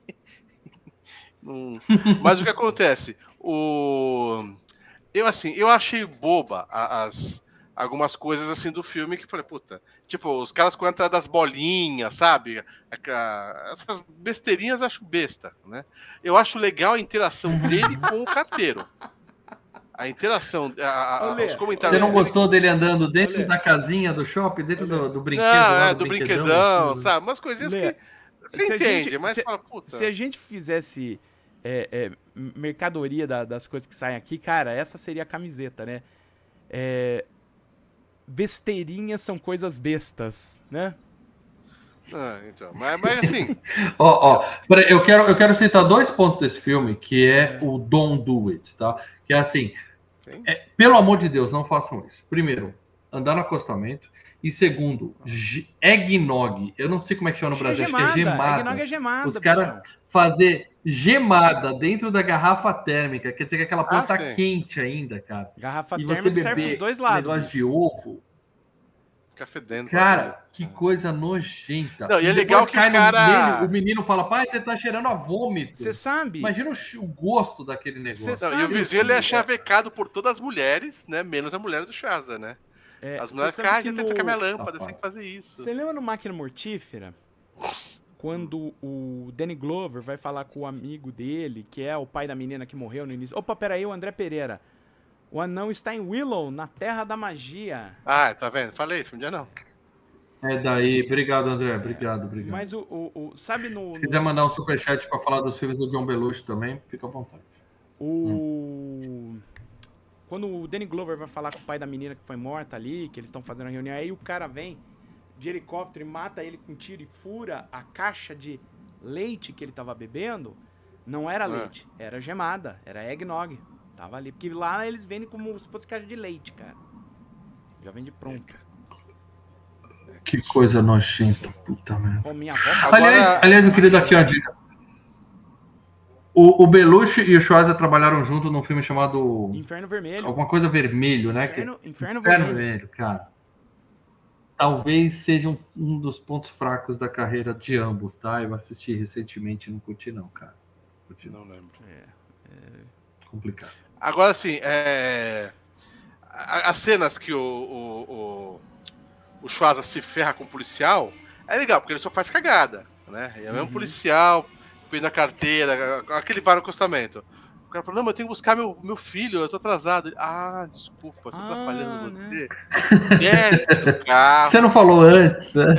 hum. Mas o que acontece? O... Eu, assim, eu achei boba as... algumas coisas, assim, do filme que eu falei, puta... Tipo, os caras com a entrada das bolinhas, sabe? Essas besteirinhas eu acho besta, né? Eu acho legal a interação dele com o carteiro. A interação, a, a, os comentários... Você não gostou dele andando dentro Olê. da casinha do shopping, dentro do, do brinquedo? Não, lá, é, do, do brinquedão, brinquedão sabe? Umas coisinhas Olê. que você se entende, gente, mas se, fala, puta... Se a gente fizesse é, é, mercadoria da, das coisas que saem aqui, cara, essa seria a camiseta, né? É, besteirinhas são coisas bestas, né? Ah, então, mas, mas assim... ó, ó, eu quero, eu quero citar dois pontos desse filme, que é, é. o Don't Do It, tá? Que é assim... É, pelo amor de Deus, não façam isso. Primeiro, andar no acostamento. E segundo, eggnog. Eu não sei como é que chama no Brasil, acho que é gemada. Eggnog é gemada. Os caras fazer gemada dentro da garrafa térmica, quer dizer que aquela porra ah, tá sim. quente ainda, cara. Garrafa e térmica você beber serve pros dois lados. negócio bicho. de ovo. Fica fedendo. Cara, né? que coisa nojenta. Não, e é legal que o cara... Dele, o menino fala, pai, você tá cheirando a vômito. Você sabe? Imagina o, o gosto daquele negócio. Não, e o vizinho ele é chavecado por todas as mulheres, né? Menos a mulher do Shaza, né? É, as mulheres ficam, ah, já no... tem que trocar minha lâmpada, você tem que fazer isso. Você lembra no Máquina Mortífera? Quando o Danny Glover vai falar com o amigo dele, que é o pai da menina que morreu no início. Opa, peraí, o André Pereira. O anão está em Willow, na Terra da Magia. Ah, tá vendo? Falei, filme de anão. É daí. Obrigado, André. Obrigado, obrigado. Mas o... o, o sabe no... Se quiser no... mandar um superchat para falar dos filmes do John Belushi também, fica à vontade. O... Hum. Quando o Danny Glover vai falar com o pai da menina que foi morta ali, que eles estão fazendo a reunião, aí o cara vem de helicóptero e mata ele com um tiro e fura a caixa de leite que ele tava bebendo, não era é. leite, era gemada, era eggnog. Tava ali, porque lá eles vendem como se fosse caixa de leite, cara. Já vende pronto. Que coisa nojenta, puta merda. Pô, minha avó... Aliás, Agora... aliás, eu queria dar aqui uma dica. O, o Belushi e o Schwarza trabalharam junto num filme chamado... Inferno Vermelho. Alguma coisa vermelho, né? Inferno, que... Inferno, Inferno Vermelho. Vermelho, cara. Talvez seja um, um dos pontos fracos da carreira de ambos, tá? Eu assisti recentemente e não curti não, cara. Curti não. Não lembro. É, é... Complicado. Agora, assim, é... as cenas que o, o, o, o Schwarza se ferra com o policial é legal, porque ele só faz cagada, né? É o mesmo uhum. policial, pedindo a carteira, aquele vai no acostamento. O cara falou, não, mas eu tenho que buscar meu, meu filho, eu tô atrasado. Ele, ah, desculpa, tô ah, atrapalhando você. Né? Desce do carro. Você não falou antes, né?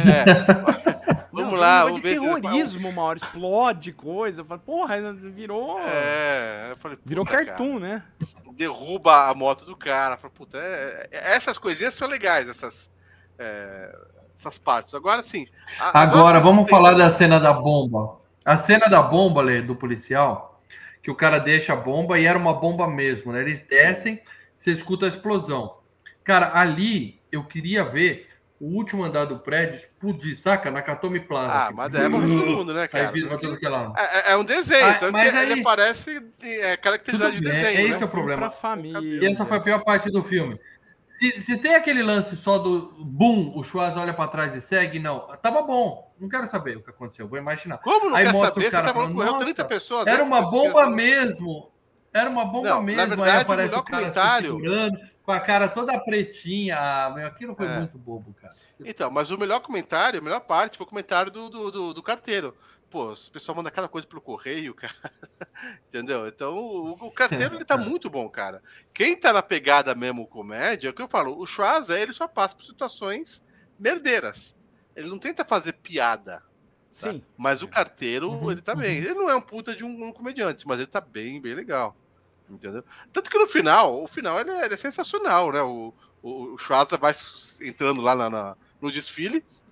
É. Vamos não, lá, vamos de ver. terrorismo, uma hora explode coisa. Eu falei, porra, virou. É, eu falei, virou cartoon, cara, né? Derruba a moto do cara. Falei, puta, é, é, essas coisinhas são legais, essas, é, essas partes. Agora sim. Agora, vamos falar da cena da bomba. A cena da bomba, Lê, do policial, que o cara deixa a bomba e era uma bomba mesmo, né? Eles descem, você escuta a explosão. Cara, ali eu queria ver o último andar do prédio explodir, saca? Nakatomi Plaza. Ah, assim, mas é morrer todo mundo, né, cara? Porque... É, é um desenho, ah, então mas ele, aí... ele parece é, caracterizado de desenho. É, né? esse é o problema. Família, e essa foi a pior parte do filme. Se, se tem aquele lance só do boom, o Schwarza olha pra trás e segue, não. Tava bom. Não quero saber o que aconteceu, vou imaginar. Como não aí quer mostra saber? o cara Você tava morreu trinta pessoas. Era uma bomba mesmo. Era uma bomba não, mesmo. Na verdade, aí aparece o melhor o cara comentário... se segurando, com a cara toda pretinha. Ah, meu, aquilo foi é. muito bobo, cara. Então, mas o melhor comentário, a melhor parte foi o comentário do, do, do, do carteiro. Pô, o pessoal manda cada coisa pelo correio, cara. Entendeu? Então, o, o carteiro, ele tá muito bom, cara. Quem tá na pegada mesmo comédia, é o que eu falo, o Schwarza, ele só passa por situações merdeiras. Ele não tenta fazer piada. Tá? Sim. Mas o carteiro, uhum, ele tá uhum. bem. Ele não é um puta de um, um comediante, mas ele tá bem, bem legal. Entendeu? Tanto que no final, o final ele é, ele é sensacional, né? O, o, o Schwarza vai entrando lá na, na, no desfile,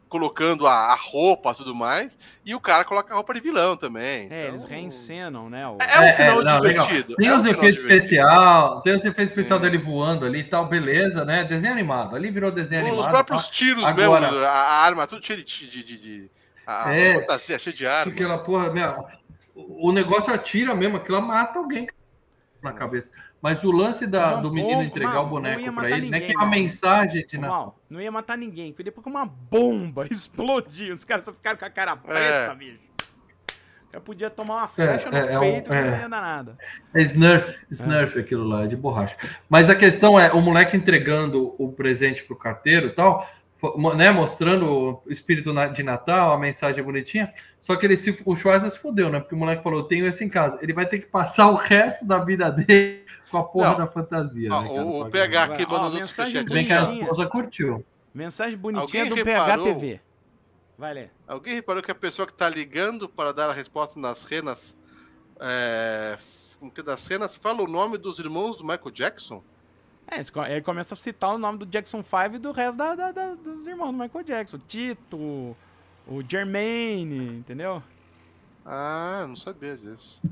colocando a, a roupa e tudo mais, e o cara coloca a roupa de vilão também. É, então... eles reencenam, né? O... É, é um final é, não, divertido. Tem é os um efeitos especiais, tem os efeitos especiais Sim. dele voando ali e tal, beleza, né? Desenho animado. Ali virou desenho Os animado. próprios tá? tiros Agora, mesmo, a, a arma, tudo cheio de. de, de, de a, é, a fantasia cheia de arma. Aquela porra, meu, o negócio atira mesmo, aquilo mata alguém na cabeça. Mas o lance da, Uma do menino bomba, entregar mal, o boneco pra matar ele, né? ninguém, Que é uma mal. mensagem de Ô, Natal. mal, não ia matar ninguém. Foi depois que uma bomba explodiu. Os caras só ficaram com a cara preta, É. bicho. O cara podia tomar uma flecha É, no é, é peito um- que é. não ia dar nada. É Smurf, Smurf aquilo lá, é de borracha. Mas a questão é, o moleque entregando o presente pro carteiro e tal, fo- mo- né, mostrando o espírito na- de Natal, a mensagem bonitinha, só que ele se, o Schwarzer se fodeu, né? Porque o moleque falou, eu tenho esse em casa. Ele vai ter que passar o resto da vida dele com a porra Não. da fantasia, Ó, né, cara? o, o Pode- P H aqui Ó, mandando outro mensagem superchat. Bem que a bonitinha. esposa curtiu. Mensagem bonitinha Alguém do P H reparou? T V. Vai ler. Alguém reparou que a pessoa que tá ligando para dar a resposta nas renas, é, com que das renas, fala o nome dos irmãos do Michael Jackson? É, eles co- ele começa a citar o nome do Jackson cinco e do resto da, da- da- dos irmãos do Michael Jackson. O Tito, o Jermaine, entendeu? Ah, não sabia disso.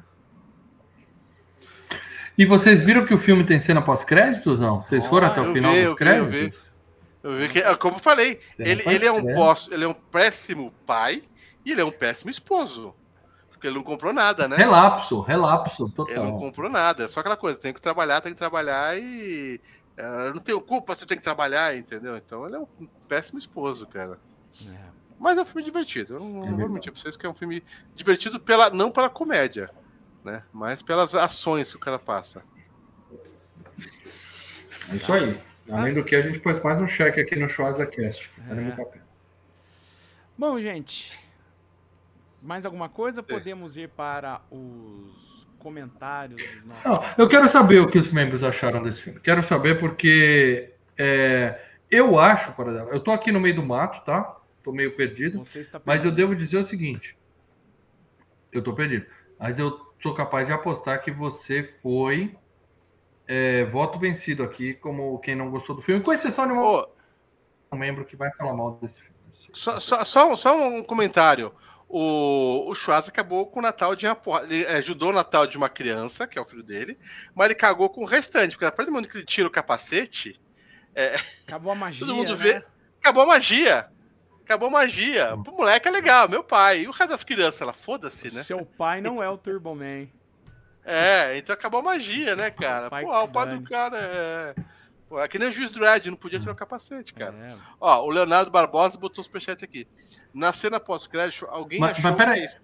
E vocês viram que o filme tem cena pós-créditos, não? Vocês foram Ah, até o eu final vi, dos eu vi, eu créditos? vi. Eu vi que, ah, como eu falei, Cena ele, ele, é um pós-crédito. pós, ele é um péssimo pai e ele é um péssimo esposo. Porque ele não comprou nada, né? Relapso, relapso, Ele total. não comprou nada. É só aquela coisa, tem que trabalhar, tem que trabalhar e. é, eu não tenho culpa se eu tenho que trabalhar, entendeu? Então ele é um péssimo esposo, cara. É. Mas é um filme divertido. Eu não, não vou verdade. mentir pra vocês que é um filme divertido pela, não pela comédia, né? Mas pelas ações que o cara passa. É isso aí. Além do que, a gente pôs mais um cheque aqui no Schwarzercast. É. Vale muito a pena. Bom, gente, mais alguma coisa? Podemos ir para os comentários dos nossos... Não, eu quero saber o que os membros acharam desse filme. Quero saber porque é, eu acho, por exemplo, eu tô aqui no meio do mato, tá? Tô meio perdido. Você está Mas eu perdido. devo dizer o seguinte. Eu tô perdido. Mas eu sou capaz de apostar que você foi é, voto vencido aqui como quem não gostou do filme, com exceção de um Ô, membro que vai falar mal desse filme. só, só, só, um- só um comentário. O, o Schwarz acabou com o Natal de uma porra. Ele é, ajudou o Natal de uma criança, que é o filho dele, mas ele cagou com o restante, porque a partir do momento que ele tira o capacete, Acabou a magia, todo mundo né? vê. Acabou a magia. Acabou a magia. Pro moleque é legal, meu pai. E o resto das crianças, ela foda-se, né? Seu pai não é o Turbo Man. É, então acabou a magia, né, cara? Pai Pô, que o se pai dane. do cara é. Pô, é que nem o juiz Dredd, não podia tirar o capacete, cara. É. Ó, o Leonardo Barbosa botou o superchat aqui. Na cena pós-crédito, alguém Mas- achou mas pera que. aí.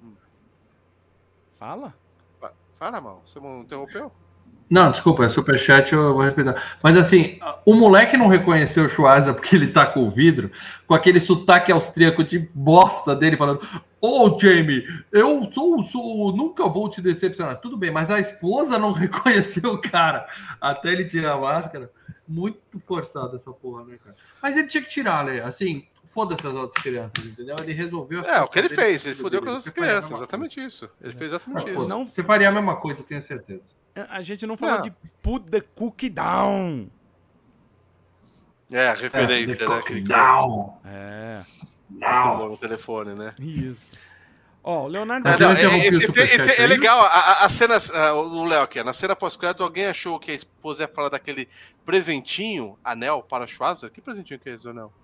Fala? Fala, mal. Você não interrompeu? Não, desculpa, é superchat, eu vou respeitar. Mas assim, o moleque não reconheceu o Schwarza porque ele tá com o vidro, com aquele sotaque austríaco de bosta dele, falando: Ô, oh, Jamie, eu sou, sou, nunca vou te decepcionar. Tudo bem, mas a esposa não reconheceu o cara até ele tirar a máscara. Muito forçado essa porra, né, cara? Mas ele tinha que tirar, né? Assim, foda-se as outras crianças, entendeu? Ele resolveu. a É, o que ele situação dele, fez. Ele fodeu com as Você outras faria a crianças. mesma Exatamente isso. Ele fez coisa. exatamente Ah, isso. pô, Não- Você faria a mesma coisa, eu tenho certeza. A gente não falou Não. de Put the Cookie Down. É, a referência, É, né? the Que, que, Não, É, que não. tomou no telefone, né? isso. Ó, o Leonardo... Mas É, não, eu é, interrompi é, o é, superchat é, é aí. legal, a- a- as cenas, ah, o Léo aqui, na cena pós-crédito, alguém achou que a esposa ia falar daquele presentinho, anel para a Schwarzer? Que presentinho que é esse, anel?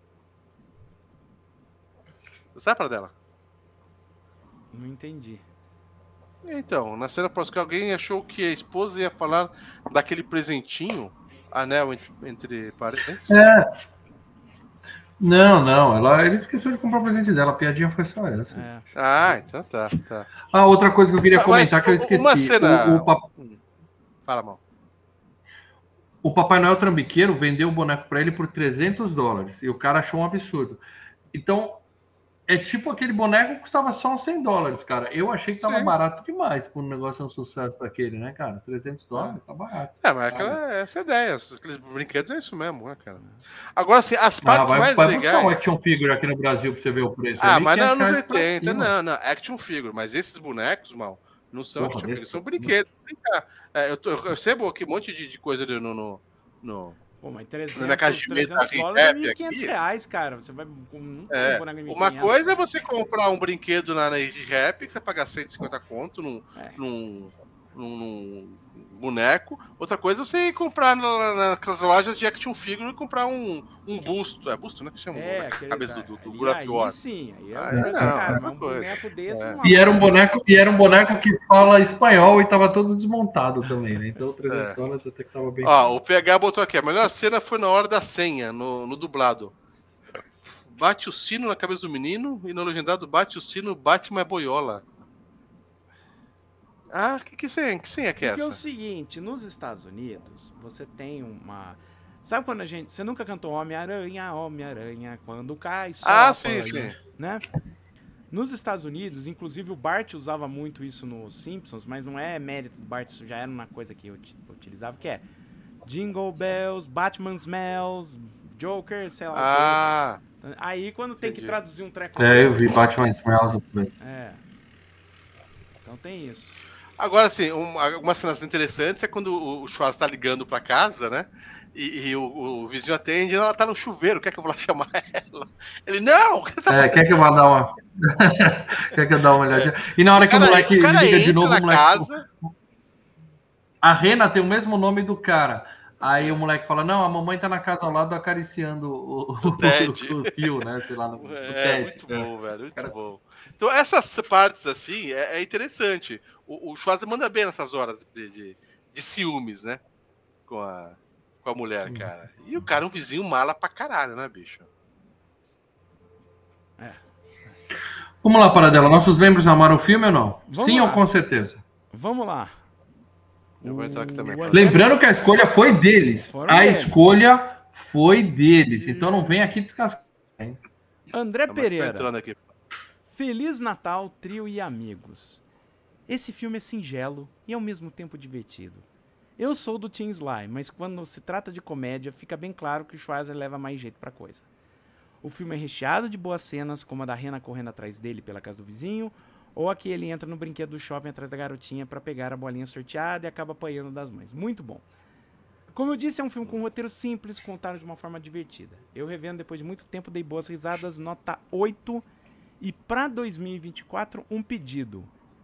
Você sabe para dela? Não entendi. Então, na cena pós-crédito, alguém achou que a esposa ia falar daquele presentinho, anel entre, entre parênteses? É. Não, não, ela, ele esqueceu de comprar o presente dela, a piadinha foi só essa. É. Ah, então tá, tá. Ah, outra coisa que eu queria Ah, comentar mas que eu u- esqueci. uma cena- O, o, pa- Hum. Fala, mal. o Papai Noel Trambiqueiro vendeu o boneco pra ele por trezentos dólares e o cara achou um absurdo. Então, é tipo aquele boneco que custava só uns cem dólares, cara. Eu achei que tava Sim. barato demais por um negócio um sucesso daquele, né, cara? trezentos dólares, tá barato. É, mas aquela, essa é a ideia. Aqueles brinquedos é isso mesmo, né, cara? Agora, assim, as Ah, partes vai mais vai legais. buscar um action figure aqui no Brasil pra você ver o preço. Ah, ali, mas não, quinhentos anos reais pra oitenta, cima. não, não, action figure, mas esses bonecos, mal, não são Porra, action desse figures, são tamanho. brinquedos. Brincar. É, eu, tô, eu recebo aqui um monte de, de coisa ali no, no, no, Pô, mas trezentos, Na casa de mesa trezentos da dólares é Rap mil e quinhentos aqui. reais, cara. Você vai... Não tem É, boneco de uma mil e quinhentos, coisa é cara. você comprar um brinquedo na Rap, que você paga cento e cinquenta conto num, É. num, num, num boneco. Outra coisa é você comprar na- naquelas lojas de action figure e comprar um, um busto. É busto, né? Que chama É, a aquele, cabeça do, do, do aí, Gurap aí War. sim, aí é Ah, um é, preço não, caro, é mas outra um coisa. boneco desse É. não E era um boneco, e era um boneco que fala espanhol e tava todo desmontado também, né? Então trezentos É. dólares até que tava bem. Ó, o P H botou aqui. A melhor cena foi na hora da senha, no, no dublado. Bate o sino na cabeça do menino e no legendado bate o sino, bate mais boiola. Ah, que, que senha? Que senha que é Porque é o essa? seguinte, nos Estados Unidos, você tem uma... Sabe quando a gente... Você nunca cantou Homem-Aranha, Homem-Aranha, quando cai só Ah, a sim, panha, sim. né? Nos Estados Unidos, inclusive o Bart usava muito isso nos Simpsons, mas não é mérito do Bart, isso já era uma coisa que eu utilizava, que é Jingle Bells, Batman Smells, Joker, sei lá Ah, o que. Aí quando tem entendi. que traduzir um treco É, eu desse... vi Batman Smells. É. Então tem isso. agora sim, um, algumas cenas interessantes é quando o, o Schwarz tá ligando pra casa, né? E, e o, o vizinho atende e ela tá no chuveiro, quer que eu vou lá chamar ela? Ele, não! O que você tá É, quer que eu vá dar uma. Quer que eu dê uma olhadinha? E na hora que o cara, moleque o cara liga de entra novo, na o moleque. casa. A Rena tem o mesmo nome do cara. Aí o moleque fala: não, a mamãe tá na casa ao lado acariciando o, o, O Ted. o, o fio, né? Sei lá, no, o É, Ted. muito É. bom, velho, muito Cara- bom. Então, essas partes, assim, é, é interessante. O, o Schwarzer manda bem nessas horas de, de, de ciúmes, né? Com a, com a mulher, cara. E o cara é um vizinho mala pra caralho, né, bicho? É. Vamos lá, Paradela. Nossos membros amaram o filme ou não? Vamos Sim lá. ou com certeza? Vamos lá. Eu vou entrar aqui também. O pronto. André Lembrando que a escolha foi deles. Foram a deles. escolha foi deles. Então não vem aqui descascar. Hein? André Mas tô Pereira. entrando aqui. Feliz Natal, trio e amigos. Esse filme é singelo e ao mesmo tempo divertido. Eu sou do Team Sly, mas quando se trata de comédia, fica bem claro que o Schwarzer leva mais jeito pra coisa. O filme é recheado de boas cenas, como a da Rena correndo atrás dele pela casa do vizinho, ou a que ele entra no brinquedo do shopping atrás da garotinha pra pegar a bolinha sorteada e acaba apanhando das mães. Muito bom. Como eu disse, é um filme com um roteiro simples, contado de uma forma divertida. Eu revendo depois de muito tempo, dei boas risadas, nota oito. E pra dois mil e vinte e quatro, um pedido.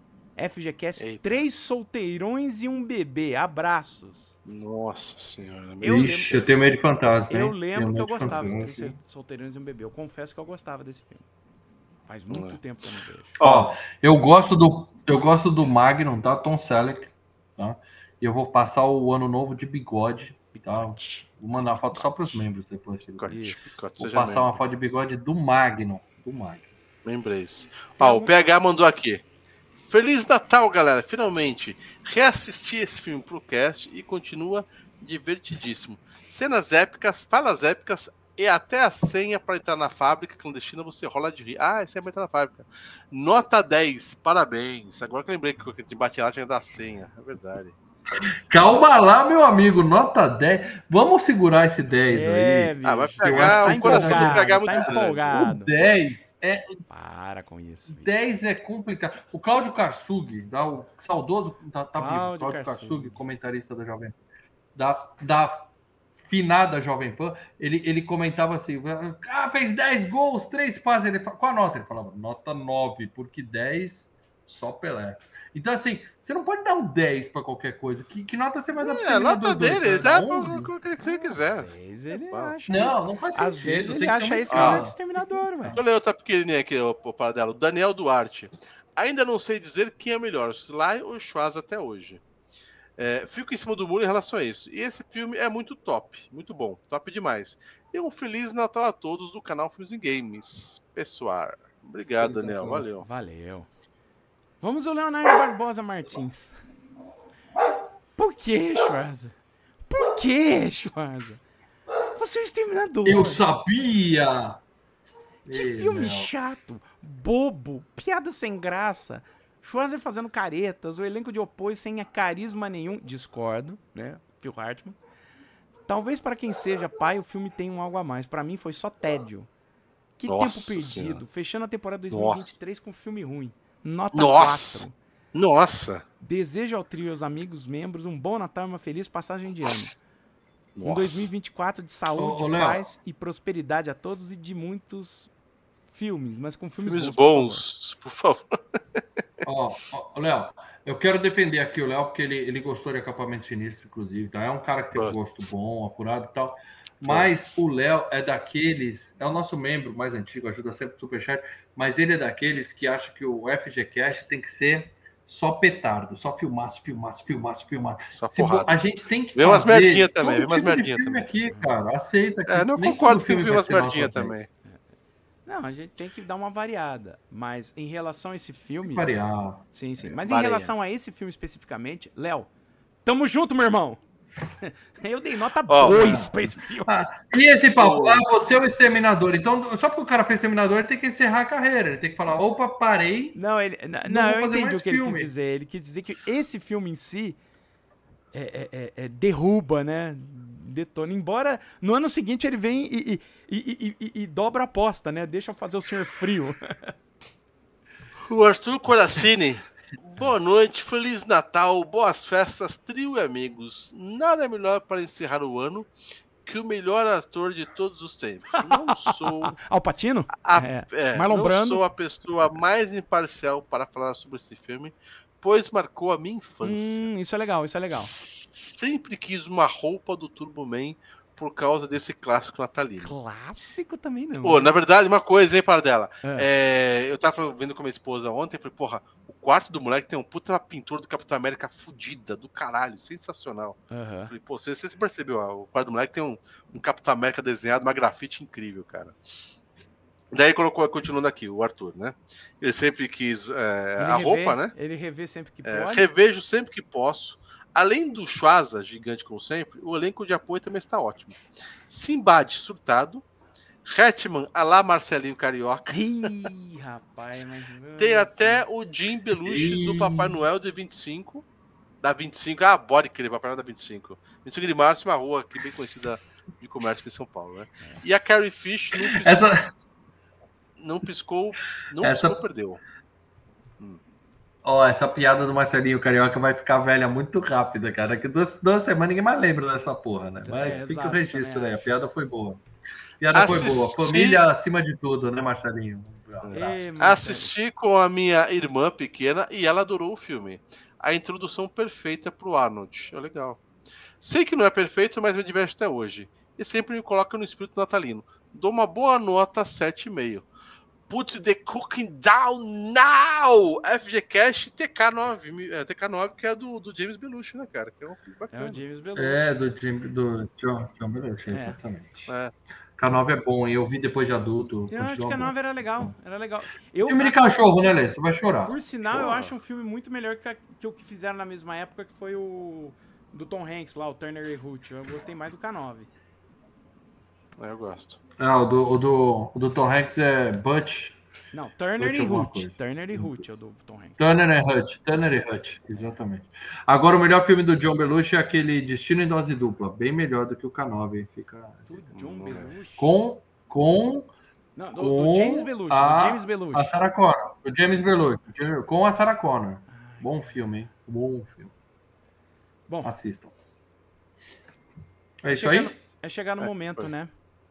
F G Cast, Eita. três solteirões e um bebê. Abraços. Nossa senhora. Eu Ixi, lembro- eu tenho medo de fantasma. Eu hein? lembro Tenho que eu medo de gostava de fantasma. Três Solteirões e um Bebê. Eu confesso que eu gostava desse filme. Faz muito É. tempo que eu não vejo. Ó, eu gosto do eu gosto do Magnum, tá? Tom Selleck, tá? E eu vou passar o ano novo de bigode, tá? Vou mandar uma foto só para os membros depois. Picote, Isso. picote, Vou seja passar uma membro. foto de bigode do Magnum, do Magnum. Lembrei isso. Tem Ó, algum- o P H mandou aqui. Feliz Natal, galera. Finalmente reassisti esse filme pro cast e continua divertidíssimo. Cenas épicas, falas épicas e até a senha para entrar na fábrica clandestina você rola de rir. Ah, essa é para entrar na fábrica. Nota dez, parabéns. Agora que eu lembrei que eu te bati lá tinha da senha. É verdade. Calma lá, meu amigo, nota dez. Vamos segurar esse dez É, aí. bicho. Ah, vai eu pegar acho o coração do empolgado, P H é muito tá grande. O empolgado. dez é, Para com isso. bicho. dez é complicado. O Cláudio Karsug, dá o saudoso, tá, tá vivo, Cláudio Cláudio Karsug. Karsug, comentarista da Jovem da, da finada Jovem Pan, ele, ele comentava assim, ah, fez dez gols, três passes, ele, qual a nota? Ele falava, nota nove, porque dez, só Pelé. Então, assim, você não pode dar um dez para qualquer coisa. Que, que nota você vai dar pro É, a nota Exterminador dois? dele, Vai ele dar dá onze? pro que ele quiser. Às vezes ele Bom. acha. Não, não faz sentido. Às vezes tem ele que ter acha uma isso melhor escala. que Exterminador, velho. Deixa eu ler outra pequenininha aqui, o, o Paradelo. O Daniel Duarte. Ainda não sei dizer quem é melhor, Sly ou Schwarz até hoje. É, fico em cima do muro em relação a isso. E esse filme é muito top, muito bom, top demais. E um Feliz Natal a todos do canal Filmes e Games. Pessoal. Obrigado, Feliz Daniel. Natal. Valeu. Valeu. Vamos ao Leonardo Barbosa Martins. Por que, Schwarzer? Por que, Schwarzer? Você é um exterminador. Eu sabia! Que Ei, filme Léo. chato, bobo, piada sem graça. Schwarzer fazendo caretas, o elenco de apoio sem carisma nenhum. Discordo, né? Phil Hartman. Talvez para quem seja pai, o filme tenha um algo a mais. Para mim foi só tédio. Que Nossa tempo perdido. Senhora. Fechando a temporada dois mil e vinte e três com filme ruim. Nota Nossa. quatro. Nossa. Desejo ao trio e aos amigos, membros, um bom Natal e uma feliz passagem de ano. Um Nossa. dois mil e vinte e quatro de saúde, Ô, ô, Léo. paz e prosperidade a todos e de muitos filmes, mas com filmes, Filmes bons. bons, por favor. Ó, ó, Léo, eu quero defender aqui o Léo, porque ele, ele gostou de Acampamento Sinistro, inclusive, tá? É um cara que tem um gosto bom, apurado e tal. Mas o Léo é daqueles, é o nosso membro mais antigo, ajuda sempre o Superchat, mas ele é daqueles que acha que o F G Cast tem que ser só petardo, só filmaço, filmaço, filmaço, filmaço. Só Se, porrada. a gente tem que Vê umas fazer merdinha também, todo vê umas tipo de merdinha filme também. aqui, cara. Aceita. É, não nem concordo todo que filme vi vai umas ser nota merdinha dez. também. Não, a gente tem que dar uma variada. Mas em relação a esse filme. Variar. Sim, sim. Mas Varia. em relação a esse filme especificamente, Léo, tamo junto, meu irmão. Eu dei nota Ó, dois pra esse filme. Ah, e esse papo, ah, você é o exterminador. Então, só porque o cara fez exterminador, ele tem que encerrar a carreira. Ele tem que falar, opa, parei. Não, ele, não, Não não vou eu fazer entendi mais o que ele filme. quis dizer. Ele quis dizer que esse filme em si é, é- é- é derruba, né? Detona. Embora no ano seguinte ele vem e, e- e- e- e- e dobra a aposta, né? Deixa eu fazer o Senhor Frio. O Arthur Coracini. Boa noite, Feliz Natal, boas festas, trio e amigos. Nada melhor para encerrar o ano que o melhor ator de todos os tempos. Não sou Alpatino? a, É. é, Marlon não Brando. sou a pessoa mais imparcial para falar sobre esse filme, pois marcou a minha infância. Hum, isso é legal, isso é legal. Sempre quis uma roupa do Turbo Man por causa desse clássico natalino. Clássico também não. Pô, né? na verdade, uma coisa, hein, para dela. É. É, eu tava vendo com a minha esposa ontem, falei, porra, o quarto do moleque tem um puta pintura do Capitão América fudida, do caralho, sensacional. Aham. Falei, pô, você, você percebeu, ó, o quarto do moleque tem um, um Capitão América desenhado, uma grafite incrível, cara. Daí colocou, continuando aqui, o Arthur, né? Ele sempre quis é, Ele a revê- roupa, né? Ele revê sempre que É, pode. revejo sempre que posso. Além do Schwarza, gigante como sempre, o elenco de apoio também está ótimo. Simbad surtado, Hetman a lá Marcelinho Carioca, Ih, rapaz, mas... tem até o Jim Belushi do Ih. Papai Noel de vinte e cinco, da vinte e cinco, ah, pode crer, Papai Noel da vinte e cinco. vinte e cinco de março, uma rua aqui bem conhecida de comércio aqui em São Paulo, né? E a Carrie Fish não piscou, Essa, não piscou, não Essa- piscou, perdeu. ó, essa piada do Marcelinho Carioca vai ficar velha muito rápida, cara. Daqui duas, duas semanas ninguém mais lembra dessa porra, né? Mas É, fica exato, o registro também aí. A acho. piada foi boa. A piada foi boa. Assisti- Família acima de tudo, né, Marcelinho? Um abraço. Ei, Marcelo. Assisti com a minha irmã pequena e ela adorou o filme. A introdução perfeita pro Arnold. É legal. Sei que não é perfeito, mas me diverte até hoje. E sempre me coloca no espírito natalino. Dou uma boa nota sete vírgula cinco. Put the cooking down now! F G Cash T K nove. É, T K nove que é do, do James Belushi, né, cara? Que é um filme É bacana. o James Belushi. É, do, Jim- do John, John Belushi, É. exatamente. É. K nove é bom, hein? Eu vi depois de adulto. Eu acho continua que a bom. nova era legal. Era legal. Eu, Filme de cachorro, né, Lê? Você vai chorar. por sinal, eu Porra. acho um filme muito melhor que, a- que o que fizeram na mesma época, que foi o do Tom Hanks lá, o Turner e Hooch. Eu gostei mais do K nove. É, eu gosto. Ah, o do, o do, o do Tom Hanks é Butch. Não, Turner Hooch e alguma Hooch. coisa. Turner e Hooch é o do Tom Hanks. Turner e Hutch. Turner e Hutch, exatamente. Agora, o melhor filme do John Belushi é aquele Destino em Dose Dupla. Bem melhor do que o K nove. Fica... Do John Belushi. Com, com Não, do, com do James Belushi. a- Do James Belushi. a Sarah Connor. O James Belushi. Com a Sarah Connor. Bom filme, hein? Bom filme. Bom, Assistam. É isso chegar aí? no- é chegar no É, momento, foi. né?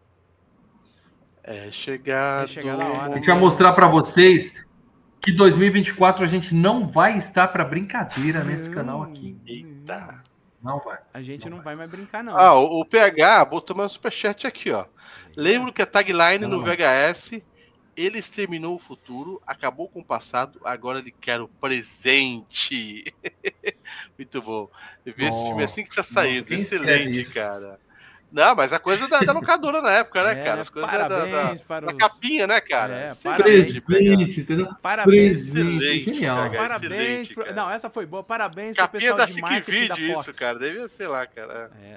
É chegado. É chegada a hora. A gente vai mostrar pra vocês que dois mil e vinte e quatro a gente não vai estar pra brincadeira nesse Não. canal aqui. Eita. Não vai. A gente não vai mais brincar, não. Ah, o, o P H botou mais um superchat aqui, ó. Lembro que a tagline no Não. V H S, ele exterminou o futuro, acabou com o passado, agora ele quer o presente. Muito bom. Eu vi esse Nossa, filme assim que tinha nossa, saído. quem escreve Excelente, isso? cara. Não, mas a coisa da, da locadora na época, né, É, cara? As coisas da, da, parabéns para da os... capinha, né, cara? É, Excelente, P H. Presente, entendeu? Parabéns, Presente. Excelente, Genial. P H. parabéns. excelente, pro- cara. Não, essa foi boa. Parabéns pro Capinha pessoal da de Sick marketing da Video Fox. isso, cara. Devia ser lá, cara. É.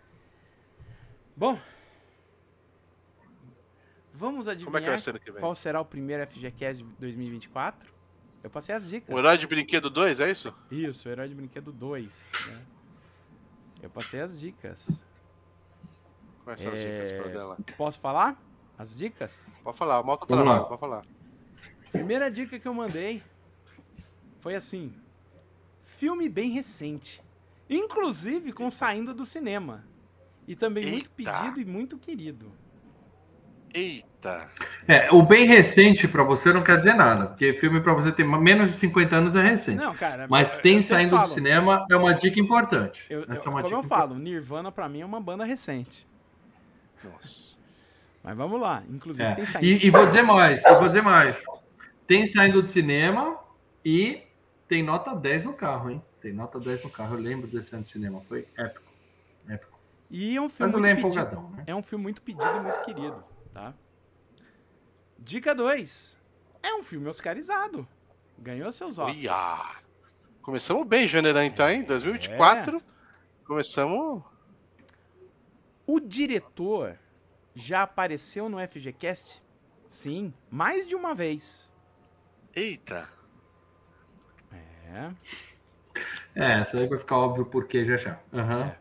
Bom, vamos adivinhar Como é que vai ser ano que vem? qual será o primeiro F G Cast de dois mil e vinte e quatro? Eu passei as dicas. O Herói de Brinquedo dois, é isso? Isso, o Herói de Brinquedo dois. Né? Eu passei as dicas. Quais são as É. dicas pra dela? Posso falar? As dicas? Pode falar, o mal tá Vamos travado, lá. pode falar. Primeira dica que eu mandei foi assim: filme bem recente, inclusive com saindo do cinema. E também muito Eita. pedido e muito querido. Eita. É, o bem recente pra você não quer dizer nada, porque filme pra você ter menos de cinquenta anos é recente. Não, cara. Mas eu- tem eu sempre saindo do falo, cinema é uma dica importante. Eu, eu, Essa é uma como dica eu falo, Nirvana pra mim é uma banda recente. Nossa. Mas vamos lá. Inclusive É. tem saindo. E, e vou dizer mais, eu vou dizer mais. Tem saindo do cinema e tem nota dez no carro, hein? Tem nota dez no carro. Eu lembro desse ano do cinema. Foi épico. Épico. E é um filme Mas eu muito lembro pedido. empolgadão, né? É um filme muito pedido e muito querido, tá? Dica dois. É um filme oscarizado. Ganhou seus Oscars. Uia. Começamos bem, Janeirão, então, hein? dois mil e vinte e quatro. Começamos. O diretor já apareceu no F G Cast? Sim, mais de uma vez. Eita. É. É, essa aí vai ficar óbvio por que já já. Aham. É.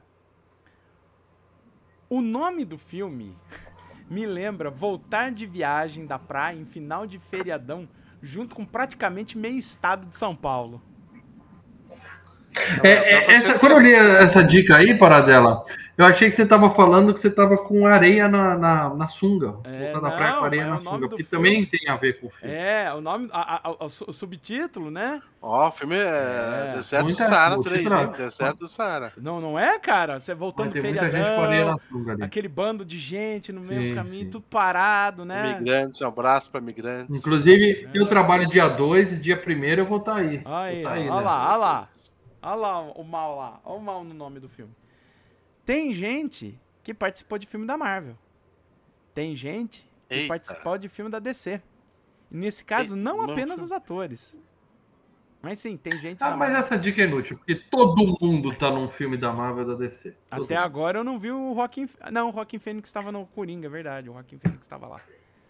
O nome do filme me lembra voltar de viagem da praia em final de feriadão, junto com praticamente meio estado de São Paulo. É, é, essa, quando eu li essa dica aí, Paradela, eu achei que você estava falando que você estava com areia na, na, na sunga. É, Voltar na praia com não, areia mas na o nome sunga, do porque filme- também tem a ver com o filme. É, o nome, a- a- a- o su- o subtítulo, né? Ó, o filme é, É. Deserto Muita- do Saara o três, título- hein? Deserto do Saara. Não, não é, cara? Você voltando Mas do tem muita gente com areia feriadão, na sunga ali. aquele bando de gente no mesmo Sim, caminho, sim. tudo parado, né? Imigrantes, um abraço para imigrantes. Inclusive, É. eu trabalho dia dois e dia primeiro eu vou estar aí. Aí, vou tá aí ó, olha nessa. lá, olha lá. Olha lá o mal lá. Olha o mal no nome do filme. Tem gente que participou de filme da Marvel. Tem gente que Eita. participou de filme da D C. E nesse caso, Eita, não não. apenas os atores. Mas sim, tem gente Ah, da mas Marvel. essa dica é inútil, porque todo mundo tá num filme da Marvel da D C. Todo Até mundo. agora eu não vi o Joaquin... Não, o Joaquin Phoenix estava no Coringa, é verdade. O Joaquin Phoenix estava lá.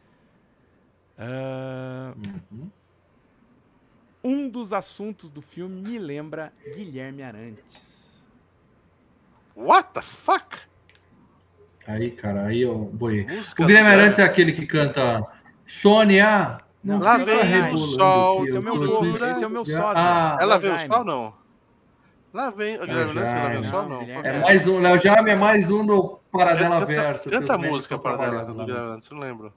Ah, Uhum. um dos assuntos do filme me lembra Guilherme Arantes. What the fuck? Aí, cara, aí eu boiei. Música O Guilherme do Arantes é aquele que canta Sônia. Não, Lá fica vem atrás. o sol, Esse é o meu que corpo, dura- esse é o meu Ah, sócio. Ela Léo vê o Jaime. sol, não? Lá vem. A Guilherme Nancy, ela vê o Jaime. sol, Não, não? Guilherme É mais um, Léo Jaime é mais um do Paradela Canta, Verso. canta que a os membros música estão para dela trabalhando do lá. Guilherme Nancy, não lembro.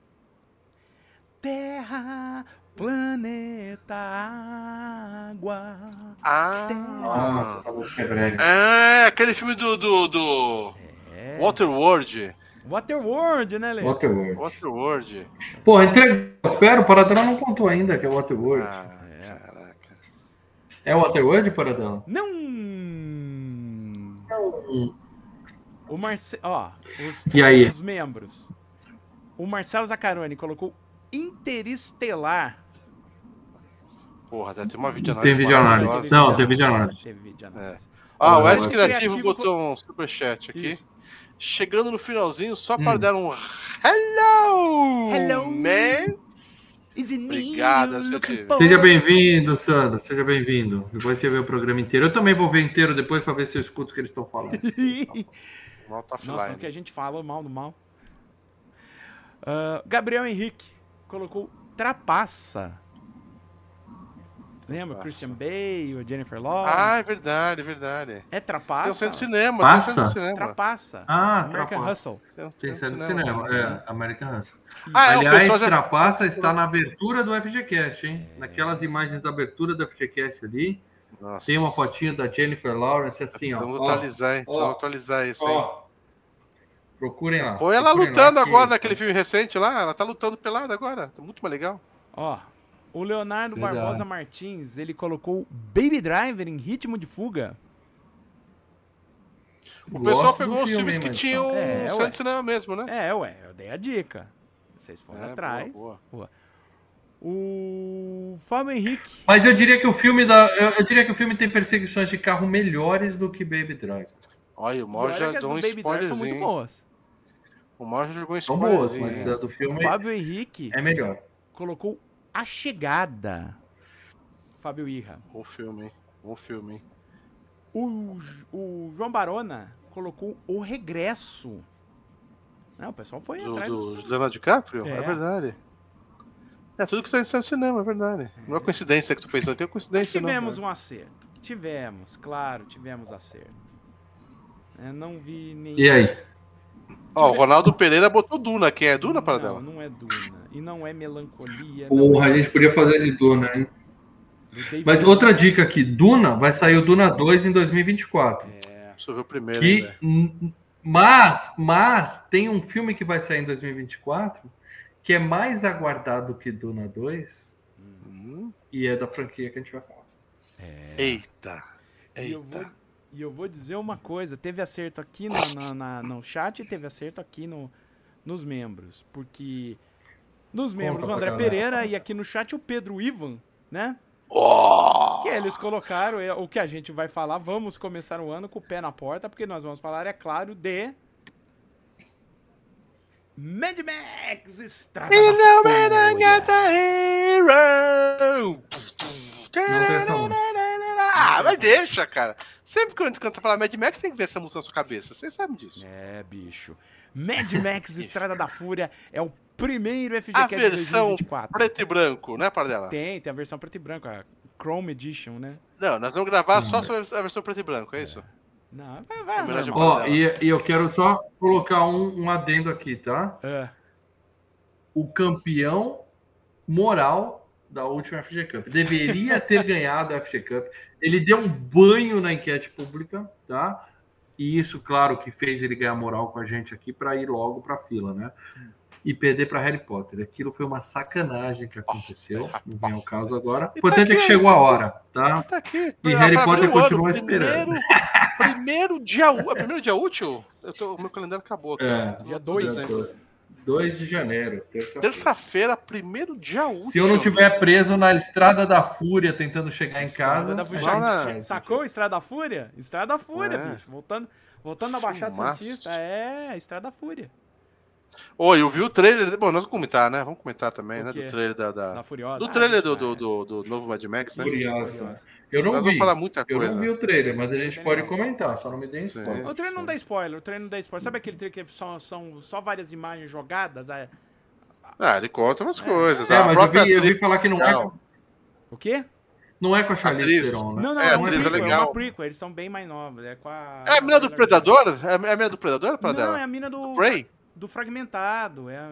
Terra, planeta, água. Ah, Nossa, essa música é brega. é aquele filme do, do, do É. Waterworld. Waterworld, né, Lê? Waterworld. Waterworld. Porra, entregou. Espero, o Paradela não contou ainda que é Waterworld. Ah, É. caraca. É Waterworld, Paradela? Não! Hum. O Marcelo. Ó, os, E aí? os membros. O Marcelo Zaccaroni colocou Interestelar. Porra, deve ter uma videoanálise. Tem videoanálise. maravilhosa. Não, tem videoanálise. Teve videoanálise. Ah, o Ah, S o Criativo Criativo botou um superchat aqui. Isso. Chegando no finalzinho, só para Hum. dar um hello! Hello! Man! Is it me Obrigado, you're looking Criativo. for? Seja bem-vindo, Sandro. Seja bem-vindo. Depois você vê o programa inteiro. Eu também vou ver inteiro depois para ver se eu escuto o que eles estão falando. Mal tá offline. Nossa, o que a gente falou mal do mal. Ah, Gabriel Henrique colocou Trapaça. Lembra? Trapaça. Christian Bale, Jennifer Lawrence. Ah, é verdade, é verdade. É Tem um Trapaça? centro de cinema, tem um Passa? centro de cinema. Trapaça. Ah, American Trapaça. Hustle. Tem um Tem centro sendo de cinema. cinema. É, American Hustle. Ah, é, o Aliás, pessoal já... Trapaça está na abertura do F G Cast, hein? Naquelas imagens da abertura do F G Cast ali, Nossa. tem uma fotinha da Jennifer Lawrence assim, ó. Vamos Ó, atualizar, hein? ó. Vamos atualizar isso, hein? ó. Procurem lá. Põe ela procurem lutando lá que- agora naquele filme recente lá. Ela tá lutando pelada agora. Tá muito mais legal. Ó, o Leonardo Verdade. Barbosa Martins, ele colocou Baby Driver em Ritmo de Fuga. O Gosto pessoal do pegou os filme, filmes que mas- tinham É, centro ué. de cinema mesmo, né? É, ué, eu dei a dica. Vocês foram É, atrás. boa, Boa. O Fábio Henrique. Mas eu diria que o filme da, eu, eu diria que o filme tem perseguições de carro melhores do que Baby Drive. Olha, o E Mauro olha já que as deu do um Baby Driver são muito spoilerzinho. boas. O Mauro já jogou um São boas, spoilerzinho. mas a do O filme Fábio Henrique é melhor. colocou A Chegada. Fábio Irra. Bom filme, hein? Bom filme, hein? O, o João Barona colocou O Regresso. Não, o pessoal foi Do, atrás do dos... Leonardo DiCaprio? É. É. verdade. É, tudo que tá em cinema, é verdade. Não é coincidência que tu pensando que é Mas coincidência, tivemos não. um acerto. Tivemos, claro, tivemos acerto. Eu não vi nem. E aí? Ó, o Ronaldo Pereira botou Duna. Quem é Duna, para dela? Não, não é Duna. E não é Melancolia. Porra, não é... a gente podia fazer de Duna, hein? David Mas outra dica aqui, Duna, vai sair o Duna dois em dois mil e vinte e quatro. É. Deixa eu ver o primeiro. Que, Né? mas, mas tem um filme que vai sair em dois mil e vinte e quatro que é mais aguardado que Duna dois Hum. e é da franquia que a gente vai falar. É. Eita. Eita. E eu vou, e eu vou dizer uma coisa, teve acerto aqui no, na, na, no chat e teve acerto aqui no, nos membros, porque nos membros Conta o André pra galera. Pereira e aqui no chat o Pedro Ivan, né? Oh! Que eles colocaram é, o que a gente vai falar, vamos começar o ano com o pé na porta, porque nós vamos falar, é claro, de... Mad Max Estrada E não da era Fúria. gata hero. Não tem essa música. Ah, mas deixa, cara. Sempre que eu canto falar Mad Max, tem que ver essa música na sua cabeça. Vocês sabem disso. É, bicho. Mad Max Estrada da Fúria é o primeiro F G A Q de dois mil e versão vinte e quatro. preto e branco, né, para dela? Tem, tem a versão preto e branco, a Chrome Edition, né? Não, nós vamos gravar Não, só mas- sobre a versão preto e branco, é isso? Não, vai, vai. Homenagem normal. ao Ó, e, e eu quero só colocar um, um adendo aqui, tá? É. O campeão moral da última F G Cup. Deveria ter ganhado a F G Cup. Ele deu um banho na enquete pública, tá? E isso, claro, que fez ele ganhar moral com a gente aqui para ir logo para a fila, né? E perder para Harry Potter. Aquilo foi uma sacanagem que aconteceu. Não vem ao caso agora. O E importante tá é que aqui, chegou a hora, tá? Tá aqui. E Ah, Harry pra Potter abrir o ano, continua primeiro, esperando. Primeiro dia, ú- é primeiro dia útil? Eu tô, o meu calendário acabou aqui. É, ó. Dia Tô dois. dizendo. dois de janeiro, terça-feira. Terça-feira, primeiro dia útil. Se eu não tiver preso na Estrada da Fúria tentando chegar em Estrada casa, da a Fúria. gente- Bora. Sacou Estrada da Fúria? Estrada da Fúria, É. bicho. Voltando, voltando na Baixada Filmaço. Santista. É, Estrada da Fúria. Oi, eu vi o trailer. Bom, nós vamos comentar, né? Vamos comentar também, O né? quê? Do trailer da. da- Da Furiosa. Do Ah, trailer gente, do, vai. do, do, do novo Mad Max, né? Curiosa. Eu não Nós vi. vamos falar muita Eu coisa. não vi o trailer, mas a gente Tem pode legal. comentar, só não me deem Sim. spoiler. O treino não Sim. dá spoiler, o treino não dá spoiler. Sabe aquele trailer que são, são só várias imagens jogadas? Ah, Ah, ele conta umas É. coisas. É, a mas eu própria vi, eu atriz- vi falar que não é, legal. O quê? não é com a Charlize Atriz. Theron, né? Não, não, É, é, a uma atriz é prequel, é legal. uma prequel, eles são bem mais novos. É, com a, É a mina do Predador? É a mina do Predador, para Não, dela? é a mina do, Prey? do Fragmentado. É...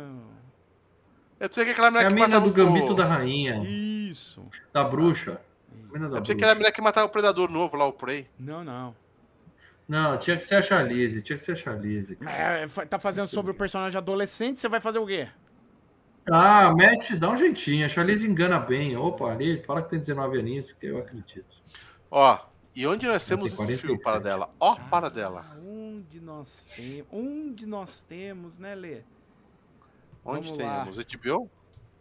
Eu pensei que aquela É menina a que mina matava do Gambito o... da Rainha, Isso. da bruxa. Mina da Eu pensei que bruxa. era a menina que matava o Predador novo lá, o Prey. Não, não. Não, tinha que ser a Charlize, tinha que ser a Charlize. cara. É, fa- tá fazendo sobre o personagem adolescente, você vai fazer o quê? Ah, Matt, dá um jeitinho, a Charlize engana bem. Opa, ali, fala que tem dezenove aninhos, que eu acredito. Ó, e onde nós temos tem esse quarenta e filme para sete. dela? Ó, para dela. Ah, onde nós temos. Onde nós temos, né, Lê? Onde Vamos lá. temos? H B O?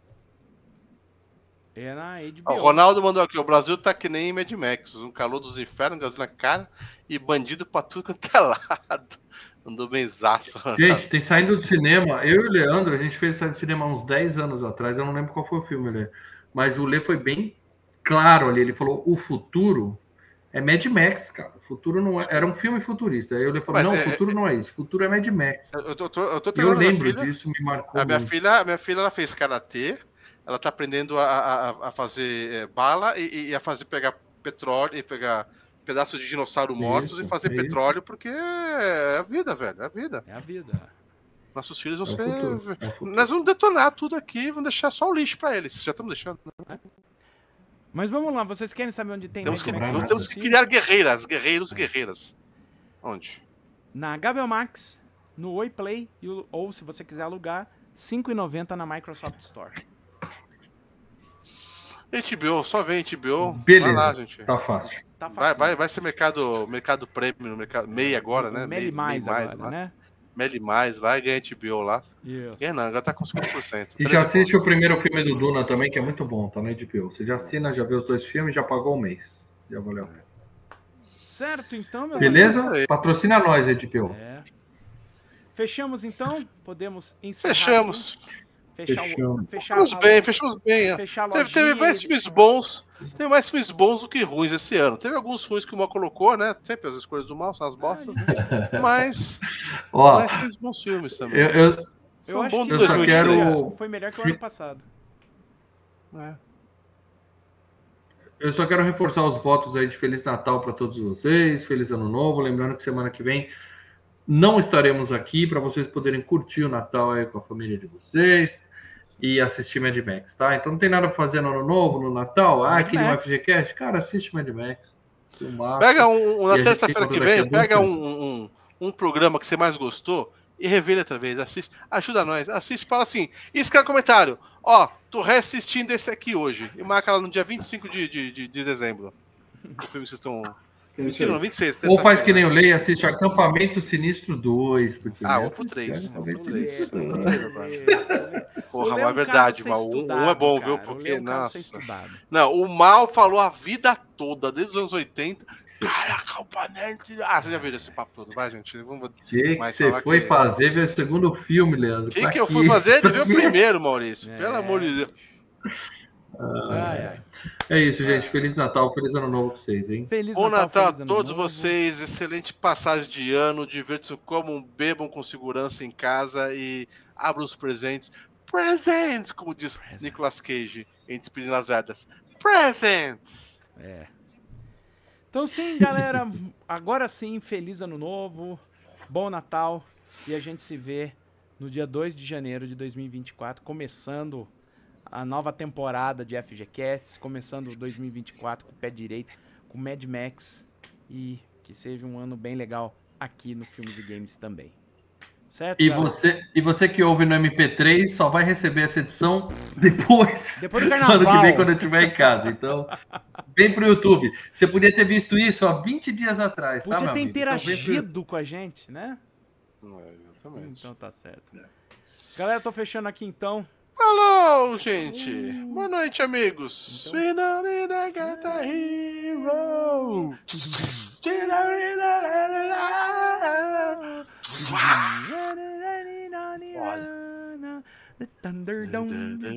É na H B Ó, O. o Ronaldo mandou aqui, o Brasil tá que nem Mad Max, um calor dos infernos, gasolina na cara e bandido pra tudo quanto é lado. Mandou benzaço. Gente, tem saindo do cinema. Eu e o Leandro, a gente fez sair do cinema há uns dez anos atrás. Eu não lembro qual foi o filme, Lê. Mas o Lê foi bem claro ali. Ele falou: o futuro é Mad Max, cara. O futuro não é... Era um filme futurista. Aí o Lê falou: Mas não, é- o futuro não é isso. O futuro é Mad Max. Eu tô, eu tô, eu tô Eu treinando a minha lembro filha. disso, me marcou. A minha muito. filha, a minha filha ela fez karatê, ela tá aprendendo a, a, a fazer é, bala e, e a fazer pegar petróleo e pegar pedaços de dinossauro mortos Isso, e fazer é petróleo, porque é a vida, velho, é a vida. É a vida. Nossos filhos vão É o ser. futuro, é o futuro. Nós vamos detonar tudo aqui, vamos deixar só o lixo pra eles. Já estamos deixando. Mas vamos lá, vocês querem saber onde tem Temos que, Mad cobrar Max? nada. temos que criar guerreiras, guerreiros e guerreiras. Onde? Na H B O Max, no Oi Play, e o- ou se você quiser alugar, cinco reais e noventa centavos na Microsoft Store. H B O, só vem H B O. Beleza. Vai lá, gente. Tá fácil. Tá Vai, fácil. vai, vai ser mercado, mercado prêmio, mercado MEI agora, né? Meli mais MEI agora, lá. né? Meli mais, vai ganhar H B O lá. Isso. Ganha não, agora tá com cinquenta por cento. E já assiste o primeiro filme do Duna também, que é muito bom, tá na H B O. Você já assina, já vê os dois filmes, já pagou o mês. Já valeu a pena. Certo, então, meus Beleza? isso aí. Patrocina nós, H B O. amigos? É. Fechamos, então? Podemos encerrar. Fechamos. Fechar, o, Fechamos. fechar, Fechamos a- bem, fechamos bem. ó. fechar a Teve, teve lojinha mais e- filmes bons. Teve mais filmes bons do que ruins esse ano. Teve alguns ruins que o Mal colocou, né? Sempre as escolhas do mal são as bostas. né? Mas, Ó, mas teve bons filmes também. eu, eu, Eu Foi um acho bom que eu só dois mil e vinte e três. quero- foi melhor que o ano passado. É. eu só quero reforçar os votos aí de Feliz Natal para todos vocês, Feliz Ano Novo. Lembrando que semana que vem não estaremos aqui para vocês poderem curtir o Natal aí com a família de vocês e assistir Mad Max, tá? Então não tem nada para fazer no Ano Novo, no Natal. Ah, aquele um F G Cast. Cara, assiste Mad Max. Filmaço. Pega um, um na terça-feira que vem, pega um, um, um, um programa que você mais gostou e revê outra vez. Assiste, ajuda nós. Assiste, fala assim. E escreve comentário. Ó, tô reassistindo esse aqui hoje. E marca lá no dia vinte e cinco de, de, de, de dezembro. O filme que vocês estão... Mentira, vinte e seis, ou faz que nem o Lei, assiste Acampamento Sinistro dois. Porque ah, vou pro três. Porra, mas é verdade, mas o um é bom, cara, viu? Porque, é um nossa. Não, o Mal falou a vida toda, desde os anos oitenta. Cara, Acampamento. Ah, você já viu esse papo todo, vai, gente? Vamos... Que que você foi que... fazer ver o segundo filme, Leandro? O que, que eu fui fazer? Ele viu o primeiro, Maurício. É. Pelo amor de Deus. Ah, ai, ai. É isso, gente. Feliz Natal, feliz Ano Novo pra vocês, hein? Feliz Bom Natal, Natal a todos novo. vocês. Excelente passagem de ano. Divirtam-se como bebam com segurança em casa e abram os presentes. Presents, como diz Presents. Nicolas Cage em Despedindo as Vedas. Presents! É. Então, sim, galera. Agora sim, feliz Ano Novo. Bom Natal. E a gente se vê no dia dois de janeiro de dois mil e vinte e quatro, começando a nova temporada de F G Casts, começando dois mil e vinte e quatro com o pé direito, com Mad Max, e que seja um ano bem legal aqui no Filmes e Games também. Certo, e, você, e você que ouve no M P três só vai receber essa edição depois, depois do carnaval. Ano que vem, quando eu estiver em casa. Então, vem pro YouTube. Você podia ter visto isso há vinte dias atrás, podia tá, meu ter amigo? interagido então, pro... com a gente, né? É, exatamente. Então tá certo. É. Galera, tô fechando aqui então. Alô, gente! Hum. Boa noite, amigos! Então... We don't need a guitar hero! Olha.